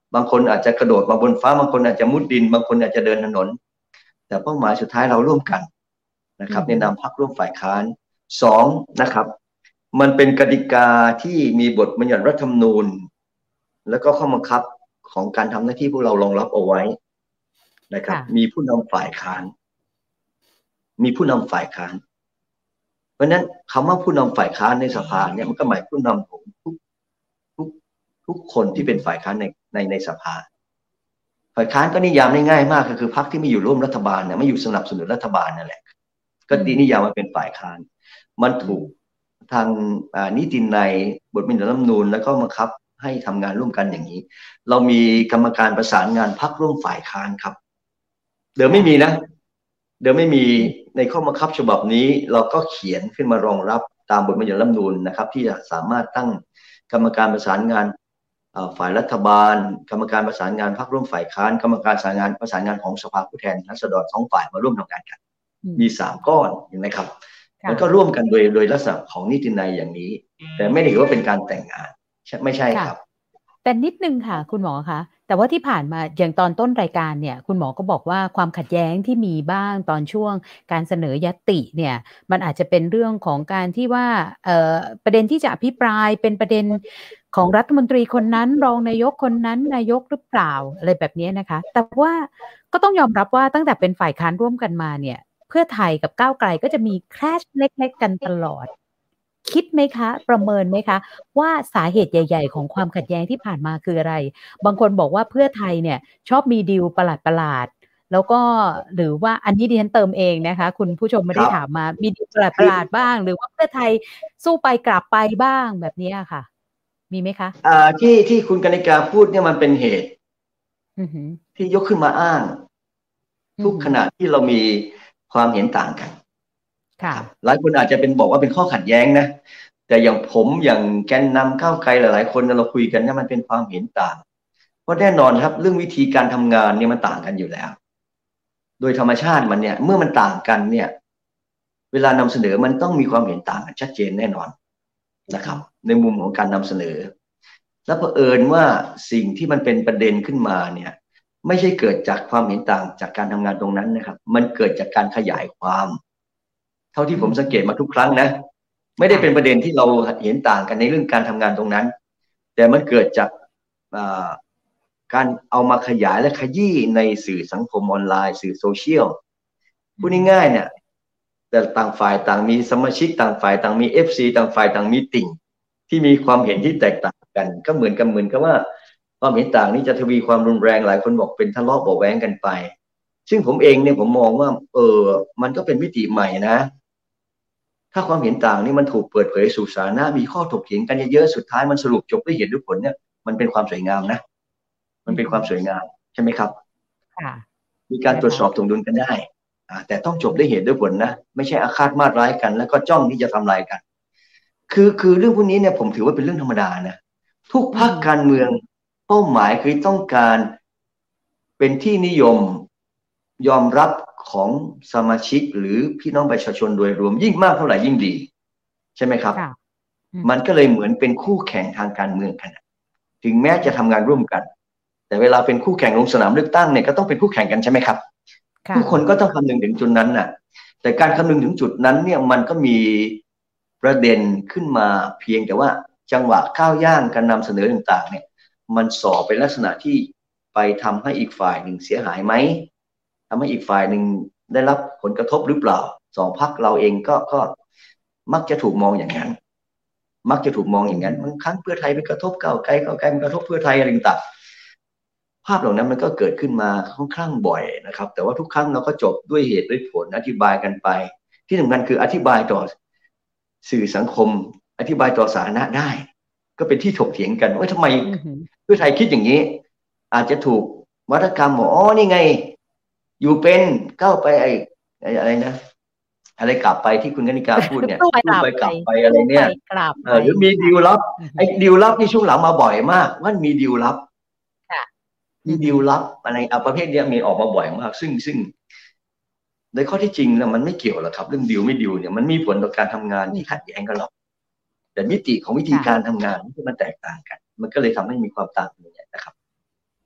[SPEAKER 2] บางคนอาจจะกระโดดมาบนฟ้าบางคนอาจจะมุดดินบางคนอาจจะเดินถนนแต่เป้าหมายสุดท้ายเราร่วมกันนะครับในนามพรรคร่วมฝ่ายค้านสองนะครับมันเป็นกติกาที่มีบทบัญญัติรัฐธรรมนูญแล้วก็ข้อบังคับของการทำหน้าที่พวกเรารองรับเอาไว้นะครับมีผู้นำฝ่ายค้านมีผู้นำฝ่ายค้านเพราะนั้นคำว่าผู้นำฝ่ายค้านในสภาเนี่ยมันก็หมายผู้นำของทุกทุกทุกคนที่เป็นฝ่ายค้านในในในสภาฝ่ายค้านก็นิยามง่ายๆมากก็คือพรรคที่ไม่อยู่ร่วมรัฐบาลเนี่ยไม่อยู่สนับสนุนรัฐบาลนั่นแหละก็ตีนิยามว่าเป็นฝ่ายค้านมันถูกทางนิตินัยบทบัญญัติรัฐธรรมนูญแล้วก็บังคับให้ทำงานร่วมกันอย่างนี้เรามีกรรมการประสานงานพรรคร่วมฝ่ายค้านครับเดี๋ยวไม่มีนะเดี๋ยวไม่มีในข้อบังคับฉบับนี้เราก็เขียนขึ้นมารองรับตามบทบัญญัติรัฐธรรมนูญนะครับที่จะสามารถตั้งกรรมการประสานงานฝ่ายรัฐบาลกรรมการประสานงานพรรคร่วมฝ่ายค้านกรรมการประสานงานประสานงานของสภาผู้แทนราษฎรสองฝ่ายมาร่วมทำงานกันมีสามก้อนเห็นไหมครับมันก็ร่วมกันโดยโดยลักษณะของนิตินัยอย่างนี้แต่ไม่ได้ถือว่าเป็นการแต่งงานไม่ใช่ครับ
[SPEAKER 1] แต่นิดนึงค่ะคุณหมอคะแต่ว่าที่ผ่านมาอย่างตอนต้นรายการเนี่ยคุณหมอก็บอกว่าความขัดแย้งที่มีบ้างตอนช่วงการเสนอญัตติเนี่ยมันอาจจะเป็นเรื่องของการที่ว่าเอ่อประเด็นที่จะอภิปรายเป็นประเด็นของรัฐมนตรีคนนั้นรองนายกคนนั้นนายกหรือเปล่าอะไรแบบนี้นะคะแต่ว่าก็ต้องยอมรับว่าตั้งแต่เป็นฝ่ายค้านร่วมกันมาเนี่ยเพื่อไทยกับก้าวไกลก็จะมีแคลชเล็กๆกันตลอดคิดไหมคะประเมินไหมคะว่าสาเหตุใหญ่ๆของความขัดแย้งที่ผ่านมาคืออะไรบางคนบอกว่าเพื่อไทยเนี่ยชอบมีดีลประหลาดๆแล้วก็หรือว่าอันนี้ดิฉันเติมเองนะคะคุณผู้ชมไม่ได้ถามมามีดีลประหลาดๆบ้างหรือว่าเพื่อไทยสู้ไปกลับไปบ้างแบบนี้ค่ะมีไหมคะ
[SPEAKER 2] อ่าที่ที่คุณกนิกาพูดเนี่ยมันเป็นเหตุที่ยกขึ้นมาอ้างทุกขณะที่เรามีความเห็นต่างกันหลายคนอาจจะเป็นบอกว่าเป็นข้อขัดแย้งนะแต่อย่างผมอย่างแกนนำก้าวไกลหลายๆคนเราคุยกันเนี่ยมันเป็นความเห็นต่างเพราะแน่นอนครับเรื่องวิธีการทำงานเนี่ยมันต่างกันอยู่แล้วโดยธรรมชาติมันเนี่ยเมื่อมันต่างกันเนี่ยเวลานำเสนอมันต้องมีความเห็นต่างกันชัดเจนแน่นอนนะครับในมุมของการนำเสนอและเผอิญว่าสิ่งที่มันเป็นประเด็นขึ้นมาเนี่ยไม่ใช่เกิดจากความเห็นต่างจากการทำงานตรงนั้นนะครับมันเกิดจากการขยายความเท่าที่ผมสังเกตมาทุกครั้งนะไม่ได้เป็นประเด็นที่เราเห็นต่างกันในเรื่องการทำงานตรงนั้นแต่มันเกิดจากการเอามาขยายและขยี้ในสื่อสังคมออนไลน์สื่อโซเชียลพูดง่ายๆเนี่ยแต่ต่างฝ่ายต่างมีสมาชิกต่างฝ่ายต่างมี เอฟ ซี ต่างฝ่ายต่างมีติ่งที่มีความเห็นที่แตกต่างกันก็เหมือนกันเหมือนกับว่าความเห็นต่างนี้จะทวีความรุนแรงหลายคนบอกเป็นทะเลาะเบาะแว้งกันไปซึ่งผมเองเนี่ยผมมองว่าเออมันก็เป็นมิติใหม่นะถ้าความเห็นต่างนี่มันถูกเปิดเผยสู่สาธารณะมีข้อถกเถียงกันเยอะๆสุดท้ายมันสรุปจบด้วยเหตุด้วยผลเนี่ยมันเป็นความสวยงามนะมันเป็นความสวยงามใช่ไหมครับมีการตรวจสอบถวงดุลกันได้แต่ต้องจบด้วยเหตุด้วยผลนะไม่ใช่อาฆาตมาตร้ายกันแล้วก็จ้องที่จะทำลายกันคือคือเรื่องพวกนี้เนี่ยผมถือว่าเป็นเรื่องธรรมดานะทุกพรรคการเมืองเป้าหมายคือต้องการเป็นที่นิยมยอมรับของสมาชิกหรือพี่น้องประชาชนโดยรวมยิ่งมากเท่าไหร่ยิ่งดีใช่ไหมครับมันก็เลยเหมือนเป็นคู่แข่งทางการเมืองกันถึงแม้จะทำงานร่วมกันแต่เวลาเป็นคู่แข่งลงสนามเลือกตั้งเนี่ยก็ต้องเป็นคู่แข่งกันใช่ไหมครับทุกคนก็ต้องคำนึงถึงจุดนั้นน่ะแต่การคำนึงถึงจุดนั้นเนี่ยมันก็มีประเด็นขึ้นมาเพียงแต่ว่าจังหวะก้าวย่างการนำเสนอต่างๆเนี่ยมันส่อเป็นลักษณะที่ไปทำให้อีกฝ่ายหนึ่งเสียหายไหมทำให้อีกฝ่ายหนึ่งได้รับผลกระทบหรือเปล่าสองพรรคเราเองก็ก็มักจะถูกมองอย่างนั้นมักจะถูกมองอย่างนั้นบางครั้งเพื่อไทยไปกระทบก้าวไกลก้าวไกลมันกระทบเพื่อไทยอะไรต่างภาพเหล่านั้นมันก็เกิดขึ้นมาค่อนข้างบ่อยนะครับแต่ว่าทุกครั้งเราก็จบด้วยเหตุด้วยผลอธิบายกันไปที่สำคัญคืออธิบายต่อสื่อสังคมอธิบายต่อสาธารณะได้ก็เป็นที่ถกเถียงกันว่าทำไมเพื่อไทยคิดอย่างนี้อาจจะถูกวัฒกรรมบอกอ๋อนี่ไงอยู่เป็นก้าวไปไอ้อะไรนะอะไรกลับไปที่คุณกนิกาพูดเนี่ยพูดไปกลับไปอะไรเนี่ยหรือมีดีลลับไอ้ดีลลับนี่ช่วงหลังมาบ่อยมากว่ามีดีลลับมีดีลลับอะไรอ่ะประเภทนี้มีออกมาบ่อยมากซึ่งซึ่งในข้อที่จริงแล้วมันไม่เกี่ยวหรอกครับเรื่องดีลไม่ดีลเนี่ยมันมีผลต่อการทำงานที่ขัดแย้งกันหรอกแต่มิติของวิธีการทำงานที่มันแตกต่างกันมันก็เลยทำให้มีความต่างกันอย่างนี้นะครับ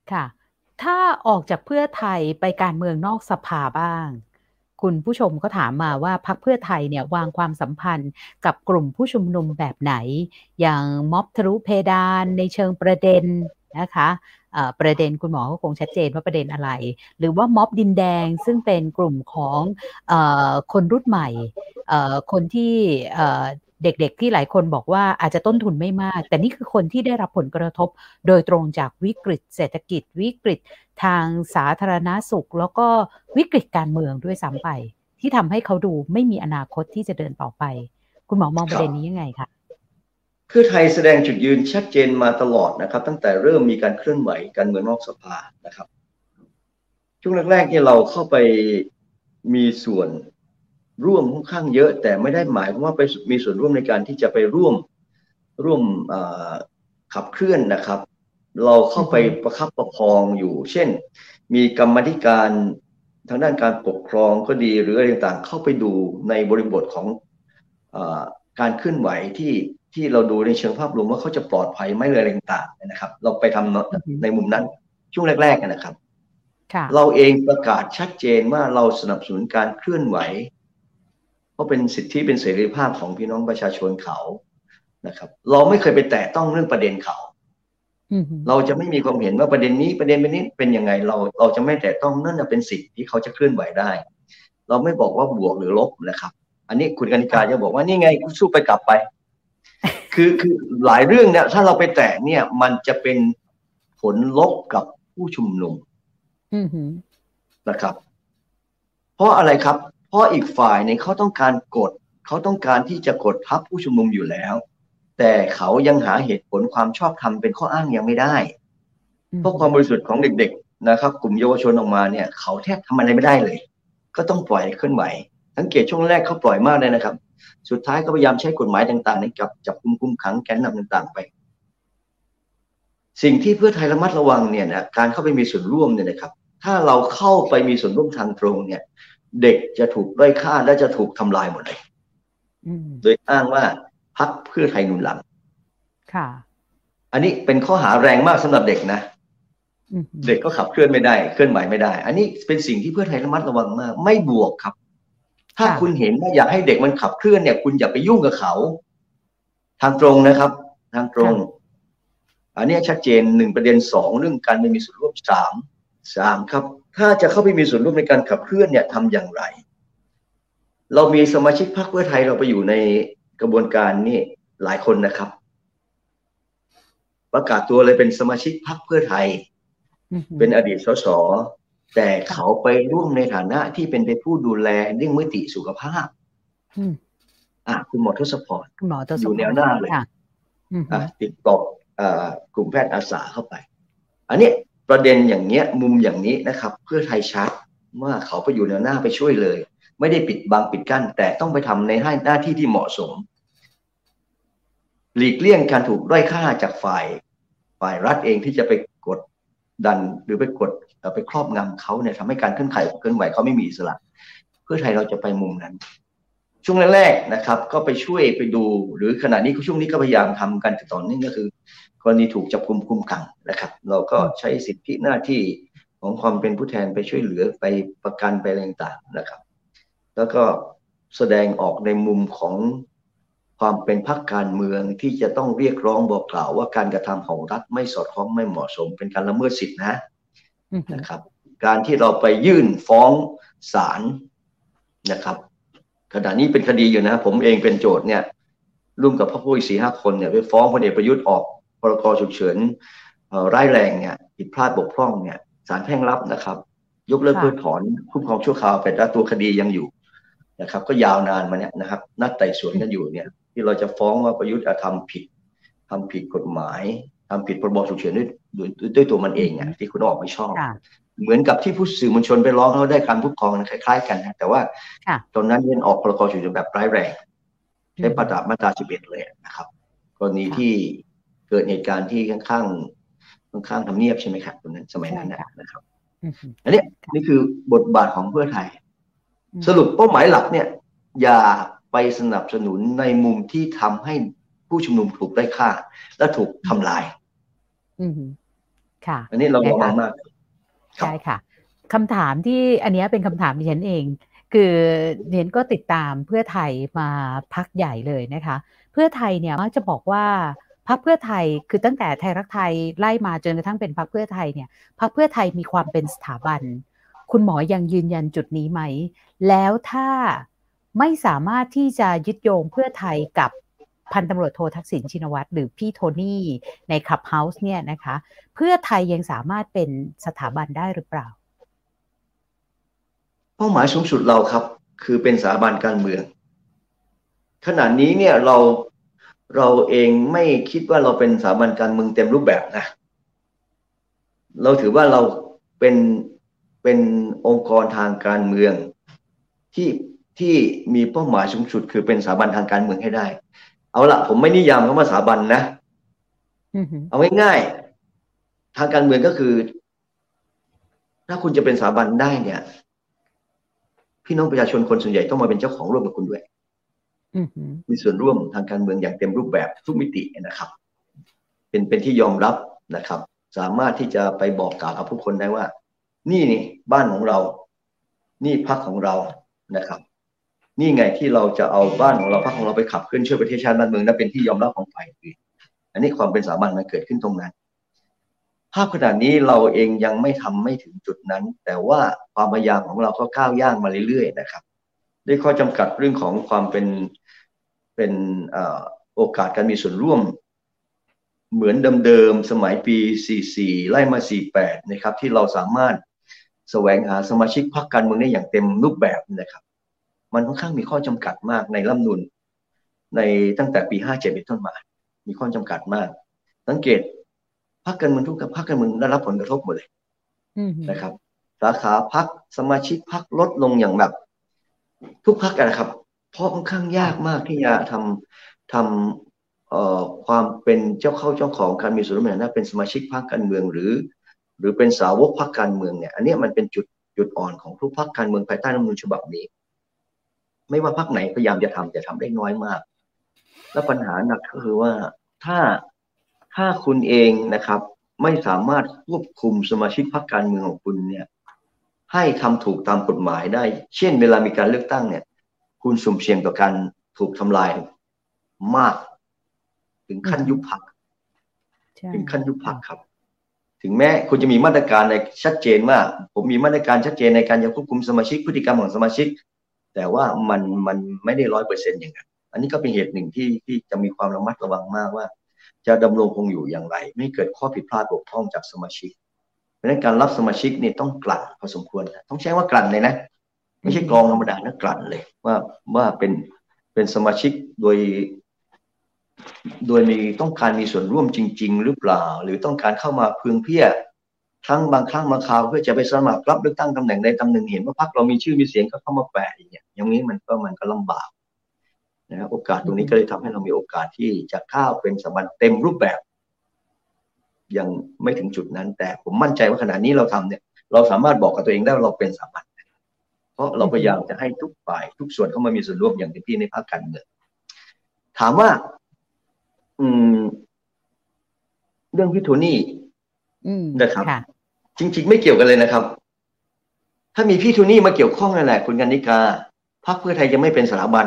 [SPEAKER 1] ค่ะถ้าออกจากเพื่อไทยไปการเมืองนอกสภาบ้างคุณผู้ชมก็ถามมาว่าพรรคเพื่อไทยเนี่ยวางความสัมพันธ์กับกลุ่มผู้ชุมนุมแบบไหนอย่างม็อบทะลุเพดานในเชิงประเด็นนะคะประเด็นคุณหมอก็คงชัดเจนว่าประเด็นอะไรหรือว่าม็อบดินแดงซึ่งเป็นกลุ่มของเอ่อคนรุ่นใหม่เอ่อคนที่เอ่อเด็กๆที่หลายคนบอกว่าอาจจะต้นทุนไม่มากแต่นี่คือคนที่ได้รับผลกระทบโดยตรงจากวิกฤตเศรษฐกิจวิกฤตทางสาธารณสุขแล้วก็วิกฤตการเมืองด้วยซ้ำไปที่ทำให้เขาดูไม่มีอนาคตที่จะเดินต่อไปคุณหมอมองประเด็นนี้ยังไงคะ
[SPEAKER 2] เพื่อไทยแสดงจุดยืนชัดเจนมาตลอดนะครับตั้งแต่เริ่มมีการเคลื่อนไหวการเมืองนอกสภานะครับช่วงแรกๆที่เราเข้าไปมีส่วนร่วมค่อนข้างเยอะแต่ไม่ได้หมายความว่าไปมีส่วนร่วมในการที่จะไปร่วมร่วมขับเคลื่อนนะครับเราเข้าไปประคับประคองอยู่เช่นมีกรรมธิการทางด้านการปกครองก็ดีหรืออะไรต่างๆเข้าไปดูในบริบทของการเคลื่อนไหวที่ที่เราดูในเชิงภาพรวมว่าเขาจะปลอดภัยไหมอะไรต่างๆนะครับเราไปทำในมุมนั้นช่วงแรกๆนะครับเราเองประกาศชัดเจนว่าเราสนับสนุนการเคลื่อนไหวเพราะเป็นสิทธิเป็นเสรีภาพของพี่น้องประชาชนเขานะครับเราไม่เคยไปแตะต้องเรื่องประเด็นเขาเราจะไม่มีความเห็นว่าประเด็นนี้ประเด็นนี้เป็นยังไงเราเราจะไม่แตะต้องนั่นเป็นสิทธิที่เขาจะเคลื่อนไหวได้เราไม่บอกว่าบวกหรือลบนะครับอันนี้คุณกนิกาจะบอกว่านี่ไงสู้ไปกลับไปคือคือหลายเรื่องเนี่ยถ้าเราไปแตะเนี่ยมันจะเป็นผลลบกับผู้ชุมนุมนะครับเพราะอะไรครับเพราะอีกฝ่ายเนี่ยเขาต้องการกดเขาต้องการที่จะกดทับผู้ชุมนุมอยู่แล้วแต่เขายังหาเหตุผลความชอบธรรมเป็นข้ออ้างยังไม่ได้เพราะความบริสุทธิ์ของเด็กๆนะครับกลุ่มเยาวชนออกมาเนี่ยเขาแทบทำอะไรไม่ได้เลยก็ต้องปล่อยเคลื่อนไหวสังเกตช่วงแรกเขาปล่อยมากเลยนะครับสุดท้ายก็พยายามใช้กฎหมายต่างๆในกับจับกุมคุมขังแกนนำต่างๆไปสิ่งที่เพื่อไทยระมัดระวังเนี่ยนะการเข้าไปมีส่วนร่วมเนี่ยนะครับถ้าเราเข้าไปมีส่วนร่วมทางตรงเนี่ยเด็กจะถูกด้อยค่าและจะถูกทำลายหมดเลยโดยอ้างว่าพรรคเพื่อไทยหนุนหลังค่ะอันนี้เป็นข้อหาแรงมากสำหรับเด็กนะเด็กก็ขับเคลื่อนไม่ได้เคลื่อนไหวไม่ได้อันนี้เป็นสิ่งที่เพื่อไทยระมัดระวังมากไม่บวกครับถ้าคุณเห็นว่าอยากให้เด็กมันขับเคลื่อนเนี่ยคุณอย่าไปยุ่งกับเขาทางตรงนะครับทางตรงอันนี้ชัดเจนหนึ่งประเด็นสองเรื่องการไม่มีส่วนร่วมสามสามครับถ้าจะเข้าไปมีส่วนร่วมในการขับเคลื่อนเนี่ยทำอย่างไรเรามีสมาชิกพรรคเพื่อไทยเราไปอยู่ในกระบวนการนี่หลายคนนะครับประกาศตัวเลยเป็นสมาชิกพรรคเพื่อไทยเป็นอดีตสสแต่เขาไปร่วมในฐานะที่เป็นไปผู้ดูแลเรื่องมิติสุขภาพอ่ะคุณหมอทศพรอยู่แนวหน้าเลยอ่ะติดต่อกลุ่มแพทย์อาสาเข้าไปอันนี้ประเด็นอย่างเงี้ยมุมอย่างนี้นะครับเพื่อไทยชัดว่าเขาไปอยู่แนวหน้าไปช่วยเลยไม่ได้ปิดบังปิดกั้นแต่ต้องไปทำในหน้าที่ที่เหมาะสมหลีกเลี่ยงการถูกด้อยค่าจากฝ่ายฝ่ายรัฐเองที่จะไปกดดันหรือไปกดไปครอบงำเขาเนี่ยทำให้การเคลื่อนไหวเคลื่อนไหวเขาไม่มีอิสระเพื่อไทยเราจะไปมุมนั้นช่วงแรกๆนะครับก็ไปช่วยไปดูหรือขณะนี้ช่วงนี้ก็พยายามทำกันต่อเนื่องก็คือกรณีถูกจับกุมคุมขังนะครับเราก็ใช้สิทธิหน้าที่ของความเป็นผู้แทนไปช่วยเหลือไปประกันไปอะไรต่างๆนะครับแล้วก็แสดงออกในมุมของความเป็นพรรคการเมืองที่จะต้องเรียกร้องบอกกล่าวว่าการกระทำของรัฐไม่สอดคล้องไม่เหมาะสมเป็นการละเมิดสิทธินะนะครับการที่เราไปยื่นฟ้องศาลนะครับขณะนี้เป็นคดีอยู่นะผมเองเป็นโจทย์เนี่ยร่วมกับพรรคพวกอีกสี่ห้าคนเนี่ยไปฟ้องพลเอกประยุทธ์ออกพรกฉุกเฉินร้ายแรงเนี่ยผิดพลาดบกพร่องเนี่ยศาลแพ่งรับนะครับยกเลิกเพิกถอนคุ้มครองชั่วคราวแต่ตัวคดียังอยู่นะครับก็ยาวนานมาเนี่ยนะครับนัดไต่สวนกันอยู่เนี่ยที่เราจะฟ้องว่าประยุทธ์ทำผิดทำผิดกฎหมายทำผิดพรบฉุกเฉินด้วยด้วยตัวมันเองเนี่ยที่คุณออกไม่ชอบเหมือนกับที่ผู้สื่อมวลชนไปร้องเขาได้การคุ้มครองคล้ายๆกันนะแต่ว่าตอนนั้นเน้นออกพรกฉุกเฉินแบบร้ายแรงใช้มาตรามาตราสิบเอ็ดเลยนะครับกรณีที่เกิดเหตุการณ์ที่ข้างๆข้างๆทำเนียบใช่ไหมครับตอนนั้นสมัยนั้นนะครับอันนี้นี่คือบทบาทของเพื่อไทยสรุปเป้าหมายหลักเนี่ยอย่าไปสนับสนุนในมุมที่ทำให้ผู้ชุมนุมถูกได้ฆ่าและถูกทำลาย
[SPEAKER 1] ค่ะ
[SPEAKER 2] อันนี้เราระวังมาก
[SPEAKER 1] ใช่ค่ะคำถามที่อันนี้เป็นคำถามดิฉันเองคือเรียนก็ติดตามเพื่อไทยมาพักใหญ่เลยนะคะเพื่อไทยเนี่ยมักจะบอกว่าพรรคเพื่อไทยคือตั้งแต่ไทยรักไทยไล่มาจนกระทั่งเป็นพรรคเพื่อไทยเนี่ยพรรคเพื่อไทยมีความเป็นสถาบันคุณหมอยังยืนยันจุดนี้ไหมแล้วถ้าไม่สามารถที่จะยึดโยงเพื่อไทยกับพันตำรวจโททักษิณชินวัตรหรือพี่โทนี่ในคลับเฮาส์เนี่ยนะคะเพื่อไทยยังสามารถเป็นสถาบันได้หรือเปล่า
[SPEAKER 2] เป้าหมายสูงสุดเราครับคือเป็นสถาบันการเมืองขณะนี้เนี่ยเราเราเองไม่คิดว่าเราเป็นสถาบันการเมืองเต็มรูปแบบนะเราถือว่าเราเป็นเป็นองค์กรทางการเมืองที่ที่มีเป้าหมายสูงสุดคือเป็นสถาบันทางการเมืองให้ได้เอาละผมไม่นิยามคำว่าสถาบันนะเอาง่ายๆทางการเมืองก็คือถ้าคุณจะเป็นสถาบันได้เนี่ยพี่น้องประชาชนคนส่วนใหญ่ต้องมาเป็นเจ้าของร่วมกับคุณด้วยมีส่วนร่วมทางการเมืองอย่างเต็มรูปแบบทุกมิตินะครับเป็นเป็นที่ยอมรับนะครับสามารถที่จะไปบอกกล่าวกับผู้คนได้ว่านี่นี่บ้านของเรานี่พรรคของเรานะครับนี่ไงที่เราจะเอาบ้านของเราพรรคของเราไปขับเคลื่อนช่วยประเทศชาติบ้านเมืองและเป็นที่ยอมรับของฝ่ายอื่นอันนี้ความเป็นสถาบันมันเกิดขึ้นตรงนั้นภาพขนาดนี้เราเองยังไม่ทำไม่ถึงจุดนั้นแต่ว่าความพยายามของเราก็ก้าวย่างมาเรื่อยๆนะครับด้วยข้อจำกัดเรื่องของความเป็นเป็นโอกาสการมีส่วนร่วมเหมือนเดิมๆสมัยปีสี่สิบสี่ไล่มาสี่สิบแปดนะครับที่เราสามารถแสวงหาสมาชิกพรรคการเมืองได้อย่างเต็มรูปแบบนะครับมันค่อนข้างมีข้อจำกัดมากในรัฐธรรมนูญในตั้งแต่ปีห้าสิบเจ็ดเป็นต้นมามีข้อจำกัดมากสังเกตพรรคการเมืองทุกพรรคการเมืองได้รับผลกระทบหมดเลยนะครับสาขาพรรคสมาชิกพรรคลดลงอย่างแบบทุกพรรคนะครับเพราะค่อนข้างยากมากที่จะทำทำเอ่อความเป็นเจ้าเข้าเจ้าของการมีส่วนร่วมในฐานะเป็นสมาชิกพรรคการเมืองหรือหรือเป็นสาวกพรรคการเมืองเนี่ยอันนี้มันเป็นจุดจุดอ่อนของทุกพรรคการเมืองภายใต้รัฐธรรมนูญฉบับนี้ไม่ว่าพรรคไหนพยายามจะทำจะทำได้น้อยมากและปัญหาหนักก็คือว่าถ้าถ้าคุณเองนะครับไม่สามารถควบคุมสมาชิกพรรคการเมืองของคุณเนี่ยให้ทำถูกตามกฎหมายได้เช่นเวลามีการเลือกตั้งเนี่ยคุณสุ่มเสี่ยงต่อการถูกทำลายมากถึงขั้นยุบพรรคถึงขั้นยุบพรรคครับถึงแม้คุณจะมีมาตรการในชัดเจนว่าผมมีมาตรการชัดเจนในการจะควบคุมสมาชิกพฤติกรรมของสมาชิกแต่ว่ามันมันไม่ได้ร้อยเปอร์เซ็นต์อย่างนั้นอันนี้ก็เป็นเหตุหนึ่งที่ที่จะมีความระมัดระวังมากว่าจะดำรงคงอยู่อย่างไรไม่เกิดข้อผิดพลาดบกพร่องจากสมาชิกเพราะฉะนั้นการรับสมาชิกนี่ต้องกลั่นพอสมควรต้องใช้ว่ากลั่นเลยนะไม่ใช่กรองธรรมดานะกลั่นเลยว่าว่าเป็นเป็นสมาชิกโดยโดยมีต้องการมีส่วนร่วมจริงๆหรือเปล่าหรือต้องการเข้ามาเพื่อเพียทั้งบางครั้งบางคราวเพื่อจะไปสมัครรับเลือกตั้งตำแหน่งใดตำแหน่งเห็นว่าพรรคเรามีชื่อมีเสียงก็เข้ามาแปะอย่างเงี้ยอย่างนี้มันก็มันก็ลำบากนะครับโอกาสตรงนี้ก็เลยทำให้เรามีโอกาสที่จะก้าวเป็นสถาบันเต็มรูปแบบยังไม่ถึงจุดนั้นแต่ผมมั่นใจว่าขณะนี้เราทำเนี่ยเราสามารถบอกกับตัวเองได้ว่าเราเป็นสถาบันเพราะเราพยายามจะให้ทุกฝ่ายทุกส่วนเข้ามามีส่วนร่วมอย่างเต็มที่ในภาคการเมืองถามว่าอืมเรื่องพี่โทนี่นะครับจริงๆไม่เกี่ยวกันเลยนะครับถ้ามีพี่โทนี่มาเกี่ยวข้องนั่นแหละคุณกนิกาพรรคเพื่อไทยจะไม่เป็นสถาบัน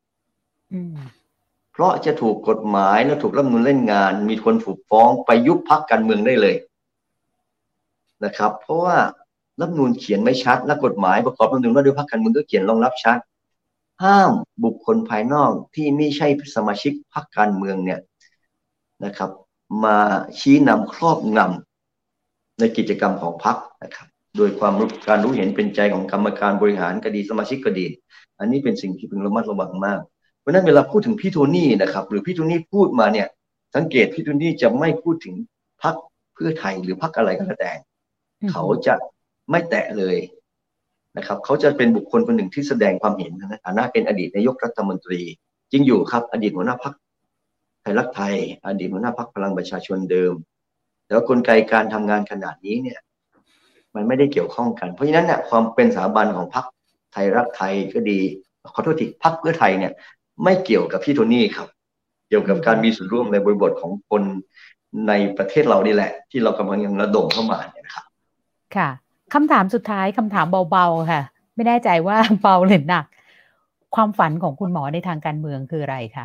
[SPEAKER 2] เพราะจะถูกกฎหมายและถูกรัฐธรรมนูญเล่นงานมีคนถูกฟ้องไปยุบพรรคการเมืองได้เลยนะครับเพราะว่ารัฐธรรมนูญเขียนไม่ชัดและกฎหมายประกอบรัฐธรรมนูญว่าด้วยพรรคการเมืองก็เขียนรองรับชัดห้ามบุคคลภายนอกที่ไม่ใช่สมาชิกพรรคการเมืองเนี่ยนะครับมาชี้นำครอบงำในกิจกรรมของพรรคนะครับโดยความรู้การรู้เห็นเป็นใจของกรรมการบริหารก็ดีสมาชิกก็ดีอันนี้เป็นสิ่งที่พึงระมัดระวังมากเพราะนั้นเวลาพูดถึงพี่โทนี่นะครับหรือพี่โทนี่พูดมาเนี่ยสังเกตพี่โทนี่จะไม่พูดถึงพรรคเพื่อไทยหรือพรรคอะไรก็แล้วแต่เขาจะไม่แตะเลยนะครับเขาจะเป็นบุคคลคนหนึ่งที่แสดงความเห็นในฐานะเป็นอดีตนายกรัฐมนตรีจริงอยู่ครับอดีตหัวหน้าพรรคไทยรักไทยอดีตหัวหน้าพรรคพลังประชาชนเดิมแต่ว่ากลไกการทำงานขนาดนี้เนี่ยมันไม่ได้เกี่ยวข้องกันเพราะฉะนั้นเนี่ยความเป็นสถาบันของพรรคไทยรักไทยก็ดีขอโทษทีพรรคเพื่อไทยเนี่ยไม่เกี่ยวกับพี่โทนี่ครับเกี่ยวกับการมีส่วนร่วมในบริบทของคนในประเทศเรานี่แหละที่เรากำลังยังระดมเข้ามาเนี่ยนะครับ
[SPEAKER 1] ค่ะคำถามสุดท้ายคำถามเบาๆค่ะไม่แน่ใจว่าเบาหรือหนักความฝันของคุณหมอในทางการเมืองคืออะไรคะ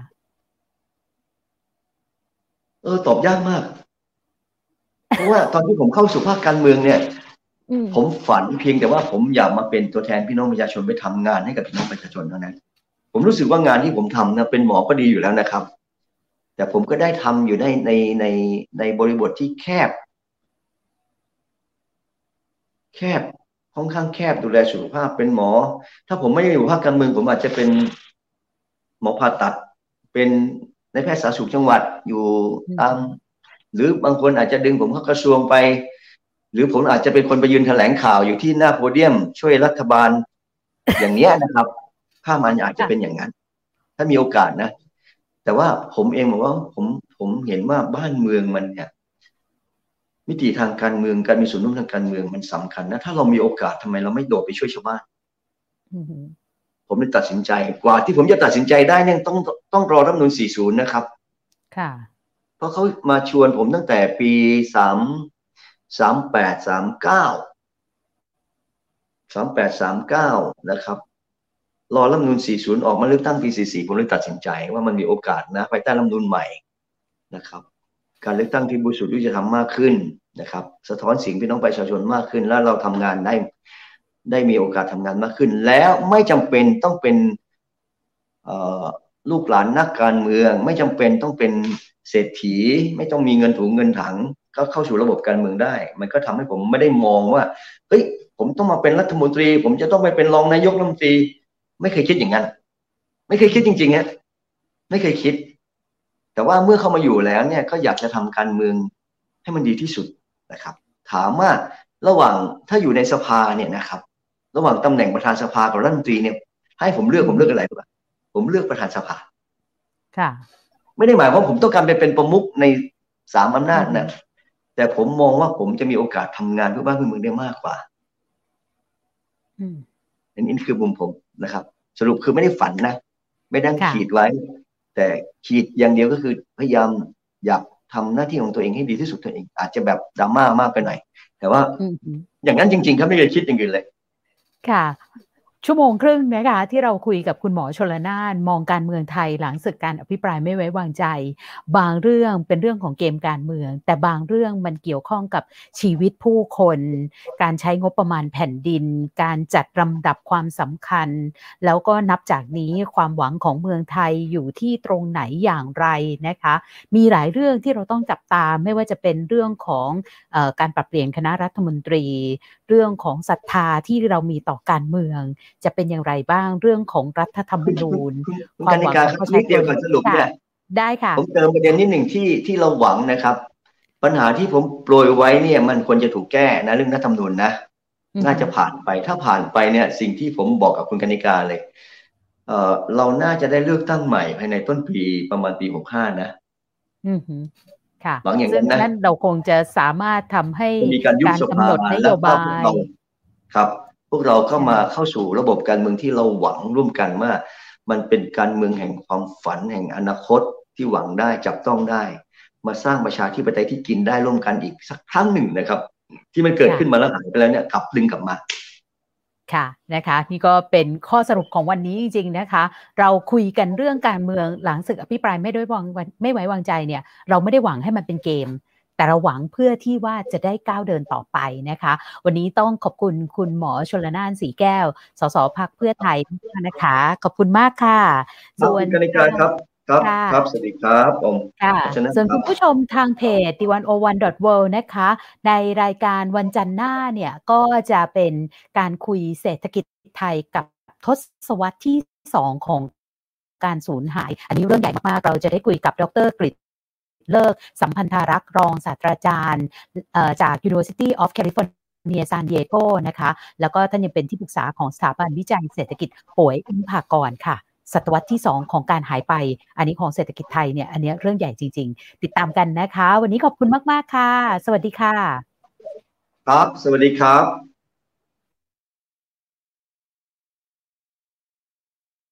[SPEAKER 2] เออตอบยากมากเพราะว่าตอนที่ผมเข้าสู่ภาคการเมืองเนี่ยผมฝันเพียงแต่ว่าผมอยากมาเป็นตัวแทนพี่น้องประชาชนไปทำงานให้กับพี่น้องประชาชนเท่านั้นผมรู้สึกว่างานที่ผมทำนะเป็นหมอก็ดีอยู่แล้วนะครับแต่ผมก็ได้ทำอยู่ในในในในบริบทที่แคบแคบค่อนข้างแคบดูแลสุขภาพเป็นหมอถ้าผมไม่ได้อยู่ภาคการเมืองผมอาจจะเป็นหมอผ่าตัดเป็นนายแพทย์สาธารณสุขจังหวัดอยู่ตามหรือบางคนอาจจะดึงผมเข้ากระทรวงไปหรือผมอาจจะเป็นคนไปยืนแถลงข่าวอยู่ที่หน้าโพเดียมช่วยรัฐบาลอย่างนี้นะครับภาพมันอาจจะเป็นอย่างนั้นถ้ามีโอกาสนะแต่ว่าผมเองบอกว่าผมผมเห็นว่าบ้านเมืองมันเนี่ยมิติทางการเมืองการมีส่วนร่วมทางการเมืองมันสำคัญนะถ้าเรามีโอกาสทำไมเราไม่โดดไปช่วยชาวบ้านผมเลยตัดสินใจกว่าที่ผมจะตัดสินใจได้เนี่ยต้องต้องรอรัฐธรรมนูญสี่สิบนะครับ
[SPEAKER 1] ค่ะ
[SPEAKER 2] เพราะเขามาชวนผมตั้งแต่ปีสามสามแปดสามเก้าสามแปดสามเก้านะครับรอรัฐธรรมนูญสี่สิบออกมาเลือกตั้งปีสี่สิบผมเลยตัดสินใจว่ามันมีโอกาสนะภายใต้รัฐธรรมนูญใหม่นะครับการเลือกตั้งที่บริสุทธิ์ยุติธรรมมากขึ้นนะครับสะท้อนเสียงพี่น้องประชาชนมากขึ้นแล้วเราทำงานได้ได้มีโอกาสทำงานมากขึ้นแล้วไม่จำเป็นต้องเป็นลูกหลานนักการเมืองไม่จำเป็นต้องเป็นเศรษฐีไม่ต้องมีเงินถุงเงินถังก็เข้าสู่ระบบการเมืองได้มันก็ทำให้ผมไม่ได้มองว่าเฮ้ยผมต้องมาเป็นรัฐมนตรีผมจะต้องไปเป็นรองนายกรัฐมนตรีไม่เคยคิดอย่างนั้นไม่เคยคิดจริงๆฮะไม่เคยคิดแต่ว่าเมื่อเข้ามาอยู่แล้วเนี่ยก็อยากจะทำการเมืองให้มันดีที่สุดนะครับถามว่าระหว่างถ้าอยู่ในสภาเนี่ยนะครับระหว่างตำแหน่งประธานสภากับรัฐมนตรีเนี่ยให้ผมเลือกผมเลือกอะไรบ้างผมเลือกประธานสภา
[SPEAKER 1] ค่ะ
[SPEAKER 2] ไม่ได้หมายว่าผมต้องการไปเป็นประมุขในสามอำนาจนะแต่ผมมองว่าผมจะมีโอกาสทำงานเพื่อบ้านเพื่อเมืองได้มากกว่าอันนี้คือมุมผมนะครับสรุปคือไม่ได้ฝันนะไม่ได้ขีดไว้แต่ขีดอย่างเดียวก็คือพยายามอยากทำหน้าที่ของตัวเองให้ดีที่สุดตัวเองอาจจะแบบดราม่ามากไปหน่อยแต่ว่าอย่างนั้นจริงๆครับไม่เคยคิดอย่างอื่นเลย
[SPEAKER 1] ค่ะชั่วโมงครึ่งนะคะที่เราคุยกับคุณหมอชลน่านมองการเมืองไทยหลังศึกการอภิปรายไม่ไว้วางใจบางเรื่องเป็นเรื่องของเกมการเมืองแต่บางเรื่องมันเกี่ยวข้องกับชีวิตผู้คนการใช้งบประมาณแผ่นดินการจัดลำดับความสำคัญแล้วก็นับจากนี้ความหวังของเมืองไทยอยู่ที่ตรงไหนอย่างไรนะคะมีหลายเรื่องที่เราต้องจับตาไม่ว่าจะเป็นเรื่องของเอ่อการปรับเปลี่ยนคณะรัฐมนตรีเรื่องของศรัทธาที่เรามีต่อการเมืองจะเป็นอย่างไรบ้างเรื่องของรัฐธรรมนูญ
[SPEAKER 2] ความหวังของประชาชนสรุปเนี่ย
[SPEAKER 1] ได้ค่ะ
[SPEAKER 2] ผมเติมประเด็นนิดหนึ่งที่ที่เราหวังนะครับปัญหาที่ผมโปรยไว้เนี่ยมันควรจะถูกแก้นะเรื่องรัฐธรรมนูญนะน่าจะผ่านไปถ้าผ่านไปเนี่ยสิ่งที่ผมบอกกับคุณกนิการเลยเอ่อเราน่าจะได้เลือกตั้งใหม่ภายในต้นปีประมาณปีหกสิบห้านะ
[SPEAKER 1] อือฮึค่ะ
[SPEAKER 2] หวังอย่าง
[SPEAKER 1] ซึ่ง
[SPEAKER 2] นั้นนะ
[SPEAKER 1] นั่นเราคงจะสามารถทำให้
[SPEAKER 2] มีการยุบสภา
[SPEAKER 1] กำหนดนโยบาย
[SPEAKER 2] ครับพวกเราเข้ามาเข้าสู่ระบบการเมืองที่เราหวังร่วมกันว่ามันเป็นการเมืองแห่งความฝันแห่งอนาคตที่หวังได้จับต้องได้มาสร้างประชาธิปไตยที่กินได้ร่วมกันอีกสักครั้งหนึ่งนะครับที่มันเกิดขึ้นมาแล้วหายไปแล้วเนี่ยกลับดึงกลับมา
[SPEAKER 1] ค่ะนะคะนี่ก็เป็นข้อสรุปของวันนี้จริงๆนะคะเราคุยกันเรื่องการเมืองหลังศึกอภิปรายไม่ไว้วางไม่ไว้วางใจเนี่ยเราไม่ได้หวังให้มันเป็นเกมแต่เราหวังเพื่อที่ว่าจะได้ก้าวเดินต่อไปนะคะวันนี้ต้องขอบคุณคุณหมอชลน่านสีแก้วสสพรรคเพื่อไทยนะคะขอบคุณมากค่ะ
[SPEAKER 2] ส่วนกนิการครับครับครับสวัสดีครับผม
[SPEAKER 1] ค่ะส่วนคุณผู้ชมทางเพจ ดี หนึ่ง ศูนย์ หนึ่ง ดอท เวิลด์ นะคะในรายการวันจันทร์หน้าเนี่ยก็จะเป็นการคุยเศรษฐกิจไทยกับทศวรรษที่สองของการสูญหายอันนี้เรื่องใหญ่มากๆเราจะได้คุยกับดร.กฤษเลิกสัมพันธารักษ์รองศาสตราจารย์จาก University of California San Diego นะคะแล้วก็ท่านยังเป็นที่ปรึกษาของสถาบันวิจัยเศรษฐกิจป่วยอิมภากรค่ะศตวรรษที่สองของการหายไปอันนี้ของเศรษฐกิจไทยเนี่ยอันนี้เรื่องใหญ่จริงๆติดตามกันนะคะวันนี้ขอบคุณมากๆค่ะสวัสดีค่ะ
[SPEAKER 2] ครับสวัสดีครับ